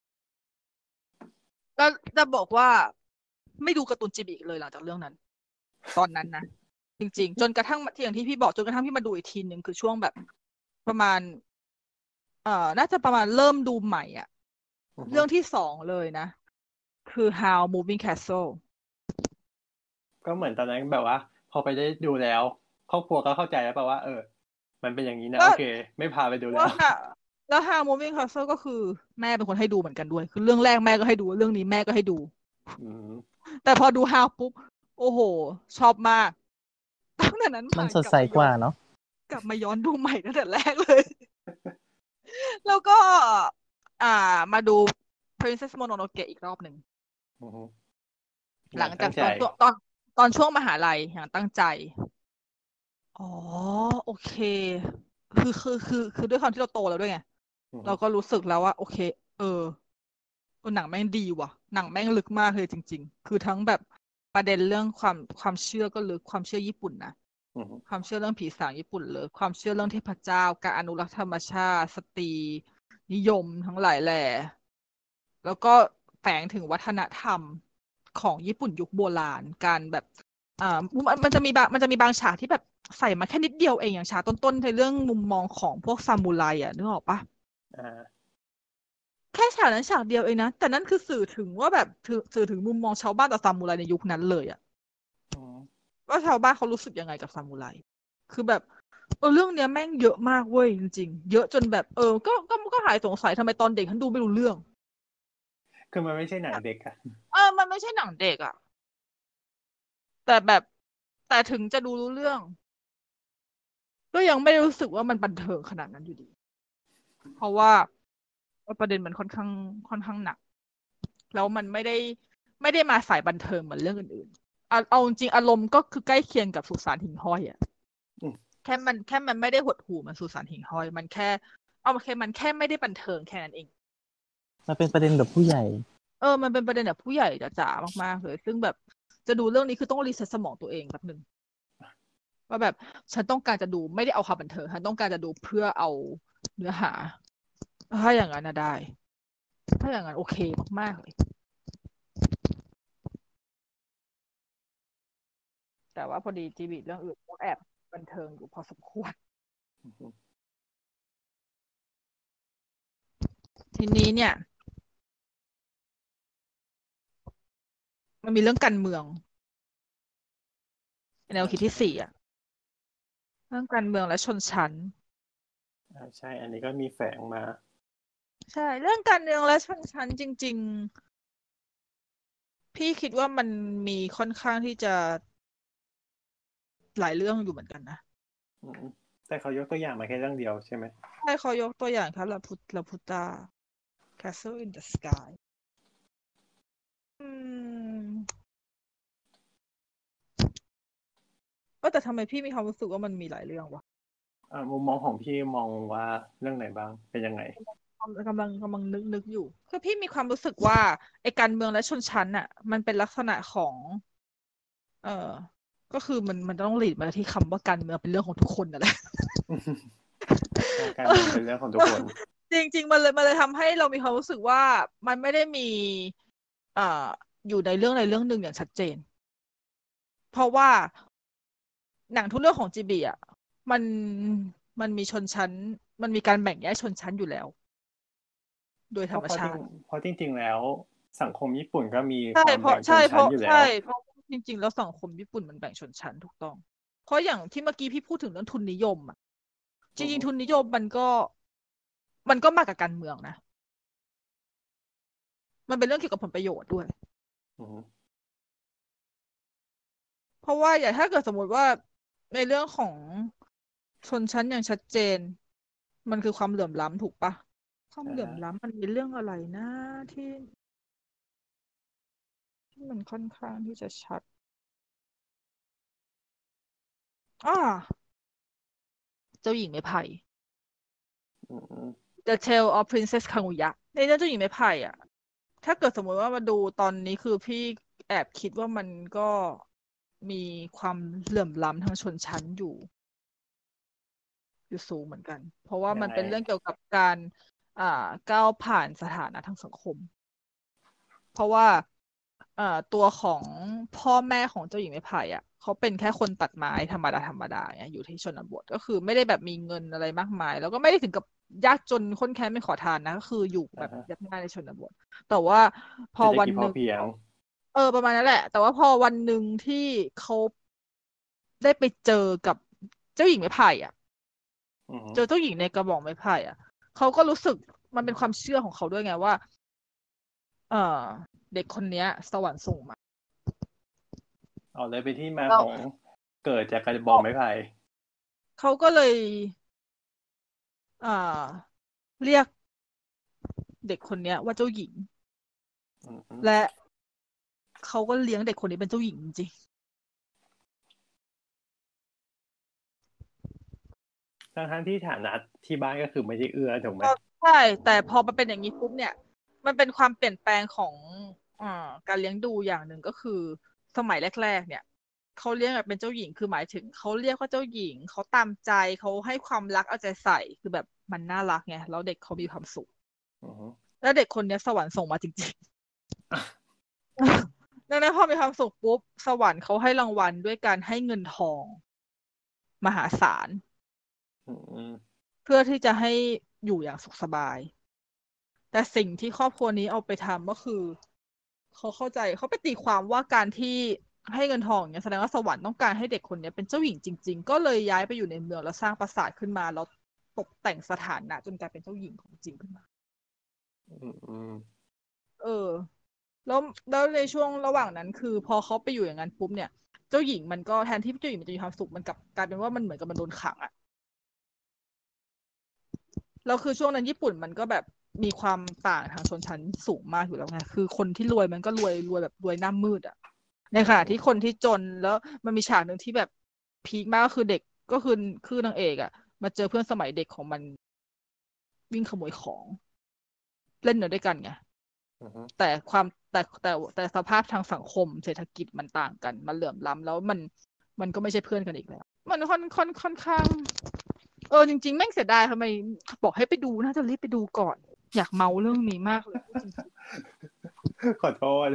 แล้วจะบอกว่า ไม่ดูการ์ตูนจิบิอีกเลยหลังจากเรื่องนั้น ตอนนั้นนะ จริง ๆ จนกระทั่ง ที่อย่างที่พี่บอก จนกระทั่งพี่มาดูอีกทีหนึ่ง คือช่วงแบบประมาณ เอ่อ น่าจะประมาณเริ่มดูใหม่อะอือฮึเรื่องที่สองเลยนะ คือ Howl's Moving Castle ก็เหมือนตอนนั้นแบบว่า พอไปได้ดูแล้ว ครอบครัวก็เข้าใจแล้วเปล่าว่า เออ มันเป็นอย่างนี้นะก็โอเค ไม่พาไปดูแล้ว่าว ค่ะ แล้ว Howl's Moving Castle ก็คือแม่เป็นคนให้ดูเหมือนกันด้วย คือเรื่องแรกแม่ก็ให้ดู เรื่องนี้แม่ก็ให้ดูอืมแต่พอดู Howl ปุ๊บ โอ้โฮ ชอบมาก ตั้งแต่นั้นมัมานสดกลับใสมากย้อว่าน เนาะกลับมาย้อนดูใหม่ตั้งแต่แรก เลย แล้วก็ อ่า มาดู Princess Mononoke อีกรอบหนึ่งอือฮึ อหอลย่าังงตจั้างกใจตอน ต ตอน ตอนช่วงมหาลัย อย่างตั้งใจ อ๋อ โอเค คือ คือ คือ คือด้วยความที่เราโตแล้วด้วยไงอือฮเราึก็รู้สึกแล้วว่า โอเค เออ เออ หนังแม่งดีว่ะ หนังแม่งลึกมากเลยจริง ๆ คือทั้งแบบประเด็นเรื่องความ ความเชื่อก็ลึก ความเชื่อญี่ปุ่นนะอือฮึความเชื่อเรื่องผีสางญี่ปุ่นลึก ความเชื่อเรื่องเทพเจ้า การอนุรักษ์ธรรมชาติ สตรีนิยมทั้งหลายแหล่ แล้วก็แฝงถึงวัฒนธรรมของญี่ปุ่นยุคโบราณ การแบบ อ่า มัน มันจะมีบาง มันจะมีบางฉากที่แบบใส่มาแค่นิดเดียวเอง อย่างฉากต้น ๆ ในเรื่องมุมมองของพวกซามูไรอะ นึกออกเปล่า? อาแค่ฉากนั้นฉากเดียวเองนะ แต่นั่นคือสื่อถึงว่าแบบ ถือ สื่อถึงมุมมองชาวบ้านต่อซามูไรในยุคนั้นเลยอะอือว่าชาวบ้านเขารู้สึกยังไงกับซามูไร คือแบบ เออ เรื่องเนี้ยแม่งเยอะมากเว้ย จริง ๆ เยอะจนแบบ เออ ก็ ก็ ก็หายสงสัยทำไมตอนเด็กฉันดูไม่รู้เรื่องคือมันไม่ใช่หนังเด็กอะเออ มันไม่ใช่หนังเด็กอะ แต่แบบ แต่ถึงจะดูรู้เรื่อง ก็ยังไม่รู้สึกว่ามันบันเทิงขนาดนั้นอยู่ดี เพราะว่า เออ ประเด็นมันค่อนข้าง ค่อนข้างหนัก แล้วมันไม่ได้ ไม่ได้มาสายบันเทิงเหมือนเรื่องอื่น ๆ เอา เอาจริง ๆ อารมณ์ก็คือใกล้เคียงกับสุสานหิ่งห้อยอะอืมแค่มัน แค่มันไม่ได้หดหู่เหมือนสุสานหิ่งห้อย มันแค่ โอเค มันแค่ไม่ได้บันเทิงแค่นั้นเองมันเป็นประเด็นแบบผู้ใหญ่เออ มันเป็นประเด็นแบบผู้ใหญ่จ๋า ๆ มาก ๆ เลย ซึ่งแบบจะดูเรื่องนี้คือต้อง reset สมองตัวเองแป๊บหนึ่ง ว่าแบบฉันต้องการจะดู ไม่ได้เอาความบันเทิง ฉันต้องการจะดูเพื่อเอาเนื้อหา ถ้าอย่างงั้นน่ะได้ ถ้าอย่างงั้นโอเคมาก ๆ เลย แต่ว่าพอดีจิบิเรื่องอื่นก็แอบบันเทิงอยู่พอสมควรอือฮึทีนี้เนี่ย มันมีเรื่องการเมือง แนวคิดที่ สี่ อะ เรื่องการเมืองและชนชั้นอา ใช่ อันนี้ก็มีแฝงมาใช่ เรื่องการเมืองและชนชั้นจริง ๆ พี่คิดว่ามันมีค่อนข้างที่จะ หลายเรื่องอยู่เหมือนกันนะอืม แต่เขายกตัวอย่างมาแค่เรื่องเดียวใช่ไหม? ใช่ เขายกตัวอย่างแค่ Laput Laputa Castle in the Sky อืม เออ แต่ทำไมพี่มีความรู้สึกว่ามันมีหลายเรื่องวะ? อ่า มุมมองของพี่มองว่าเรื่องไหนบ้าง เป็นยังไง? กำลัง กำลัง กำลังนึก ๆ อยู่ คือพี่มีความรู้สึกว่า ไอ้การเมืองและชนชั้นน่ะ มันเป็นลักษณะของ เอ่อ ก็คือมัน มันต้อง lead มาที่คำว่าการเมืองเป็นเรื่องของทุกคนนั่นแหละใช่ การเมืองเป็นเรื่องของทุกคนจริง ๆ มันเลย มันเลยทำให้เรามีความรู้สึกว่า มันไม่ได้มี อ่า อยู่ในเรื่องใดเรื่องหนึ่งอย่างชัดเจน เพราะว่า หนังทุกเรื่องของจิบิอะ มัน มันมีชนชั้น มันมีการแบ่งแยกชนชั้นอยู่แล้ว โดยธรรมชาติเพราะจริง ๆ แล้วสังคมญี่ปุ่นก็มีใช่ความเพแบราะ่งใชช่นเพชั้รนาะอยู่แลใช้ว่ เพราะจริง ๆ แล้วสังคมญี่ปุ่นมันแบ่งชนชั้น ถูกต้อง เพราะอย่างที่เมื่อกี้พี่พูดถึงเรื่องทุนนิยมอะ จริง ๆ ทุนนิยมมันก็ มันก็มากับการเมืองนะ มันเป็นเรื่องเกี่ยวกับผลประโยชน์ด้วยอือฮึเพราะว่าอย่างถ้าเกิดสมมุติว่า ในเรื่องของชนชั้นอย่างชัดเจน มันคือความเหลื่อมล้ำถูกปะความอ่าเหลื่อมล้ำมันมีเรื่องอะไรนะที่ที่มันค่อนข้างที่จะชัดอ่าเจ้าหญิงไม้ไผ่อืม The Tale of Princess Kaguya ในเรื่องเจ้าหญิงไม้ไผ่อ่ะ ถ้าเกิดสมมติว่ามาดูตอนนี้คือพี่แอบคิดว่ามันก็มีความเหลื่อมล้ำทางชนชั้นอยู่ อยู่สูงเหมือนกัน เพราะว่ามันเป็นเรื่องเกี่ยวกับการอ่าก้าวผ่านสถานะทางสังคม เพราะว่าเอ่อตัวของพ่อแม่ของเจ้าหญิงไม้ไผ่อ่ะเขาเป็นแค่คนตัดไม้ธรรมดาธรรมดาเนี่ยอยู่ที่ชนบทก็คือไม่ได้แบบมีเงินอะไรมากมาย แล้วก็ไม่ได้ถึงกับยากจนข้นแค้นไม่ขอทานนะก็คืออยู่แบบยัดง่ายในชนบท แต่ว่าพอวันหนึ่งเออประมาณนั้นแหละ แต่ว่าพอวันหนึ่งที่เขาได้ไปเจอกับเจ้าหญิงไม้ไผ่อ่ะเจอเจ้าหญิงในกระบอกไม้ไผ่อ่ะเขาก็รู้สึกมันเป็นความเชื่อของเขาด้วยไงว่าเออเด็กคนนี้สวรรค์ส่งมาอ๋อเลยเป็นที่มาของเกิดจากกระบอกไม้ไผ่เขาก็เลยอ่าเรียกเด็กคนนี้ว่าเจ้าหญิงและเขาก็เลี้ยงเด็กคนนี้เป็นเจ้าหญิงจริงทั้งๆที่ฐานะที่บ้านก็คือไม่ได้เอื้อถูกไหมใช่แต่พอมันเป็นอย่างนี้ปุ๊บเนี่ยมันเป็นความเปลี่ยนแปลงของอ่าการเลี้ยงดูอย่างหนึ่งก็คือสมัยแรกๆเนี่ยเขาเรียกแบบเป็นเจ้าหญิงคือหมายถึงเขาเรียกว่าเจ้าหญิงเขาตามใจเขาให้ความรักเอาใจใส่คือแบบมันน่ารักไงแล้วเด็กเขามีความสุขแล้วเด็กคนนี้สวรรค์ส่งมาจริงๆดังนั้นพอมีความสุขปุ๊บสวรรค์เขาให้รางวัลด้วยการให้เงินทองมหาศาลเพื่อที่จะให้อยู่อย่างสุขสบายแต่สิ่งที่ครอบครัวนี้เอาไปทำก็คือเขาเข้าใจเขาไปตีความว่าการที่ให้เงินทองเนี่ยแสดงว่าสวรรค์ต้องการให้เด็กคนนี้เป็นเจ้าหญิงจริงๆก็เลยย้ายไปอยู่ในเมืองแล้วสร้างปราสาทขึ้นมาแล้วตกแต่งสถานะจนกลายเป็นเจ้าหญิงของจริงขึ้นมาเออแล้วแล้วในช่วงระหว่างนั้นคือพอเขาไปอยู่อย่างนั้นปุ๊บเนี่ยเจ้าหญิงมันก็แทนที่เจ้าหญิงมันจะมีความสุขมันกลับกลายเป็นว่ามันเหมือนกับมันโดนขังอะแล้วคือช่วงนั้นญี่ปุ่นมันก็แบบมีความต่างทางชนชั้นสูงมากอยู่แล้วไงคือคนที่รวยมันก็รวยรวยแบบรวยหน้ามืดอะในขณะที่คนที่จนแล้วมันมีฉากหนึ่งที่แบบพีคมากก็คือเด็กก็คือคือนางเอกอะมาเจอเพื่อนสมัยเด็กของมันวิ่งขโมยของเล่นด้วยกันไงแต่ความแต่แต่แต่สภาพทางสังคมเศรษฐกิจมันต่างกันมันเหลื่อมล้ำแล้วมันมันก็ไม่ใช่เพื่อนกันอีกแล้วมันค่อนค่อนค่อนข้างเออจริงๆแม่งเสียดายทำไมบอกให้ไปดูน่าจะรีบไปดูก่อนอยากเมาเรื่องนี้มากเลยขอโทษ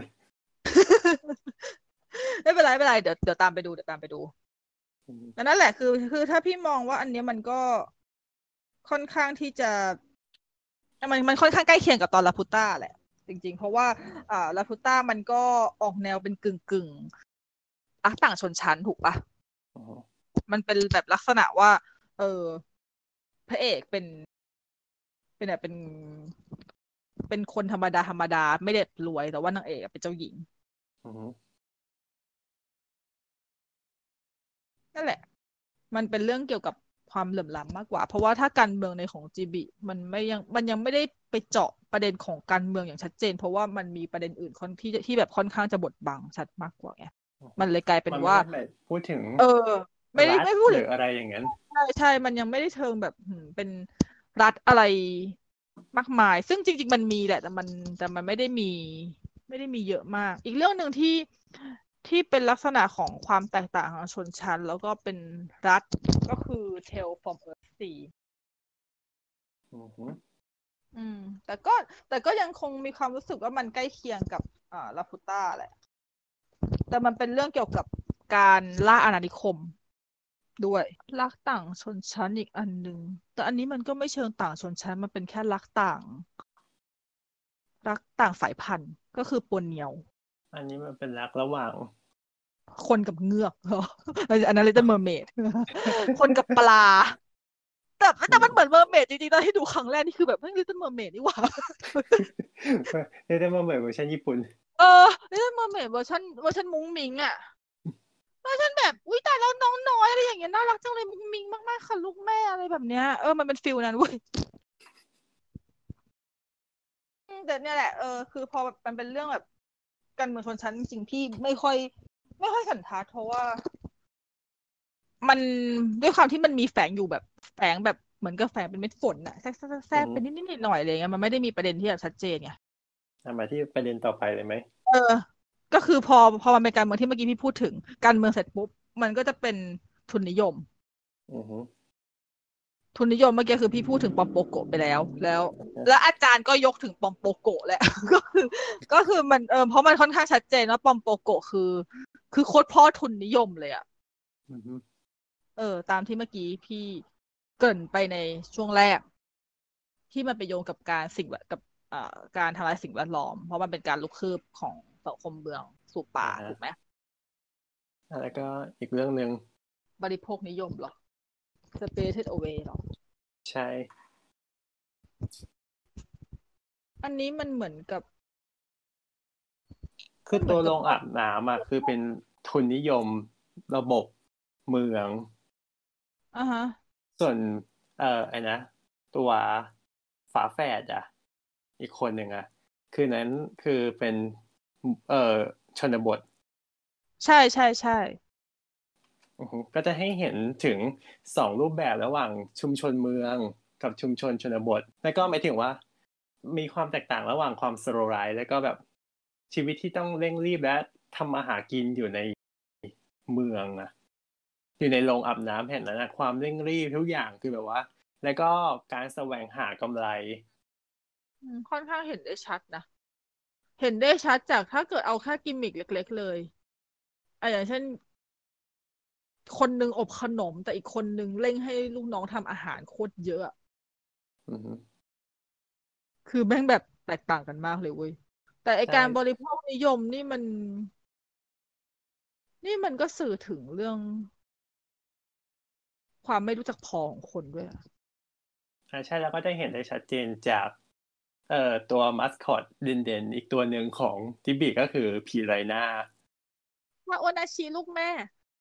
ไม่เป็นไรไม่เป็นไรเดี๋ยวเดี๋ยวตามไปดูเดี๋ยวตามไปดูนั่นแหละคือคือถ้าพี่มองว่าอันนี้มันก็ค่อนข้างที่จะมันมันค่อนข้างใกล้เคียงกับตอนลาพูต้าแหละจริงๆเพราะว่าอ่าลาพูต้ามันก็ออกแนวเป็นกึ่งกึ่งรักต่างชนชั้นถูกปะมันเป็นแบบลักษณะว่าเออพระเอกเป็นเป็นแบบเป็นเป็นคนธรรมดาธรรมดาไม่ได้รวยแต่ว่านางเอกเป็นเจ้าหญิงนั่นแหละมันเป็นเรื่องเกี่ยวกับความเหลื่อมล้ำมากกว่าเพราะว่าถ้าการเมืองในของจีบีมันไม่ยังมันยังไม่ได้ไปเจาะประเด็นของการเมืองอย่างชัดเจนเพราะว่ามันมีประเด็นอื่นค่อนที่ที่แบบค่อนข้างจะบดบังชัดมากกว่าไงมันเลยกลายเป็นว่าพูดถึงเออไม่ได้ไม่พูดหรืออะไรอย่างนั้นใช่ใช่มันยังไม่ได้เชิงแบบเป็นรัฐอะไรมากมายซึ่งจริงๆมันมีแหละแต่มันแต่มันไม่ได้มีไม่ได้มีเยอะมากอีกเรื่องหนึ่งที่ที่เป็นลักษณะของความแตกต่างของชนชั้นแล้วก็เป็นรัฐก็คือ Tale from Earthsea อืมแต่ก็แต่ก็ยังคงมีความรู้สึกว่ามันใกล้เคียงกับอ่าลาพูต้าแหละแต่มันเป็นเรื่องเกี่ยวกับการล่าอาณานิคมด้วยรักต่างชนชั้นอีกอันหนึ่งแต่อันนี้มันก็ไม่เชิงต่างชนชั้นมันเป็นแค่รักต่างรักต่างสายพันธุ์ก็คือปนเนียวอันนี้มันเป็นรักระหว่างคนกับเงือกเหรออันนั้น Little Mermaid คนกับปลาแต่แต่มันเหมือนเมอร์เมดจริงๆตอนที่ดูครั้งแรกนี่คือแบบเฮ้ย Little Mermaid นี่หว่า Little Mermaid เวอร์ชันญี่ปุ่นเออ Little Mermaid เวอร์ชันเวอร์ชันมุ้งมิ้งอ่ะเวอร์ชันแบบอุ้ยตายแล้วน้องน้อยอะไรอย่างเงี้ยน่ารักจังเลยมุ้งมิ้งมากๆค่ะลูกแม่อะไรแบบเนี้ยเออมันเป็นฟิลนั้นเว้ยแต่เนี่ยแหละเออคือพอมันเป็นเรื่องแบบการเมืองชนชั้นจริงๆพี่ไม่ค่อยไม่ค่อยสันทัดเพราะว่ามันด้วยความที่มันมีแฝงอยู่แบบแฝงแบบเหมือนกับแฝงเป็นเม็ดฝนน่ะแทรกแทรกเป็นนิดๆหน่อยๆอะไรเงี้ยมันไม่ได้มีประเด็นที่แบบชัดเจนไงมาที่ประเด็นต่อไปเลยไหมเออก็คือพอพอมันเป็นการเมืองที่เมื่อกี้พี่พูดถึงการเมืองเสร็จปุ๊บมันก็จะเป็นทุนนิยมอือฮึทุนนิยมเมื่อกี้คือพี่พูดถึงปอมโปโกะไปแล้วแล้วแล้วอาจารย์ก็ยกถึงปอมโปโกะแหละ ก็คือก็คือมันเออเพราะมันค่อนข้างชัดเจนว่าปอมโปโกะคือคือโคตรพ่อทุนนิยมเลยอ่ะอือฮึเออตามที่เมื่อกี้พี่เกริ่นไปในช่วงแรกที่มันไปโยงกับการสิ่งแวดกับอ่าการทำลายสิ่งแวดล้อมเพราะมันเป็นการลุกคืบของสังคมเมืองสู่ป่าถูกไหมแล้วก็อีกเรื่องนึงบริโภคนิยมหรอ Spirited Away หรอใช่อันนี้มันเหมือนกับคือตัวโรงอาบน้ำอ่ะคือเป็นทุนนิยมระบบเมืองอ่าฮะส่วนเอ่อไอ้นะตัวฝาแฝดอ่ะอีกคนหนึ่งอ่ะคือนั้นคือเป็นเอ่อชนบทใช่ใช่ใช่อือฮึก็จะให้เห็นถึงสองรูปแบบระหว่างชุมชนเมืองกับชุมชนชนบทแล้วก็หมายถึงว่ามีความแตกต่างระหว่างความสโลว์ไลฟ์แล้วก็แบบชีวิตที่ต้องเร่งรีบและทำมาหากินอยู่ในเมืองอะอยู่ในโรงอาบน้ำแห่งนั้นนะความเร่งรีบทุกอย่างคือแบบว่าแล้วก็การแสวงหากำไรอืมค่อนข้างเห็นได้ชัดนะเห็นได้ชัดจากถ้าเกิดเอาแค่กิมมิกเล็กๆเลยอ่ะอย่างเช่นคนหนึ่งอบขนมแต่อีกคนหนึ่งเร่งให้ลูกน้องทำอาหารโคตรเยอะอือฮึคือแม่งแบบแตกต่างกันมากเลยเว้ยแต่ไอใช่การบริโภคนิยมนี่มันนี่มันก็สื่อถึงเรื่องความไม่รู้จักพอของคนด้วยอะอ่าใช่แล้วก็จะเห็นได้ชัดเจนจากเอ่อตัวมัสคอตเด่นๆอีกตัวหนึ่งของจิบิก็คือพีไรน่าว่าโอนาชิลูกแม่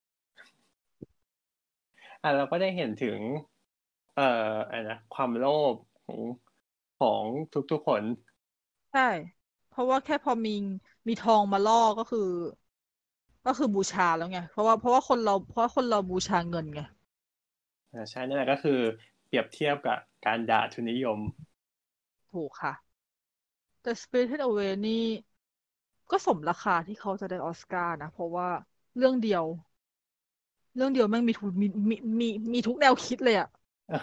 อ่ะเราก็ได้เห็นถึงเอ่ออะไรนะความโลภของของทุกๆคนใช่เพราะว่าแค่พอมีมีทองมาล่อก็คือก็คือบูชาแล้วไงเพราะว่าเพราะว่าคนเราเพราะว่าคนเราบูชาเงินไงอ่าใช่นั่นแหละก็คือเปรียบเทียบกับการด่าทุนนิยมถูกค่ะแต่ Spirited Away นี่ก็สมราคาที่เขาจะได้ออสการ์นะเพราะว่าเรื่องเดียวเรื่องเดียวแม่งมีทุกมีมีมีมีทุกแนวคิดเลยอะ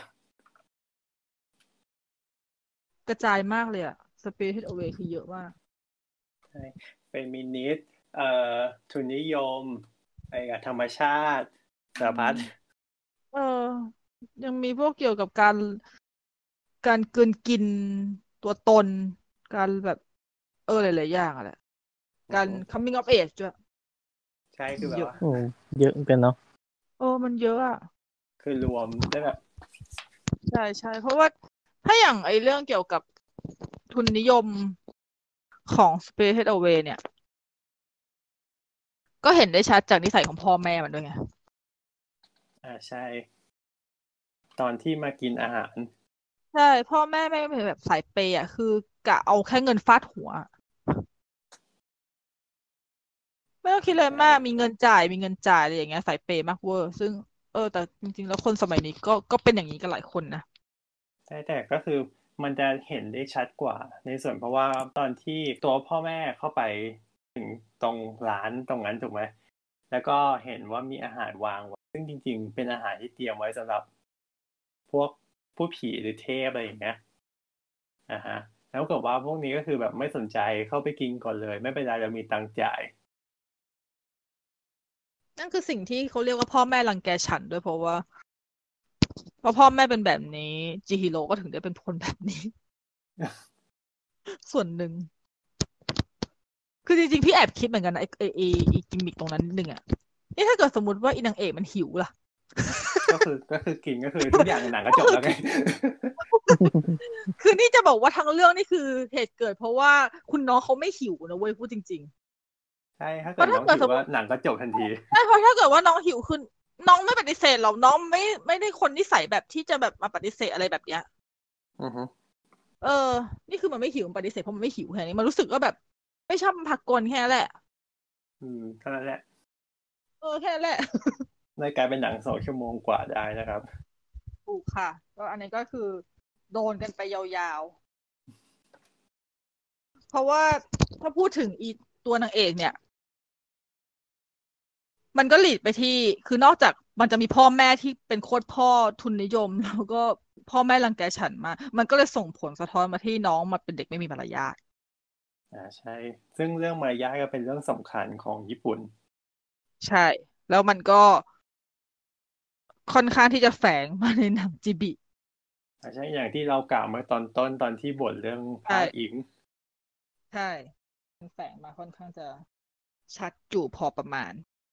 กระจายมากเลยอะ Spirited Away คือเยอะมากใช่เฟมินิสต์เอ่อทุนนิยมไอ้กับธรรมชาติสารพัดเออยังมีพวกเกี่ยวกับการการกลืนกินตัวตนการแบบเออหลายๆอย่างอะแหละการ coming of age ด้วยใช่คือแบบเยอะว่าโอ้เยอะกันเนาะเออมันเยอะอะคือรวมได้แบบใช่ใช่เพราะว่าถ้าอย่างไอเรื่องเกี่ยวกับทุนนิยมของ Spirited Away เนี่ยก็เห็นได้ชัดจากนิสัยของพ่อแม่มันด้วยไงอ่าใช่ตอนที่มากินอาหารใช่พ่อแม่ไม่เป็นแบบสายเปย์อ่ะคือกะเอาแค่เงินฟาดหัวไม่ต้องคิดเลยใช่มากมีเงินจ่ายมีเงินจ่ายอะไรอย่างเงี้ยสายเปย์มากเวอร์ซึ่งเออแต่จริงๆแล้วคนสมัยนี้ก็ก็เป็นอย่างนี้กันหลายคนนะใช่แต่ก็คือมันจะเห็นได้ชัดกว่าในส่วนเพราะว่าตอนที่ตัวพ่อแม่เข้าไปถึงตรงร้านตรงนั้นถูกไหมแล้วก็เห็นว่ามีอาหารวางไว้ซึ่งจริงๆเป็นอาหารที่เตรียมไว้สำหรับพวกผู้ผีหรือเทพอะไรอย่างเงี้ยอ่าฮะแล้วกับว่าพวกนี้ก็คือแบบไม่สนใจเข้าไปกินก่อนเลยไม่เป็นไรเรามีตังค์จ่ายนั่นคือสิ่งที่เขาเรียกว่าพ่อแม่รังแกฉันด้วยเพราะว่าเพราะพ่อแม่เป็นแบบนี้จิฮิโร่ก็ถึงได้เป็นคนแบบนี้ ส่วนหนึ่งคือจริงๆพี่แอบคิดเหมือนกันนะไอ้ไอ้ไอ้ไอ้กิมมิกตรงนั้นนิดนึงอ่ะนี่ถ้าเกิดสมมติว่าอีนางเอกมันหิวล่ะก็คือก็คือกินก็คือทุกอย่างหนังก็จบแล้วไงคือนี่จะบอกว่าทั้งเรื่องนี่คือเหตุเกิดเพราะว่าคุณน้องเขาไม่หิวนะเว้ยพูดจริงใช่ถ้าๆเพราะถ้าเกิดน้องเกิดสมมติถือว่าหนังก็จบทันทีใช่เพราะถ้าเกิดว่าน้องหิวขึ้นน้องไม่ปฏิเสธหรอกน้องไม่ไม่ได้คนนิสัยแบบที่จะแบบมาปฏิเสธอะไรแบบเนี้ยอือฮึเออนี่คือมันไม่หิวมันปฏิเสธเพราะมันไม่หิวแค่นี้มันรู้สึกว่าแบบไม่ชอบมันพากลแค่นั้นแหละอืมเท่านั้นแหละเออแค่นั้นแหละได้กลายเป็นหนังสองชั่วโมงกว่าได้นะครับถูกค่ะก็อันนี้ก็คือโดนกันไปยาวๆเพราะว่าถ้าพูดถึงอีตัวนางเอกเนี่ยมันก็หลีดไปที่คือนอกจากมันจะมีพ่อแม่ที่เป็นโคตรพ่อทุนนิยมแล้วก็พ่อแม่รังแกฉันมามันก็เลยส่งผลสะท้อนมาที่น้องมาเป็นเด็กไม่มีมารยาทอ่าใช่ซึ่งเรื่องมารยาทก็เป็นเรื่องสำคัญของญี่ปุ่นใช่แล้วมันก็ค่อนข้างที่จะแฝงมาในหนังจิบิอ่าใช่อย่างที่เรากล่าวมาตอนต้นตอนที่บ่นเรื่องใช่ภาคอิงใช่มันแฝงมาค่อนข้างจะชัดอยู่พอประมาณ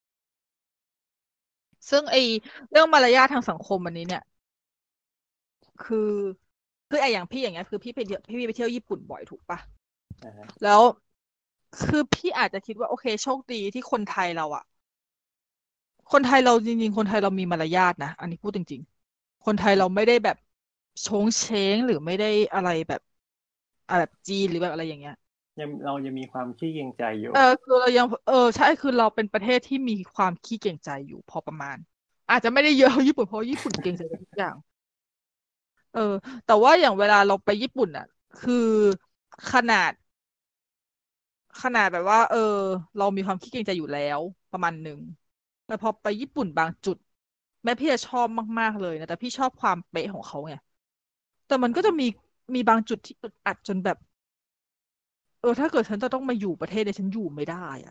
ซึ่งไอเรื่องมารยาททางสังคมอันนี้เนี่ยคือคือไออย่างพี่อย่างเงี้ยคือพี่ไปเที่ยวพี่ไปเที่ยวญี่ปุ่นบ่อยถูกปะนะฮะแล้วคือพี่อาจจะคิดว่าโอเคโชคดีที่คนไทยเราอะคนไทยเราจริงๆคนไทยเรามีมารยาทนะอันนี้พูดจริงๆคนไทยเราไม่ได้แบบโชงเช้งหรือไม่ได้อะไรแบบอะไรแบบจีนหรือแบบอะไรอย่างเงี้ยยังเรายังมีความขี้เกรงใจอยู่เออคือเรายังเออใช่คือเราเป็นประเทศที่มีความขี้เกียจใจอยู่พอประมาณอาจจะไม่ได้เยอะเท่าญี่ปุ่นเพราะญี่ปุ่นเก่งใจทุกอย่างเออแต่ว่าอย่างเวลาเราไปญี่ปุ่นอ่ะคือขนาดขนาดแบบว่าเออเรามีความขี้เกียจใจอยู่แล้วประมาณหนึ่งแต่พอไปญี่ปุ่นบางจุดแม้พี่จะชอบมากๆเลยนะแต่พี่ชอบความเป๊ะของเขาไงแต่มันก็จะมีมีบางจุดที่อึดอัดจนแบบเออถ้าเกิดฉันจะต้องมาอยู่ประเทศเนี่ยฉันอยู่ไม่ได้อะ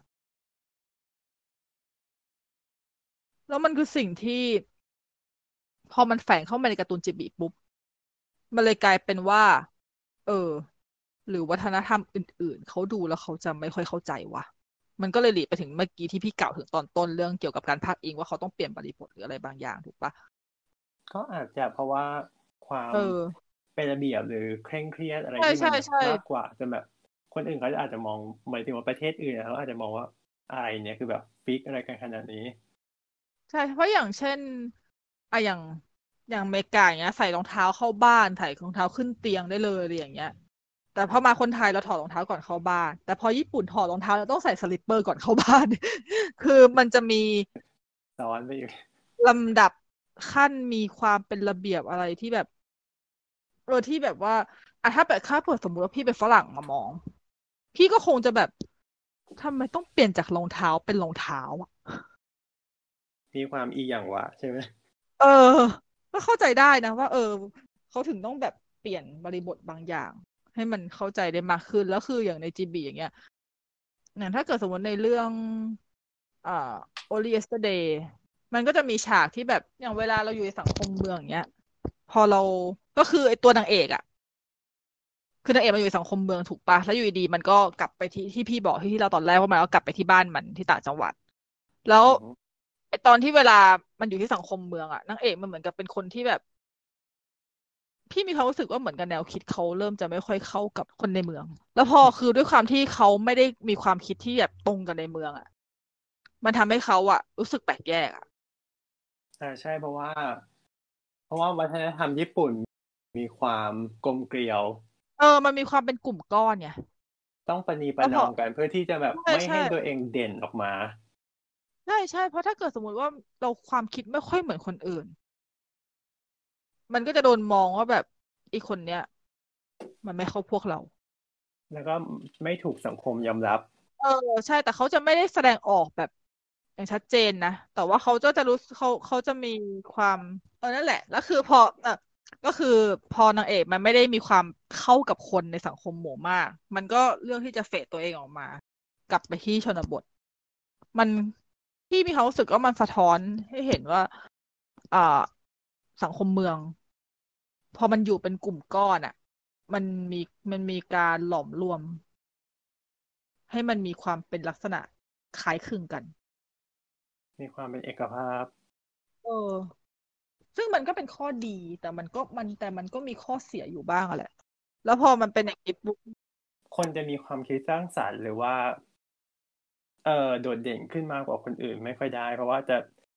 แล้วมันคือสิ่งที่ พอมันแฝงเข้ามาในการ์ตูนจิบิปุ๊บมันเลยกลายเป็นว่าเออหรือวัฒนธรรมอื่นๆเขาดูแล้วเขาจะไม่ค่อยเข้าใจวะมันก็เลยหลีดไปถึงเมื่อกี้ที่พี่กล่าวถึงตอนต้นเรื่องเกี่ยวกับการพากย์อิงว่าเขาต้องเปลี่ยนบริบทหรืออะไรบางอย่างถูกปะก็อาจจะเพราะว่าความเออเป็นระเบียบหรือเคร่งเครียดอะไรใช่ที่มันใช่ใช่มากกว่าจนแบบคนอื่นเขาอาจจะมองหมายถึงว่าประเทศอื่นเขาอาจจะมองว่าอะไรเนี่ยคือแบบฟิกอะไรกันขนาดนี้ใช่เพราะอย่างเช่นอะอย่างอย่างอเมริกาอย่างเงี้ยใส่รองเท้าเข้าบ้านใส่รองเท้าขึ้นเตียงได้เลยอะไรอย่างเงี้ยแต่พอมาคนไทยเราถอดรองเท้าก่อนเข้าบ้านแต่พอญี่ปุ่นถอดรองเท้าเราต้องใส่สลิปเปอร์ก่อนเข้าบ้านคือมันจะมีซ้อนไปอีกลำดับขั้นมีความเป็นระเบียบอะไรที่แบบเออที่แบบว่าอ่ะถ้าแบบถ้าเปิดสมมติว่าพี่เป็นฝรั่งมามองพี่ก็คงจะแบบทำไมต้องเปลี่ยนจากรองเท้าเป็นรองเท้าอ่ะมีความอีอย่างวะใช่ไหมเออก็เข้าใจได้นะว่าเออเขาถึงต้องแบบเปลี่ยนบริบทบางอย่างให้มันเข้าใจได้มากขึ้นแล้วคืออย่างในจีบีอย่างเงี้ยอย่างถ้าเกิดสมมติในเรื่องอ่า Only Yesterday มันก็จะมีฉากที่แบบอย่างเวลาเราอยู่ในสังคมเมืองอย่างเงี้ยพอเราก็คือไอ้ตัวนางเอกอะคือนางเอกมันอยู่ในสังคมเมืองถูกปะแล้วอยู่ดีๆมันก็กลับไปที่ที่พี่บอกที่ที่เราตอนแรกว่ามันก็กลับไปที่บ้านมันที่ต่างจังหวัดแล้วอือฮึไอ้ตอนที่เวลามันอยู่ที่สังคมเมืองอะนางเอกมันเหมือนกับเป็นคนที่แบบพี่มีความรู้สึกว่าเหมือนกับแนวคิดเขาเริ่มจะไม่ค่อยเข้ากับคนในเมืองแล้วพอคือด้วยความที่เขาไม่ได้มีความคิดที่แบบตรงกันในเมืองอะมันทำให้เขาอะรู้สึกแปลกแยกอะอ่าใช่เพราะว่าเพราะว่าวัฒนธรรมญี่ปุ่นมีความกลมเกลียวเออมันมีความเป็นกลุ่มก้อนไงต้องประนีปแล้วพอระนอมกันเพื่อที่จะแบบใช่ใช่ไม่ให้ตัวเองเด่นออกมาใช่ใช่เพราะถ้าเกิดสมมุติว่าเราความคิดไม่ค่อยเหมือนคนอื่นมันก็จะโดนมองว่าแบบอีกคนเนี้ยมันไม่เข้าพวกเราแล้วก็ไม่ถูกสังคมยอมรับเออใช่แต่เขาจะไม่ได้แสดงออกแบบอย่างชัดเจนนะแต่ว่าเขาก็จะรู้เขาเขาจะมีความเออนั่นแหละแล้วคือพอเออก็คือพอนางเอกมันไม่ได้มีความเข้ากับคนในสังคมหมู่มากมันก็เลือกที่จะเฟดตัวเองออกมากลับไปที่ชนบทมันที่มีความรู้สึกว่ามันสะท้อนให้เห็นว่าอ่าสังคมเมืองพอมันอยู่เป็นกลุ่มก้อนอ่ะมันมีมันมีการหลอมรวมให้มันมีความเป็นลักษณะคล้ายคลึงกันมีความเป็นเอกภาพเออซึ่งมันก็เป็นข้อดีแต่มันก็มันแต่มันก็มีข้อเสียอยู่บ้างอะแหละแล้วพอมันเป็นอย่างนี้ปุ๊บคนจะมีความคิดสร้างสรรค์หรือว่าเอ่อโดดเด่นขึ้นมากกว่าคนอื่นไม่ค่อยได้เพราะว่าจะ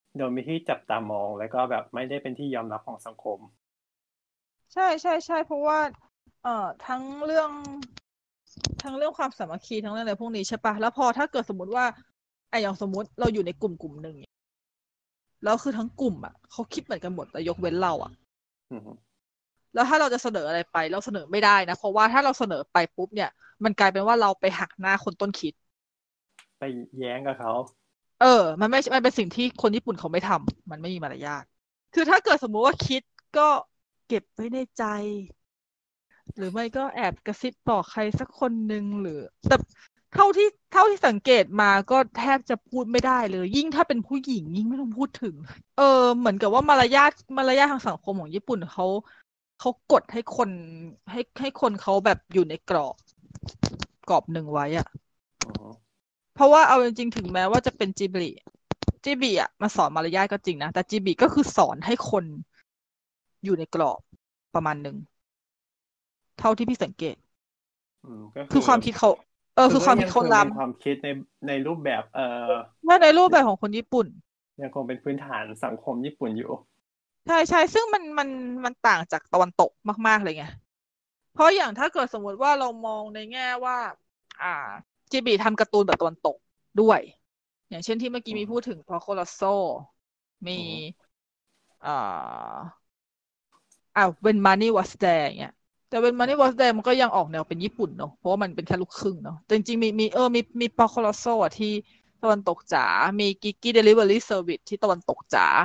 โดยไม่ที่จับตามองแล้วก็แบบไม่ได้เป็นที่ยอมรับของสังคมใช่ใช่ใช่เพราะว่าเอ่อทั้งเรื่องทั้งเรื่องความสามัคคีทั้งเรื่องอะไรพวกนี้ใช่ปะแล้วพอถ้าเกิดสมมติว่าไอ้อย่างสมมติเราอยู่ในกลุ่มกลุ่มหนึ่งแล้วคือทั้งกลุ่มอ่ะเขาคิดเหมือนกันหมดแต่ยกเว้นเราอ่ะแล้วถ้าเราจะเสนออะไรไปเราเสนอไม่ได้นะเพราะว่าถ้าเราเสนอไปปุ๊บเนี่ยมันกลายเป็นว่าเราไปหักหน้าคนต้นคิดไปแย้งกับเขาเออมันไม่มันเป็นสิ่งที่คนญี่ปุ่นเขาไม่ทำมันไม่มีมารยาทคือถ้าเกิดสมมุติว่าคิดก็เก็บไว้ในใจหรือไม่ก็แอบกระซิบบอกใครสักคนหนึ่งหรือแต่เท่าที่เท่าที่สังเกตมาก็แทบจะพูดไม่ได้เลยยิ่งถ้าเป็นผู้หญิงยิ่งไม่ต้องพูดถึงเออเหมือนกับว่ามารยาทมารยาททางสังคมของญี่ปุ่นเขาเขากดให้คนให้ให้คนเขาแบบอยู่ในกรอบกรอบหนึ่งไว้อะเพราะว่าเอาจริงๆถึงแม้ว่าจะเป็นจิบลิจิบิอ่ะมาสอนมารยาทก็จริงนะแต่จิบิก็คือสอนให้คนอยู่ในกรอบประมาณหนึ่งเท่าที่พี่สังเกตคือความคิดเขาเออคือความคิดเขาล้ำความคิดในในรูปแบบเอ่อไม่ในรูปแบบของคนญี่ปุ่นยังคงเป็นพื้นฐานสังคมญี่ปุ่นอยู่ใช่ใช่ซึ่งมันมันมันต่างจากตะวันตกมากๆเลยไงเพราะอย่างถ้าเกิดสมมติว่าเรามองในแง่ว่าอ่าจิบิทำการ์ตูนแบบตะวันตกด้วยอย่างเช่นที่เมื่อกี้มีพูดถึงพอโคลอสโซมีอ่าอ่า When Money Was There อย่างเงี้ยแต่ When Money Was There มันก็ยังออกแนวเป็นญี่ปุ่นเนาะเพราะว่ามันเป็นแค่ลูกครึ่งเนาะแต่จริงๆมีมีเออมีมีพอโคลอสโซอ่ะที่ตะวันตกจ๋ามีกิกกี้ Delivery Service ที่ตะวันตกจ๋า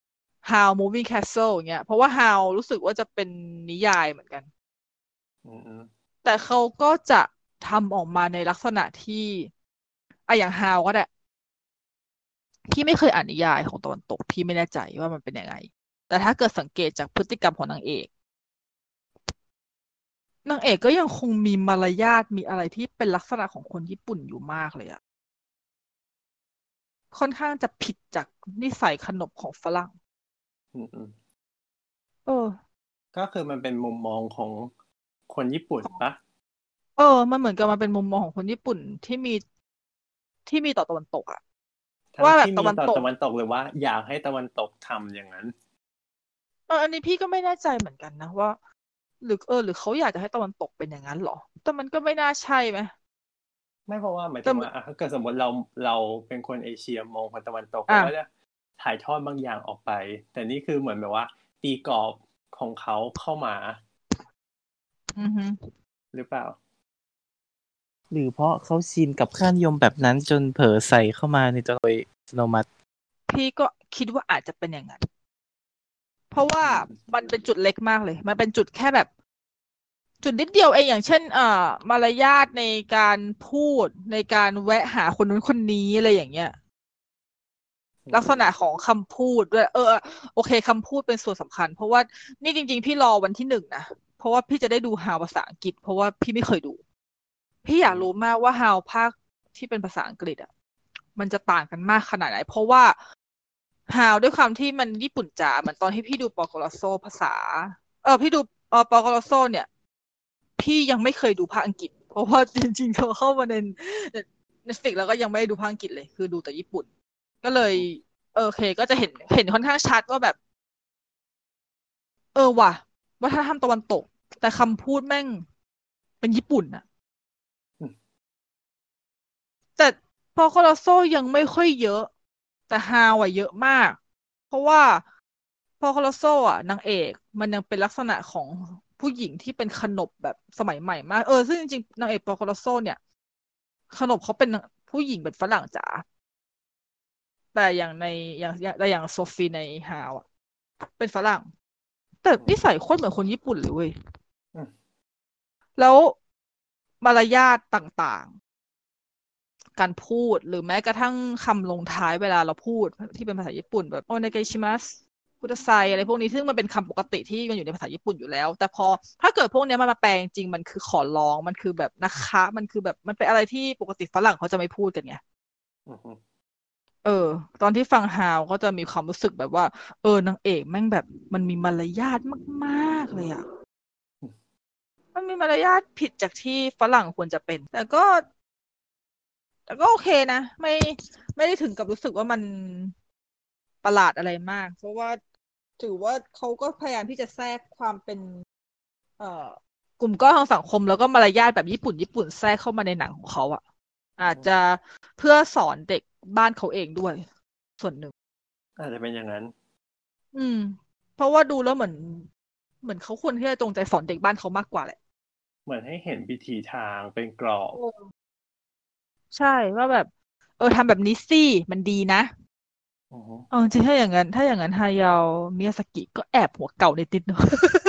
How Moving Castle อย่างเงี้ยเพราะว่า How รู้สึกว่าจะเป็นนิยายเหมือนกันแต่เขาก็จะทำออกมาในลักษณะที่อ่ะอย่าง How ก็ได้พี่ไม่เคยอ่านนิยายของตะวันตกพี่ไม่แน่ใจว่ามันเป็นยังไงแต่ถ้าเกิดสังเกตจากพฤติกรรมของนางเอกนางเอกก็ยังคงมีมารยาทมีอะไรที่เป็นลักษณะของคนญี่ปุ่นอยู่มากเลยอะค่อนข้างจะผิดจากนิสัยขนบของฝรั่งอืมเออก็คือมันเป็นมุมมองของคนญี่ปุ่นปะเออมันเหมือนกับมันเป็นมุมมองของคนญี่ปุ่นที่มีที่มีต่อตะวันตกอะว่าแบบตะวันตกตะวันตกหรือว่าอยากให้ตะวันตกทำอย่างนั้นเอออันนี้พี่ก็ไม่แน่ใจเหมือนกันนะว่าหรือเออหรือเขาอยากจะให้ตะวันตกเป็นอย่างนั้นหรอแต่มันก็ไม่น่าใช่ไหมไม่เพราะว่าหมายถึงว่าถ้าเกิดสมมติเราเราเป็นคนเอเชียมองคนตะวันตกเราก็จะถ่ายทอดบางอย่างออกไปแต่นี่คือเหมือนแบบว่าตีกรอบของเขาเข้ามาอือฮึหรือเปล่าหรือเพราะเขาชินกับค่านิยมแบบนั้นจนเผลอใส่เข้ามาในตัวโดยอัตโนมัติพี่ก็คิดว่าอาจจะเป็นอย่างนั้นเพราะว่ามันเป็นจุดเล็กมากเลยมันเป็นจุดแค่แบบจุดนิดเดียวเองอย่างเช่นเอ่อมารยาทในการพูดในการแวะหาคนนู้นคนนี้อะไรอย่างเงี้ยลักษณะของคำพูดด้วยเออโอเคคำพูดเป็นส่วนสำคัญเพราะว่านี่จริงๆพี่รอวันที่หนึ่งนะเพราะว่าพี่จะได้ดู How ภาษาอังกฤษเพราะว่าพี่ไม่เคยดูพี่อยากรู้มากว่า How ภาคที่เป็นภาษาอังกฤษอ่ะมันจะต่างกันมากขนาดไหนเพราะว่า How ด้วยความที่มันญี่ปุ่นจ๋าเหมือนตอนที่พี่ดูปอกโลโซภาษาเออพี่ดูเออปอกโลโซเนี่ยพี่ยังไม่เคยดูภาคอังกฤษเพราะว่าจริงๆเขาเข้ามาใน Netflix แล้วก็ยังไม่ได้ดูภาคอังกฤษเลยคือดูแต่ญี่ปุ่นก็เลยโอเคก็จะเห็นเห็นค่อนข้างชัดว่าแบบเออว่ะวัฒนธรรมตะวันตกแต่คำพูดแม่งเป็นญี่ปุ่นอะแต่พอโคโลโซยังไม่ค่อยเยอะแต่ฮาวอะเยอะมากเพราะว่าพอโคโลโซอะนางเอกมันยังเป็นลักษณะของผู้หญิงที่เป็นขนบแบบสมัยใหม่มากเออซึ่งจริงๆนางเอกพอโคโลโซเนี่ยขนบเขาเป็นผู้หญิงแบบฝรั่งจ๋าแต่อย่างในอย่างแต่อย่างโซฟีในฮาวอะเป็นฝรั่งแต่นิสัยโคตรเหมือนคนญี่ปุ่นเลยเว้ยแล้วมารยาทต่างๆการพูดหรือแม้กระทั่งคำลงท้ายเวลาเราพูดที่เป็นภาษาญี่ปุ่นแบบโอเนไกชิมัสคุดาไซอะไรพวกนี้ซึ่งมันเป็นคำปกติที่มันอยู่ในภาษาญี่ปุ่นอยู่แล้วแต่พอถ้าเกิดพวกนี้มันมาแปลจริงมันคือขอร้องมันคือแบบนะคะมันคือแบบมันเป็นอะไรที่ปกติฝรั่งเขาจะไม่พูดกันไงเออตอนที่ฟังฮาวก็จะมีความรู้สึกแบบว่าเออนางเอกแม่งแบบมันมีมารยาทมากๆเลยอ่ะมันมีมารยาทผิดจากที่ฝรั่งควรจะเป็นแต่ก็แต่ก็โอเคนะไม่ไม่ได้ถึงกับรู้สึกว่ามันประหลาดอะไรมาก เพราะว่าถือว่าเขาก็พยายามที่จะแทรกความเป็น เอ่อกลุ่มก้อนทางสังคมแล้วก็มารยาทแบบญี่ปุ่นญี่ปุ่นแทรกเข้ามาในหนังของเขาอ่ะ อาจจะเพื่อสอนเด็กบ้านเขาเองด้วย ส่วนหนึ่งอาจจะเป็นอย่างนั้นอืม เพราะว่าดูแล้วเหมือน เหมือนเขาควรที่จะจงใจสอนเด็กบ้านเขามากกว่าแหละเหมือนให้เห็นวิธีทางเป็นกรอบใช่ว่าแบบ เออทำแบบนี้สิมันดีนะอือฮึเออจริงถ้าอย่างนั้น ถ้าอย่างนั้นฮายาโอมิยาสกิก็แอบหัวเก่านิดๆเนอะ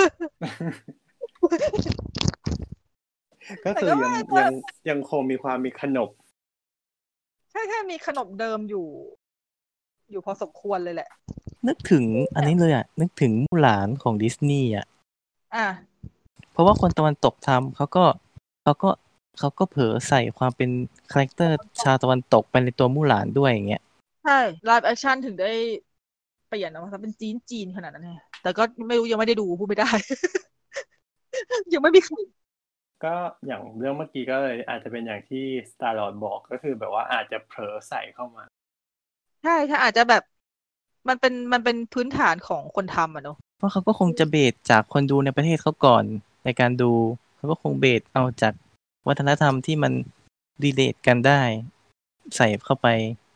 ก็แต่คือก็ยังไม่ยังยังคงมีความมีขนบใช่ใช่มีขนบเดิมอยู่ อยู่พอสมควรเลยแหละนึกถึงอันนี้เลยอ่ะ นึกถึงมู่หลานของดิสนีย์อ่ะอ่ะเพราะว่าคนตะวันตกทำเขาก็เขาก็เขาก็เผลอใส่ความเป็นคาแรคเตอร์ชาวตะวันตกไปในตัวมู่หลานด้วยอย่างเงี้ยใช่ไลฟ์แอคชั่นถึงได้เปลี่ยนออกมาเป็นจีนจีนขนาดนั้นไงแต่ก็ไม่รู้ยังไม่ได้ดูพูดไม่ได้ ยังไม่มีใครก็อย่างเรื่องเมื่อกี้ก็เลยอาจจะเป็นอย่างที่ Star Lord บอกก็คือแบบว่าอาจจะเผลอใส่เข้ามาใช่ถ้าอาจจะแบบ มันเป็นมันเป็นพื้นฐานของคนทำอ่ะเนอะเพราะเขาก็คงจะเบสจากคนดูในประเทศเขาก่อนในการดูเขาก็คงเบสเอาจากวัฒนธรรมที่มันรีเลทกันได้ ใส่เข้าไป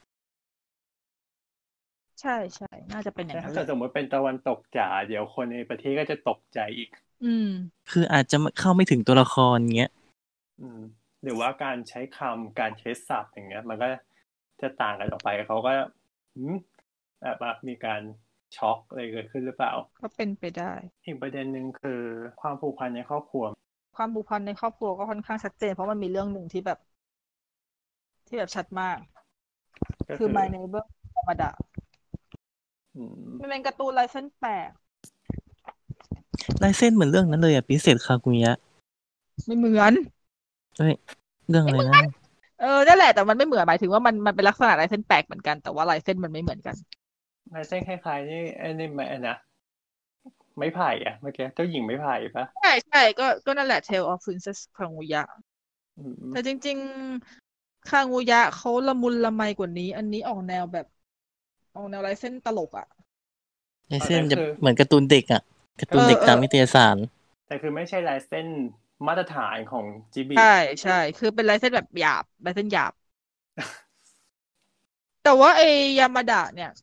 ใช่ใช่น่าจะเป็นอย่างนั้ถ้านแหเกิดละสมมติเป็นตะวันตกจ๋าเดี๋ยวคนในประเทศก็จะตกใจอีกอืมคืออาจจะเข้าไม่ถึงตัวละครเงี้ยอืม หรือว่าการใช้คำการใช้ศัพท์อย่างเงี้ย มันก็จะต่างกันออกไปเขาก็หืมแบบว่ามีการช็อกอะไรเกิดขึ้นหรือเปล่าก็เป็นไปได้อีกประเด็นหนึ่งคือความผูกพันในครอบครัวความผูกพันในครอบครัวก็ค่อนข้างชัดเจนเพราะมันมีเรื่องหนึ่งที่แบบ ที่แบบชัดมากก็คือ My Neighbor ธรรมดาอืมมันเป็นการ์ตูนลายเส้นแปลกลายเส้นเหมือนเรื่องนั้นเลยอ่ะพิเศษคากุมิยะไม่เหมือนเฮ้ยเรื่องอะไรนะเออนั่นแหละแต่มันไม่เหมือนหมายถึงว่ามันมันเป็นลักษณะลายเส้นแปลกเหมือนกันแต่ว่าลายเส้นมันไม่เหมือนกันลายเส้นคล้ายๆนี่ไอ้นี่ไหมนะไม้ไผ่อะเมื่อกี้เจ้าหญิงไม้ไผ่ปะใช่ใช่ก็ก็นั่นแหละ Tale of Princess Kaguya อืมแต่จริงๆ คางูยะเขาละมุนละไมกว่านี้ อันนี้ออกแนวแบบออกแนวลายเส้นตลกอ่ะลายเส้นจะเหมือนการ์ตูนเด็กอ่ะการ์ตูนเด็กเออเออตามนิตยสารแต่คือไม่ใช่ลายเส้นมาตรฐานของจิบิใช่ใช่คือเป็นลายเส้นแบบหยาบลายเส้นหยาบ แต่ว่าไอ้ยามาดะเนี่ย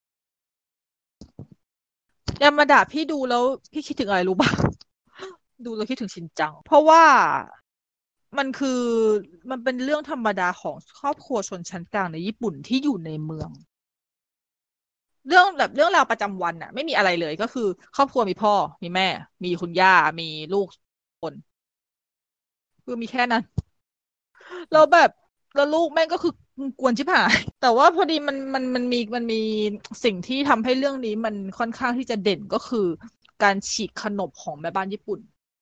ยามาดะพี่ดูแล้วพี่คิดถึงอะไรรู้ป่ะ ดูแล้วคิดถึงชินจัง เพราะว่ามันคือมันเป็นเรื่องธรรมดาของครอบครัวชนชั้นกลางในญี่ปุ่นที่อยู่ในเมือง เรื่องแบบเรื่องราวประจำวันอะไม่มีอะไรเลยก็คือ ครอบครัวมีพ่อมีแม่ มีคุณย่ามีลูกคนคือมีแค่นั้นแล้วแบบแล้วลูกแม่งก็คือกวนชิบหาย แต่ว่าพอดีมันมันมันมีมันมีสิ่งที่ทำให้เรื่องนี้มันค่อนข้างที่จะเด่นก็คือการฉีกขนบของแม่บ้านญี่ปุ่น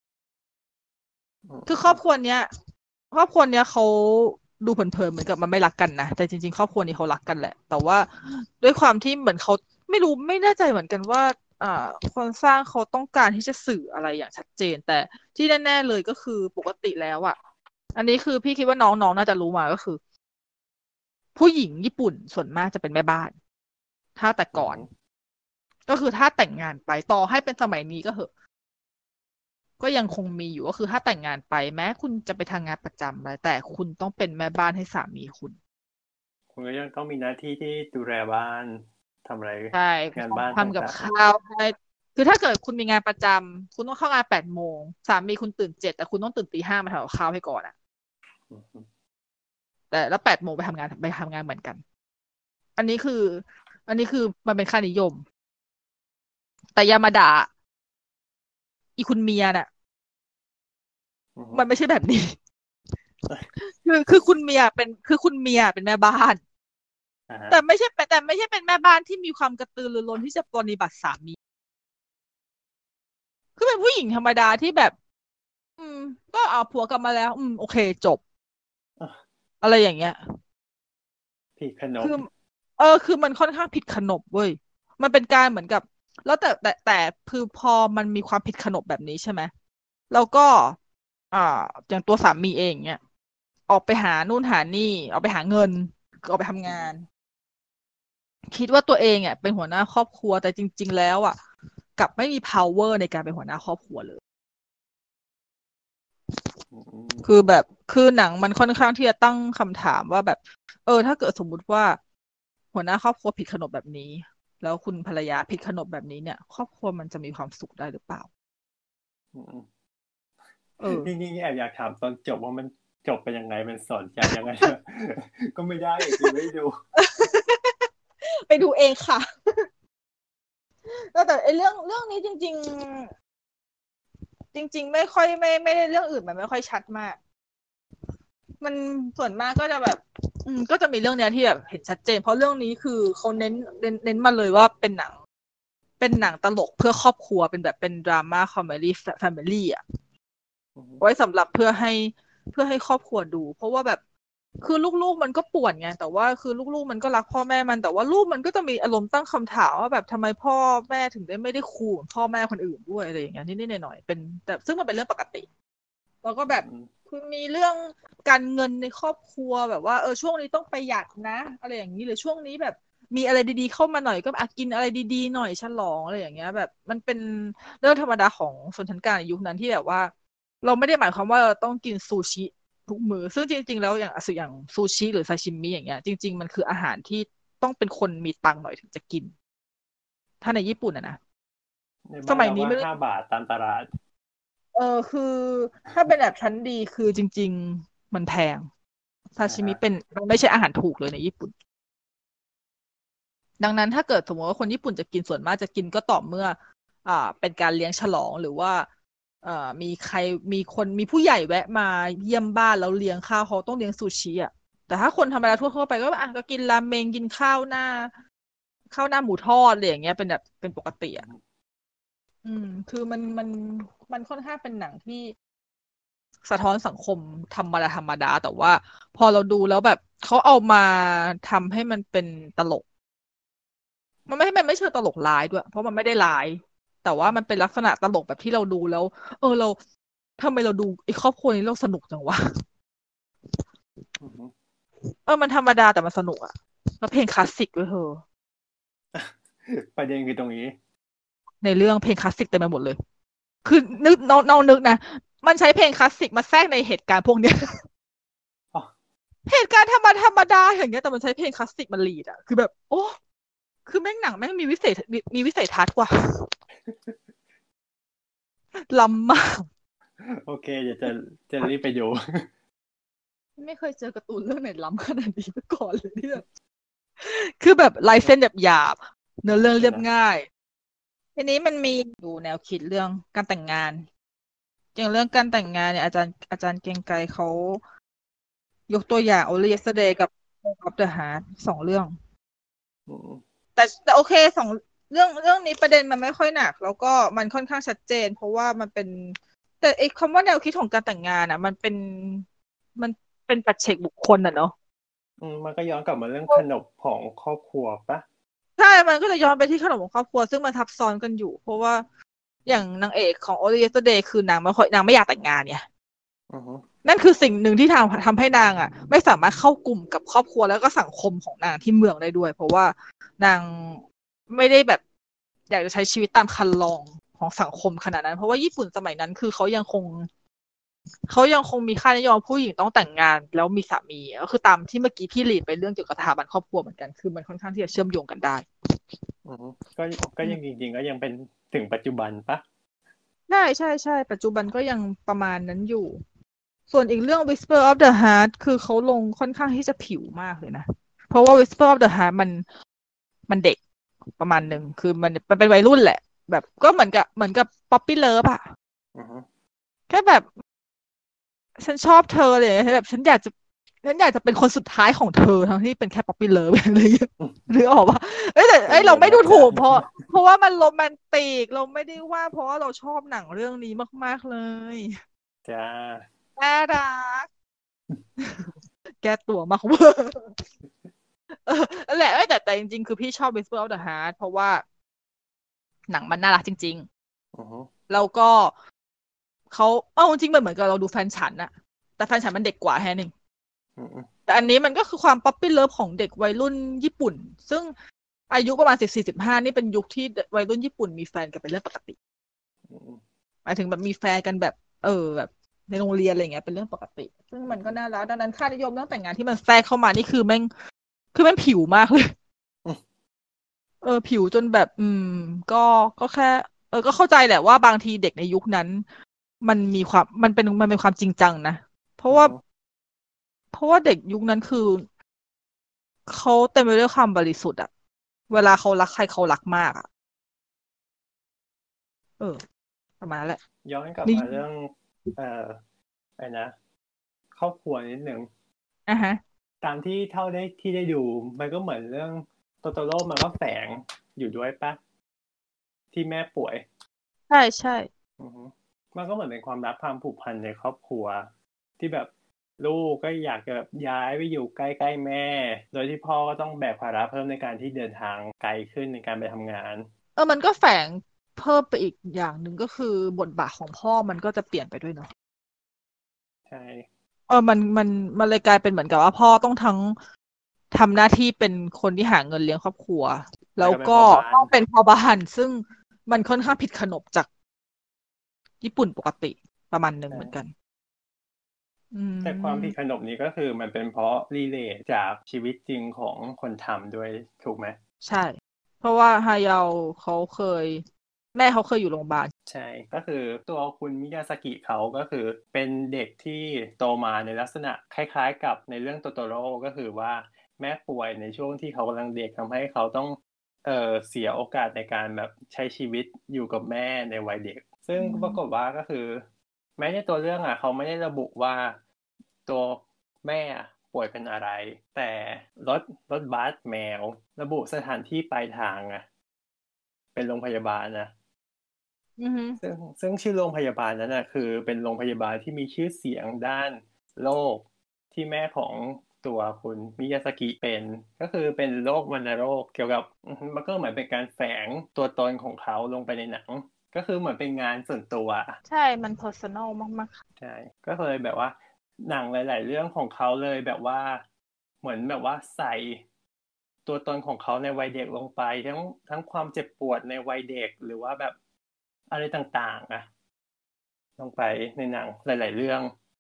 คือครอบครัวเนี้ย ครอบครัวเนี้ยเขาดูเผินๆเหมือนกับมันไม่รักกันนะแต่จริงๆครอบครัวนี้เขารักกันแหละ แต่ว่าด้วยความที่เหมือนเขาไม่รู้ไม่แน่ใจเหมือนกันว่า อ่า คนสร้างเขาต้องการที่จะสื่ออะไรอย่างชัดเจน แต่ที่แน่ๆเลยก็คือปกติแล้วอ่ะ อันนี้คือพี่คิดว่าน้องๆน่าจะรู้มาก็คือ ผู้หญิงญี่ปุ่นส่วนมากจะเป็นแม่บ้าน ถ้าแต่ก่อน ก็คือถ้าแต่งงานไปต่อให้เป็นสมัยนี้ก็เหอะ ก็ยังคงมีอยู่ก็คือถ้าแต่งงานไปแม้คุณจะไปทำงานประจำอะไรแต่คุณต้องเป็นแม่บ้านให้สามีคุณคุณก็ยังต้องมีหน้าที่ที่ดูแลบ้านทำอะไรใช่งานบ้านทำกับต่างข้าวให้คือถ้าเกิดคุณมีงานประจำคุณต้องเข้างานแปดโมงสามีคุณตื่นเจ็ดแต่คุณต้องตื่นตีห้ามาทำกับข้าวให้ก่อนอะๆอืมแต่แล้วแปดโมงไปทำงานไปทำงานเหมือนกัน อันนี้คือ อันนี้คือมันเป็นค่านิยม แต่ยามาดะอีคุณเมียน่ะอืมมันไม่ใช่แบบนี้ คือคือคุณเมียเป็นคือคุณเมียเป็นแม่บ้านอ่าฮะแต่ไม่ใช่แต่ไม่ใช่เป็นแม่บ้านที่มีความกระตือรือร้นที่จะปฏิบัติสามี คือเป็นผู้หญิงธรรมดาที่แบบ อืม ก็เอาผัวกลับมาแล้ว อืม โอเคจบอ่ะอะไรอย่างเงี้ยผิดขนบคือ เออ คือมันค่อนข้างผิดขนบเว้ย มันเป็นการเหมือนกับ แล้วแต่แต่แต่คือพอมันมีความผิดขนบแบบนี้ใช่ไหม แล้วก็ อ่า อย่างตัวสามีเองเนี่ย ออกไปหานู่นหานี่ ออกไปหาเงิน ออกไปทำงานคิดว่าตัวเองอ่ะเป็นหัวหน้าครอบครัวแต่จริงๆแล้วอ่ะกลับไม่มี power ในการเป็นหัวหน้าครอบครัวเลยคือแบบคือหนังมันค่อนข้างที่จะตั้งคำถามว่าแบบเออถ้าเกิดสมมุติว่าหัวหน้าครอบครัวผิดขนบแบบนี้แล้วคุณภรรยาผิดขนบแบบนี้เนี่ยครอบครัวมันจะมีความสุขได้หรือเปล่าเออนี่นี่แอบอยากถามตอนจบว่ามันจบไปยังไงมันสอนใจยังไง ก็ไม่ได้จริงไม่ดูไปดูเองค่ะแต่ไอ้เรื่องเรื่องนี้จริงๆจริงๆไม่ค่อยไม่ไม่ได้เรื่องอื่นมันไม่ค่อยชัดมากมันส่วนมากก็จะแบบอืมก็จะมีเรื่องเนี้ยที่แบบเห็นชัดเจนเพราะเรื่องนี้คือเขาเน้นเน้นเน้นมาเลยว่าเป็นหนังเป็นหนังตลกเพื่อครอบครัวเป็นแบบเป็นดราม่าคอมเมดี้แฟมิลี่อ่ะไว้สำหรับเพื่อให้เพื่อให้ครอบครัวดูเพราะว่าแบบคือลูกๆมันก็ป่วนไงแต่ว่าคือลูกๆมันก็รักพ่อแม่มันแต่ว่าลูกมันก็จะมีอารมณ์ตั้งคำถามว่าแบบทำไมพ่อแม่ถึงได้ไม่ได้คูลพ่อแม่คนอื่นด้วยอะไรอย่างเงี้ยนิดๆหน่อยๆเป็นแต่ซึ่งมันเป็นเรื่องปกติแล้วก็แบบคือมีเรื่องการเงินในครอบครัวแบบว่าเออช่วงนี้ต้องประหยัดนะอะไรอย่างนี้หรือช่วงนี้แบบมีอะไรดีๆเข้ามาหน่อยก็อากินอะไรดีๆหน่อยฉลองอะไรอย่างเงี้ยแบบมันเป็นเรื่องธรรมดาของชนชั้นกลางในยุคนั้นที่แบบว่าเราไม่ได้หมายความว่าเราต้องกินซูชิทุกมื้อซึ่งจริงๆแล้วอย่างอย่างซูชิหรือซาชิมิอย่างเงี้ยจริงๆมันคืออาหารที่ต้องเป็นคนมีตังค์หน่อยถึงจะกินถ้าในญี่ปุ่นอะนะสมัยนี้ไม่ห้าบาทตามตลาดเออคือถ้าเป็นแบบชั้นดีคือจริงๆมันแพงซาชิมิเป็นมันไม่ใช่อาหารถูกเลยในญี่ปุ่นดังนั้นถ้าเกิดสมมติว่าคนญี่ปุ่นจะกินส่วนมากจะกินก็ต่อเมื่ออ่าเป็นการเลี้ยงฉลองหรือว่าเอ่อมีใครมีคนมีผู้ใหญ่แวะมาเยี่ยมบ้านแล้วเลี้ยงข้าวเขาต้องเลี้ยงซูชิอ่ะแต่ถ้าคนธรรมดาทั่วๆไปก็อ่ะก็กินราเมงกินข้าวหน้าข้าวหน้าหมูทอดอะไรอย่างเงี้ยเป็นแบบเป็นปกติอ่ะอืมคือมันมันมันค่อนข้างเป็นหนังที่สะท้อนสังคมธรรมดาธรรมดาแต่ว่าพอเราดูแล้วแบบเขาเอามาทำให้มันเป็นตลกมันไม่ให้มันไม่เชิงตลกร้ายด้วยเพราะมันไม่ได้ร้ายแต่ว่ามันเป็นลักษณะตลกแบบที่เราดูแล้วเออเราทำไมเราดูไอ้ครอบครัวนี้เราสนุกจังวะเออมันธรรมดาแต่มันสนุกอะแล้วเพลงคลาสสิกด้วยเธอประเด็นคือตรงนี้ในเรื่องเพลงคลาสสิกเต็มไปหมดเลยคือนึกน้องน้องนึกนะมันใช้เพลงคลาสสิกมาแทรกในเหตุการณ์พวกเนี้ยเหตุการณ์ธรรมดาธรรมดาอย่างเงี้ยแต่มันใช้เพลงคลาสสิกมาลีดอะคือแบบโอ้คือแม่งหนังแม่งมีวิสัยมีวิสัยทัศน์กว่าล้ำมากโอเคเดี๋ยวจะจะรีบไปดูไม่เคยเจอการ์ตูนเรื่องไหนล้ำขนาดนี้มาก่อนเลยที่แบบคือแบบลายเส้นแบบหยาบเนื้อเรื่องเรียบง่ายทีนี้มันมีดูแนวคิดเรื่องการแต่งงานอย่างเรื่องการแต่งงานเนี่ยอาจารย์อาจารย์เกรียงไกรเขายกตัวอย่าง Only Yesterday กับ House of the Heart สองเรื่องแต่แต่โอเคสองเรื่องเรื่องนี้ประเด็นมันไม่ค่อยหนักแล้วก็มันค่อนข้างชัดเจนเพราะว่ามันเป็นแต่ไอ้คำว่าแนวคิดของการแต่งงานอ่ะมันเป็นมันเป็นปัจเจกบุคคลอ่ะเนาะอืมมันก็ย้อนกลับมาเรื่องขนบของครอบครัวปะใช่มันก็เลยย้อนไปที่ขนบของครอบครัวซึ่งมันทับซ้อนกันอยู่เพราะว่าอย่างนางเอกของ Only Yesterday คือนางไม่ค่อยนางไม่อยากแต่งงานเนี่ยนั่นคือสิ่งหนึ่งที่ทำทำให้นางอ่ะไม่สามารถเข้ากลุ่มกับครอบครัวแล้วก็สังคมของนางที่เมืองได้ด้วยเพราะว่านางไม่ได้แบบอยากจะใช้ชีวิตตามคันลองของสังคมขนาดนั้นเพราะว่าญี่ปุ่นสมัยนั้นคือเขายังคงเขายังคงมีค่านิยมผู้หญิงต้องแต่งงานแล้วมีสามีก็คือตามที่เมื่อกี้พี่ลีดไปเรื่องเกี่ยวกับสถาบันครอบครัวเหมือนกันคือมันค่อนข้างที่จะเชื่อมโยงกันได้อือก็ก็ยังจริงๆก็ยังเป็นถึงปัจจุบันปะใช่ใช่ใช่ปัจจุบันก็ยังประมาณนั้นอยู่ส่วนอีกเรื่อง Whisper of the Heart คือเขาลงค่อนข้างที่จะผิวมากเลยนะเพราะว่า Whisper of the Heart มันมันเด็กประมาณหนึ่งคือมันมันเป็นวัยรุ่นแหละแบบก็เหมือนกับเหมือนกับ Poppy Love อะแค่แบบฉันชอบเธอเลยแบบฉันอยากจะฉันอยากจะเป็นคนสุดท้ายของเธอทั้งที่เป็นแค่ Poppy Love อะไรอย่างเงี้ยหรือออกป่ะเอ้ยแต่เอ้ยเราไม่ดูถูกเพราะเพราะว่ามันโรแมนติกเราไม่ได้ว่าเพราะว่าเราชอบหนังเรื่องนี้มากๆเลยจ้าน่ารักแก้ตัวมากเวอร์เออนั่นแหละแต่แต่จริงๆคือพี่ชอบ Whisper of the Heart เพราะว่าหนังมันน่ารักจริงๆแล้วก็เขาเอ้าจริงๆมันเหมือนกับเราดูแฟนฉันอะแต่แฟนฉันมันเด็กกว่าแค่นึงแต่อันนี้มันก็คือความป๊อปปี้เลิฟของเด็กวัยรุ่นญี่ปุ่นซึ่งอายุประมาณสิบสี่สิบห้านี่เป็นยุคที่วัยรุ่นญี่ปุ่นมีแฟนกันเป็นเรื่องปกติหมายถึงแบบมีแฟนกันแบบ เออแบบในโรงเรียนอะไรเงี้ยเป็นเรื่องปกติ ซึ่งมันก็น่ารักดังนั้นค่านิยมเรื่องแต่งงานที่มันแทรกเข้ามานี่คือแม่งคือแม่งผิวมากเลยเออผิวจนแบบ อืม ก็ก็แค่ เออก็เข้าใจแหละว่าบางทีเด็กในยุคนั้น มันมีความมันเป็นมันเป็นความจริงจังนะเพราะว่าเพราะว่าเด็กยุคนั้นคือเขาเต็มไปด้วยความบริสุทธิ์อะเวลาเขารักใครเขารักมากอะเออประมาณนั้นแหละย้อนกลับมาเรื่องเอ่อไอ้นะครอบครัวนิดหนึ่งอ่ะฮะตามที่เท่าได้ที่ได้ดูมันก็เหมือนเรื่องโตโตโร่มันก็แฝงอยู่ด้วยปะที่แม่ป่วยใช่ใช่มันก็เหมือนเป็นความรักความผูกพันในครอบครัวที่แบบลูกก็อยากจะแบบย้ายไปอยู่ใกล้ๆแม่ โดยที่พ่อก็ต้องแบกภาระเพิ่มในการที่เดินทางไกลขึ้นในการไปทำงานเออมันก็แฝงเพิ่มไปอีกอย่างหนึ่งก็คือบทบาทของพ่อมันก็จะเปลี่ยนไปด้วยเนาะใช่เออมันมันมันเลยกลายเป็นเหมือนกับว่าพ่อต้องทั้งทำหน้าที่เป็นคนที่หาเงินเลี้ยงครอบครัวแล้วก็ต้องเป็นพ่อบ้านซึ่งมันค่อนข้างผิดขนบจากญี่ปุ่นปกติประมาณหนึ่งเหมือนกันแต่ความผิดขนบนี้ก็คือมันเป็นเพราะรีเลทจากชีวิตจริงของคนทำด้วยถูกไหมใช่เพราะว่าฮายาเขาเคยแม่เขาเคยอยู่โรงพยาบาลใช่ก็คือตัวคุณมิยาสกิเขาก็คือเป็นเด็กที่โตมาในลักษณะคล้ายๆกับในเรื่องโตโตโร่ก็คือว่าแม่ป่วยในช่วงที่เขากำลังเด็กทำให้เขาต้องเอ่อเสียโอกาสในการแบบใช้ชีวิตอยู่กับแม่ในวัยเด็กซึ่งปรากฏว่าก็คือแม้ในตัวเรื่องอ่ะเขาไม่ได้ระบุว่าตัวแม่ป่วยเป็นอะไรแต่รถรถบัสแมวระบุสถานที่ปลายทางอ่ะเป็นโรงพยาบาลนะซึ่งซึ่งชื่อโรงพยาบาลนั้นนะคือเป็นโรงพยาบาลที่มีชื่อเสียงด้านโรคที่แม่ของตัวคุณมิยาสกิเป็นก็คือเป็นโรควัณโรคเกี่ยวกับมันก็เหมือนเป็นการแฝงตัวตนของเขาลงไปในหนังก็คือเหมือนเป็นงานส่วนตัวใช่มัน personal มากๆใช่ก็เลยแบบว่าหนังหลายๆเรื่องของเขาเลยแบบว่าเหมือนแบบว่าใส่ตัวตนของเขาในวัยเด็กลงไปทั้งทั้งความเจ็บปวดในวัยเด็กหรือว่าแบบอะไรต่างๆอะลงไปในหนังหลายๆเรื่อง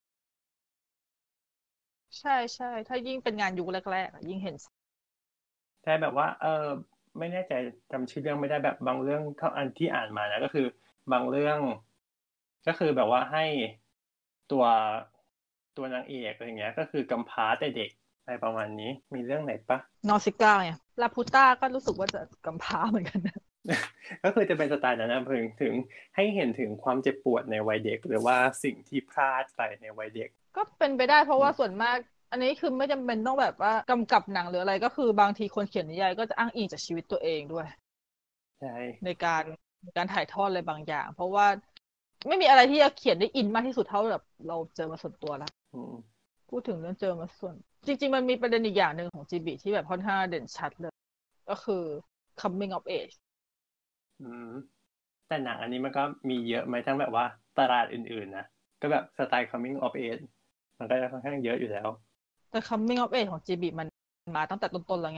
ใช่ใช่ถ้ายิ่งเป็นงานยุคแรกๆยิ่งเห็นใช่แบบว่าเออไม่แน่ใจจำชื่อเรื่องไม่ได้แบบบางเรื่องเท่าอันที่อ่านมานะก็คือบางเรื่องก็คือแบบว่าให้ตัวตัวนางเอกอะไรเงี้ยก็คือกำพร้าแต่เด็กอะไรประมาณนี้มีเรื่องไหนปะนอซิก้าไงลาพูต้าก็รู้สึกว่าจะกำพร้าเหมือนกันนะก็คือจะเป็นสไตล์นั้นนะถึงถึงให้เห็นถึงความเจ็บปวดในวัยเด็กหรือว่าสิ่งที่พลาดไปในวัยเด็กก็เป็นไปได้เพราะว่าส่วนมากอันนี้คือไม่จำเป็นต้องแบบว่ากำกับหนังหรืออะไรก็คือบางทีคนเขียนนิยายก็จะอ้างอิงจากชีวิตตัวเองด้วยใช่ในการในการถ่ายทอดอะไรบางอย่างเพราะว่าไม่มีอะไรที่จะเขียนได้อินมากที่สุดเท่าแบบเราเจอมาส่วนตัวแล้วพูดถึงเรื่องเจอมาส่วนจริงๆมันมีประเด็นอีกอย่างหนึ่งของจีบีที่แบบค่อนข้างเด่นชัดเลยก็คือ coming of age อืมแต่หนังอันนี้มันก็มีเยอะไหมทั้งแบบว่าตลาดอื่นๆนะก็แบบสไตล์ coming of age มันก็จะค่อนข้างเยอะอยู่แล้วแต่ coming of age ของจีบีมันมาตั้งแต่ต้นๆแล้วไง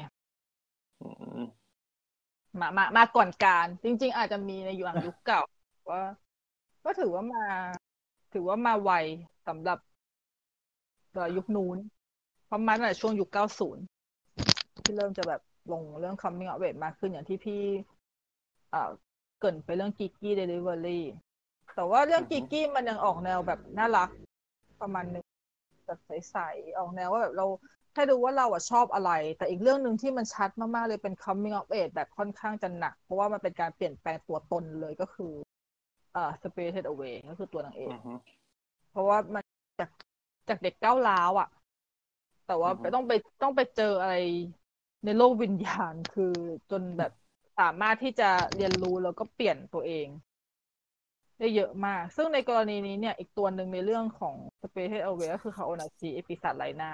มามามาก่อนการจริงๆอาจจะมีในยุคยุคเก่าว่าก็ถือว่ามาถือว่ามาไวสำหรับยุคนู้นเพราะมันตั้งแต่ช่วงยุคเก้าสิบที่เริ่มจะแบบลงเรื่อง coming of age มากขึ้นอย่างที่พี่อ่าเกริ่นไปเรื่อง Geeky Delivery แต่ว่าเรื่อง Geeky มันยังออกแนวแบบน่ารักประมาณนึงแบบใสๆออกแนวว่าแบบเราให้ดูว่าเราอะชอบอะไรแต่อีกเรื่องหนึ่งที่มันชัดมากๆเลยเป็น coming of age แบบค่อนข้างจะหนักเพราะว่ามันเป็นการเปลี่ยนแปลงตัวตนเลยก็คืออ่า Spirited Away ก็คือตัวนางเอกเพราะว่ามันจากจากเด็กก้าวร้าวอะแต่ว่าต้องไปต้องไปเจออะไรในโลกวิญญาณคือจนแบบสามารถที่จะเรียนรู้แล้วก็เปลี่ยนตัวเองได้เยอะมากซึ่งในกรณีนี้เนี่ยอีกตัวหนึ่งในเรื่องของ Spirited Away ก็คือคาโอนาจิเอปิศาจไร้หน้า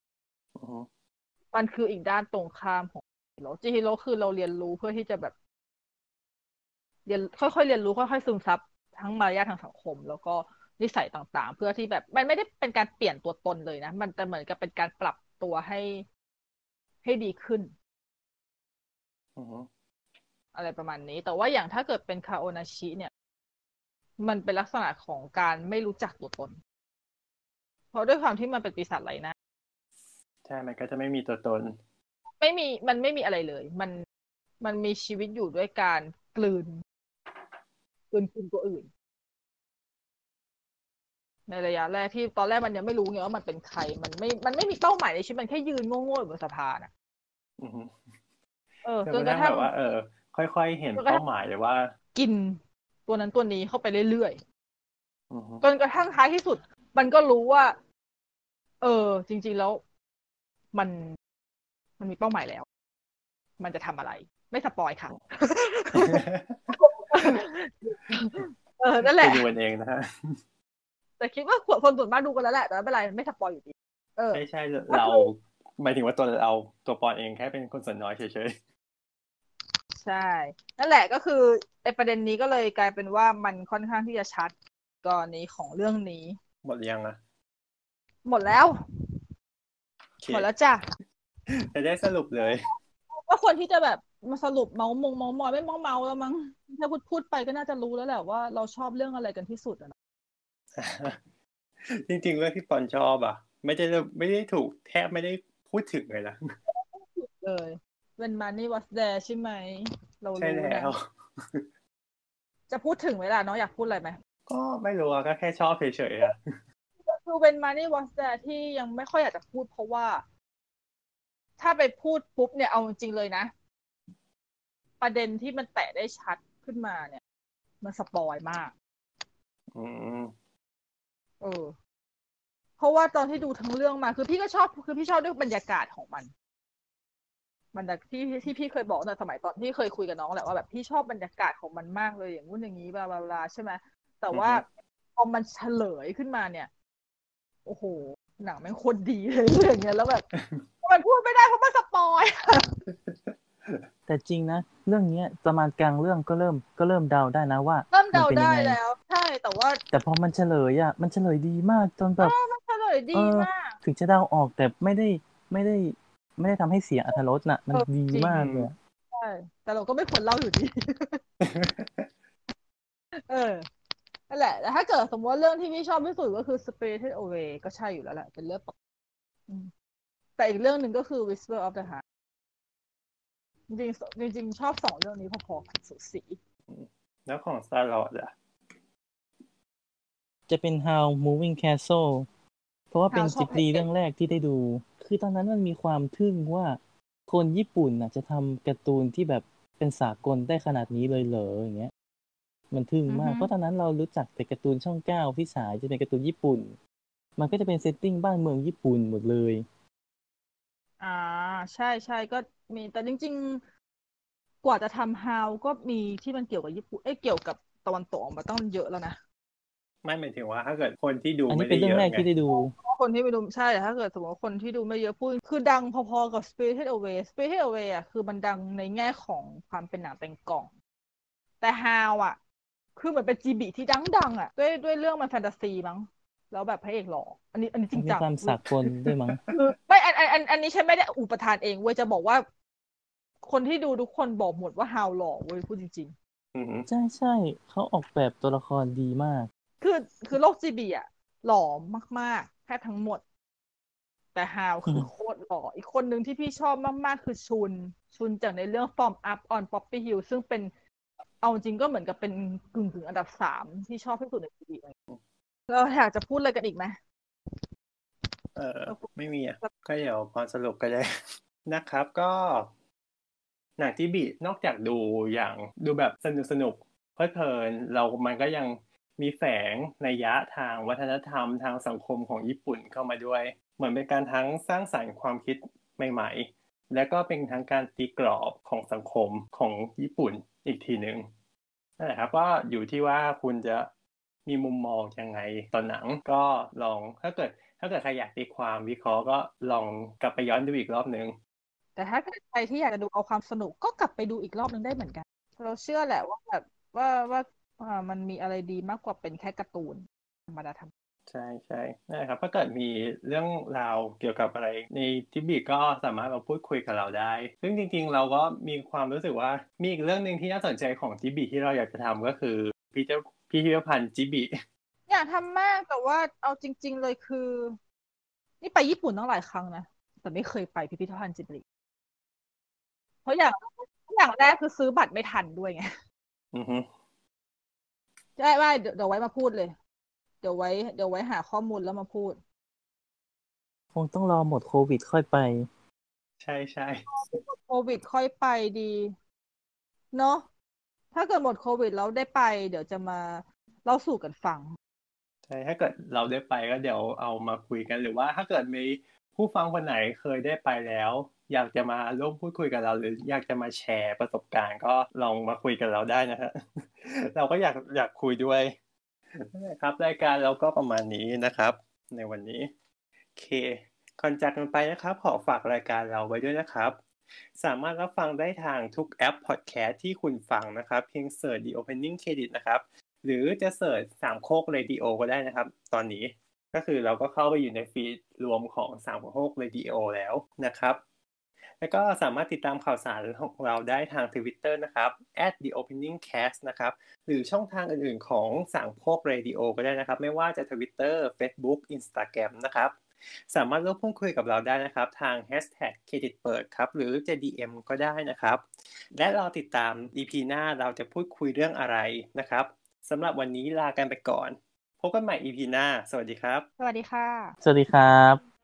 มันคืออีกด้านตรงข้ามของจิฮิโร่จิฮิโร่คือเราเรียนรู้เพื่อที่จะแบบเรียนค่อยๆเรียนรู้ค่อยๆซึมซับทั้งมารยาททางสังคมแล้วก็นิสัยต่างๆเพื่อที่แบบมันไม่ได้เป็นการเปลี่ยนตัวตนเลยนะมันแต่เหมือนกับเป็นการปรับตัวให้ให้ดีขึ้นอือฮึอะไรประมาณนี้ แต่ว่าอย่างถ้าเกิดเป็นคาโอนาชิเนี่ย มันเป็นลักษณะของการไม่รู้จักตัวตน เพราะด้วยความที่มันเป็นปีศาจไร้หน้าใช่มันก็จะไม่มีตัวตนไม่มีมันไม่มีอะไรเลย มันมันมีชีวิตอยู่ด้วยการกลืนกลืนกินตัวอื่น ในระยะแรกที่ตอนแรกมันยังไม่รู้ไงว่ามันเป็นใคร มันไม่มันไม่มีเป้าหมายในชีวิตมันแค่ยืนโง่ๆอยู่บนสะพานอ่ะอือฮึเออจนจกนระกทั่ระงทั่แบงบว่าเออ ค่อยๆเห็นจนกระทั่เป้าง หมายเลยว่ากินตัวนั้นตัวนี้เข้าไปเรื่อยอือฮึๆ จนกระทั่งท้ายที่สุด มันก็รู้ว่า เออ จริง ๆ แล้ว มันมันมีเป้าหมายแล้ว มันจะทำอะไร ไม่สปอยค่ะ เออ นั่นแหไปละดูกันเองนะฮะแต่คิดว่าคนส่วนมากดูกันแล้วแหละ แต่ไม่เป็นไรไม่สปอยอยู่ดี เออใช่ก็ๆ เราคือหมายถึงว่าตัวเรา ตัวปอนเองแค่เป็นคนส่วนน้อยเฉยใช่ นั่นแหละก็คือไอ้ประเด็นนี้ก็เลยกลายเป็นว่ามันค่อนข้างที่จะชัดกรณีของเรื่องนี้ๆ หมดหรือยังอะหมดแล้วโอเคหมดแล้วจ้ะจะได้สรุปเลยก็ควรที่จะแบบมาสรุปเมาส์มงเมาส์มอยไม่เมาส์เมาแล้วมั้ง ถ้าพูดพูดไปก็น่าจะรู้แล้วแหละว่าเราชอบเรื่องอะไรกันที่สุดอะนะจริงๆเรื่องที่ปอนชอบอะไม่ได้ไม่ได้ถูกแทบไม่ได้พูดถึงเลยนะเลยเป็น Money Was There ใช่ไหม เราใช่รู้แล้นะวจะพูดถึงไหมล่ะน้องอยากพูดอะไรไหมก็ไม่รู้อะก็แค่ชอบเฉยๆอะคือเป็น Money Was There ที่ยังไม่ค่อยอยากจะพูดเพราะว่า ถ้าไปพูดปุ๊บเนี่ยเอาจริงๆเลยนะ ประเด็นที่มันแตะได้ชัดขึ้นมาเนี่ย มันสปอยมากอืมเออ เพราะว่าตอนที่ดูทั้งเรื่องมาคือพี่ก็ชอบคือพี่ชอบด้วยบรรยากาศของมันมันที่ที่พี่เคยบอกในสมัยตอนที่เคยคุยกับน้องแหละว่าแบบพี่ชอบบรรยากาศของมันมากเลยอย่างงู้นอย่างนี้บลาบลาบลาใช่ไหมแต่ว่าพอมันเฉลยขึ้นมาเนี่ยโอ้โหหนังแม่งโคตรดีเลยเรื่องเงี้ยแล้วแบบ มันพูดไม่ได้เพราะมันสปอยแต่จริงนะเรื่องนี้ประมาณกลางเรื่องก็เริ่มก็เริ่มเดาได้นะว่าเริ่มมันเดาเป็นได้ยังไงแล้วใช่แต่ว่าแต่พอมันเฉลยอ่ะมันเฉลยดีมากจนแบบมันเฉลยดีเออมากถึงจะเดาออกแต่ไม่ได้ไม่ได้ ไม่ได้ทำให้เสียอรรถรสน่ะ มันเออดีจริงมากเลยอะใช่แต่เราก็ไม่ควรเล่าอยู่ดี เออนั่นแหละแต่ถ้าเกิดสมมติว่าเรื่องที่พี่ชอบที่สุดก็คือ Spirited Away ก็ใช่อยู่แล้วแหละเป็นเรื่องปกติอืมแต่อีกเรื่องหนึ่งก็คือ Whisper of the Heart จริงๆจริงๆชอบสองเรื่องนี้พอๆกันสูสีแล้วของ Star Lord อ่ะจะเป็น How Moving Castle เพราะว่าเป็น How ชอบจิบลีเห็นเรื่องแรกที่ได้ดู คือตอนนั้นมันมีความทึ่งว่าคนญี่ปุ่นน่ะจะทำการ์ตูนที่แบบเป็นสากลได้ขนาดนี้เลยเหรออย่างเงี้ย มันทึ่งมากอือฮึเพราะตอนนั้นเรารู้จักแต่การ์ตูนช่องเก้าพี่สายจะเป็นการ์ตูนญี่ปุ่น มันก็จะเป็นเซตติ้งบ้านเมืองญี่ปุ่นหมดเลยอ่าใช่ใช่ก็มีแต่จริงๆ กว่าจะทำ How ก็มีที่มันเกี่ยวกับญี่ปุ่นเอ้ยเกี่ยวกับตะวันตกออกมาต้องเยอะแล้วนะไม่หมายถึงว่าถ้าเกิดคนที่ดูอันนี้ไม่เป็ได้นเรื่เยองแรอะกไงที่ได้ดูคนที่ไปดูใช่แต่ถ้าเกิดสมมติว่าคนที่ดูไม่เยอะพูดคือดังพอๆกับ Spirited Away Spirited Away อ่ะคือมันดังในแง่ของความเป็นหนังแต่งกล่อง แต่ How อ่ะ คือเหมือนเป็นจีบีที่ดังๆอ่ะด้วยด้วยเรื่องมันแฟนตาซีมั้งแล้วแบบพระเอกหล่ออันนี้อันนี้จมัรินงมีจังความสากลด้วยมั้งคือไม่อันอันอันอันนี้ฉันไม่ได้อุปทานเองเว้ยจะบอกว่าคนที่ดูทุกคนบอกหมดว่าฮาวหล่อเว้ยพูดจริงอือฮึใช่ใช่เขาออกแบบตัวละครดีมากๆ คือคือโลกจีบีอะหล่อมากๆแทบทั้งหมด แต่ฮาวคือโคตรหล่ออีกคนหนึ่งที่พี่ชอบมากๆคือชุนชุนจากในเรื่อง From Up on Poppy Hill ซึ่งเป็นเอาจริงก็เหมือนกับเป็นกึ่งถึงอันดับสามที่ชอบที่สุดในจีบีเลยเราอยากจะพูดอะไรกันอีกไหมเออไม่มีอ่ะก็เดี๋ยวพอสรุปก็ได้ นะครับ ก็หนังที่บีนอกจากดูอย่างดูแบบสนุกสนุกเพลิดเพลินเรามันก็ยังมีแฝงนัยยะทางวัฒนธรรมทางสังคมของญี่ปุ่นเข้ามาด้วย เหมือนเป็นการทั้งสร้างสรรค์ความคิดใหม่ๆและก็เป็นทั้งการตีกรอบของสังคมของญี่ปุ่นอีกทีหนึ่งนั่นแหละครับก็อยู่ที่ว่าคุณจะมีมุมมองยังไงต่อหนังก็ลองถ้าเกิดถ้าเกิดใครอยากตีความวิเคราะห์ก็ลองกลับไปย้อนดูอีกรอบนึงแต่ถ้าเกิดใครที่อยากจะดูเอาความสนุกก็กลับไปดูอีกรอบนึงได้เหมือนกัน เราเชื่อแหละว่าแบบว่าว่าอ่ามันมีอะไรดีมากกว่าเป็นแค่การ์ตูนธรรมดาธรรมใช่ใช่นะครับถ้าเกิดมีเรื่องราวเกี่ยวกับอะไรในทิบิก็สามารถมาพูดคุยกับเราได้ซึ่งจริงๆเราก็มีความรู้สึกว่ามีอีกเรื่องนึงที่น่าสนใจของทิบิที่เราอยากจะทำก็คือพิพิธพิพิธภัณฑ์จิบิอยากทำมากแต่ว่าเอาจริงๆเลยคือนี่ไปญี่ปุ่นตั้งหลายครั้งนะแต่ไม่เคยไปพิพิธภัณฑ์จิบลิเพราะอย่างอย่างแรกคือซื้อบัตรไม่ทันด้วยไงอือฮึได้ไว้เดี๋ยวเดี๋ยวไว้มาพูดเลย เดี๋ยวไว้เดี๋ยวไว้หาข้อมูลแล้วมาพูดคงต้องรอหมดโควิดค่อยไปใช่ใช่โควิดค่อยไปดีเนาะถ้าเกิดหมดโควิดแล้วได้ไป เดี๋ยวจะมาเล่าสู่กันฟังใช่ถ้าเกิดเราได้ไปก็เดี๋ยวเอามาคุยกันหรือว่าถ้าเกิดมีผู้ฟังคนไหนเคยได้ไปแล้ว อยากจะมาร่วมพูดคุยกับเราหรืออยากจะมาแชร์ประสบการณ์ก็ลองมาคุยกับเราได้นะฮะ เราก็อยากอยากคุยด้วยนะครับรายการเราก็ประมาณนี้นะครับ ในวันนี้โอเคก่อนจากกันไปนะครับขอฝากรายการเราไว้ด้วยนะครับสามารถรับฟังได้ทางทุกแอปพอดแคสต์ที่คุณฟังนะครับเพียงเสิร์ช The Opening Credit นะครับหรือจะเสิร์ชสามโคกเรดิโอก็ได้นะครับตอนนี้ก็คือเราก็เข้าไปอยู่ในฟีดรวมของสามโคกเรดิโอแล้วนะครับแล้วก็สามารถติดตามข่าวสารของเราได้ทาง Twitter นะครับ แอท The Opening Cast นะครับหรือช่องทางอื่นๆของสามโคกเรดิโอก็ได้นะครับไม่ว่าจะ Twitter Facebook Instagram นะครับสามารถร่วมพูดคุยกับเราได้นะครับทาง แฮชแท็ก เครดิตเปิดครับหรือจะ ดี เอ็ม ก็ได้นะครับและเราติดตาม อี พี หน้าเราจะพูดคุยเรื่องอะไรนะครับสำหรับวันนี้ลากันไปก่อนพบกันใหม่ อี พี หน้าสวัสดีครับสวัสดีค่ะสวัสดีครับ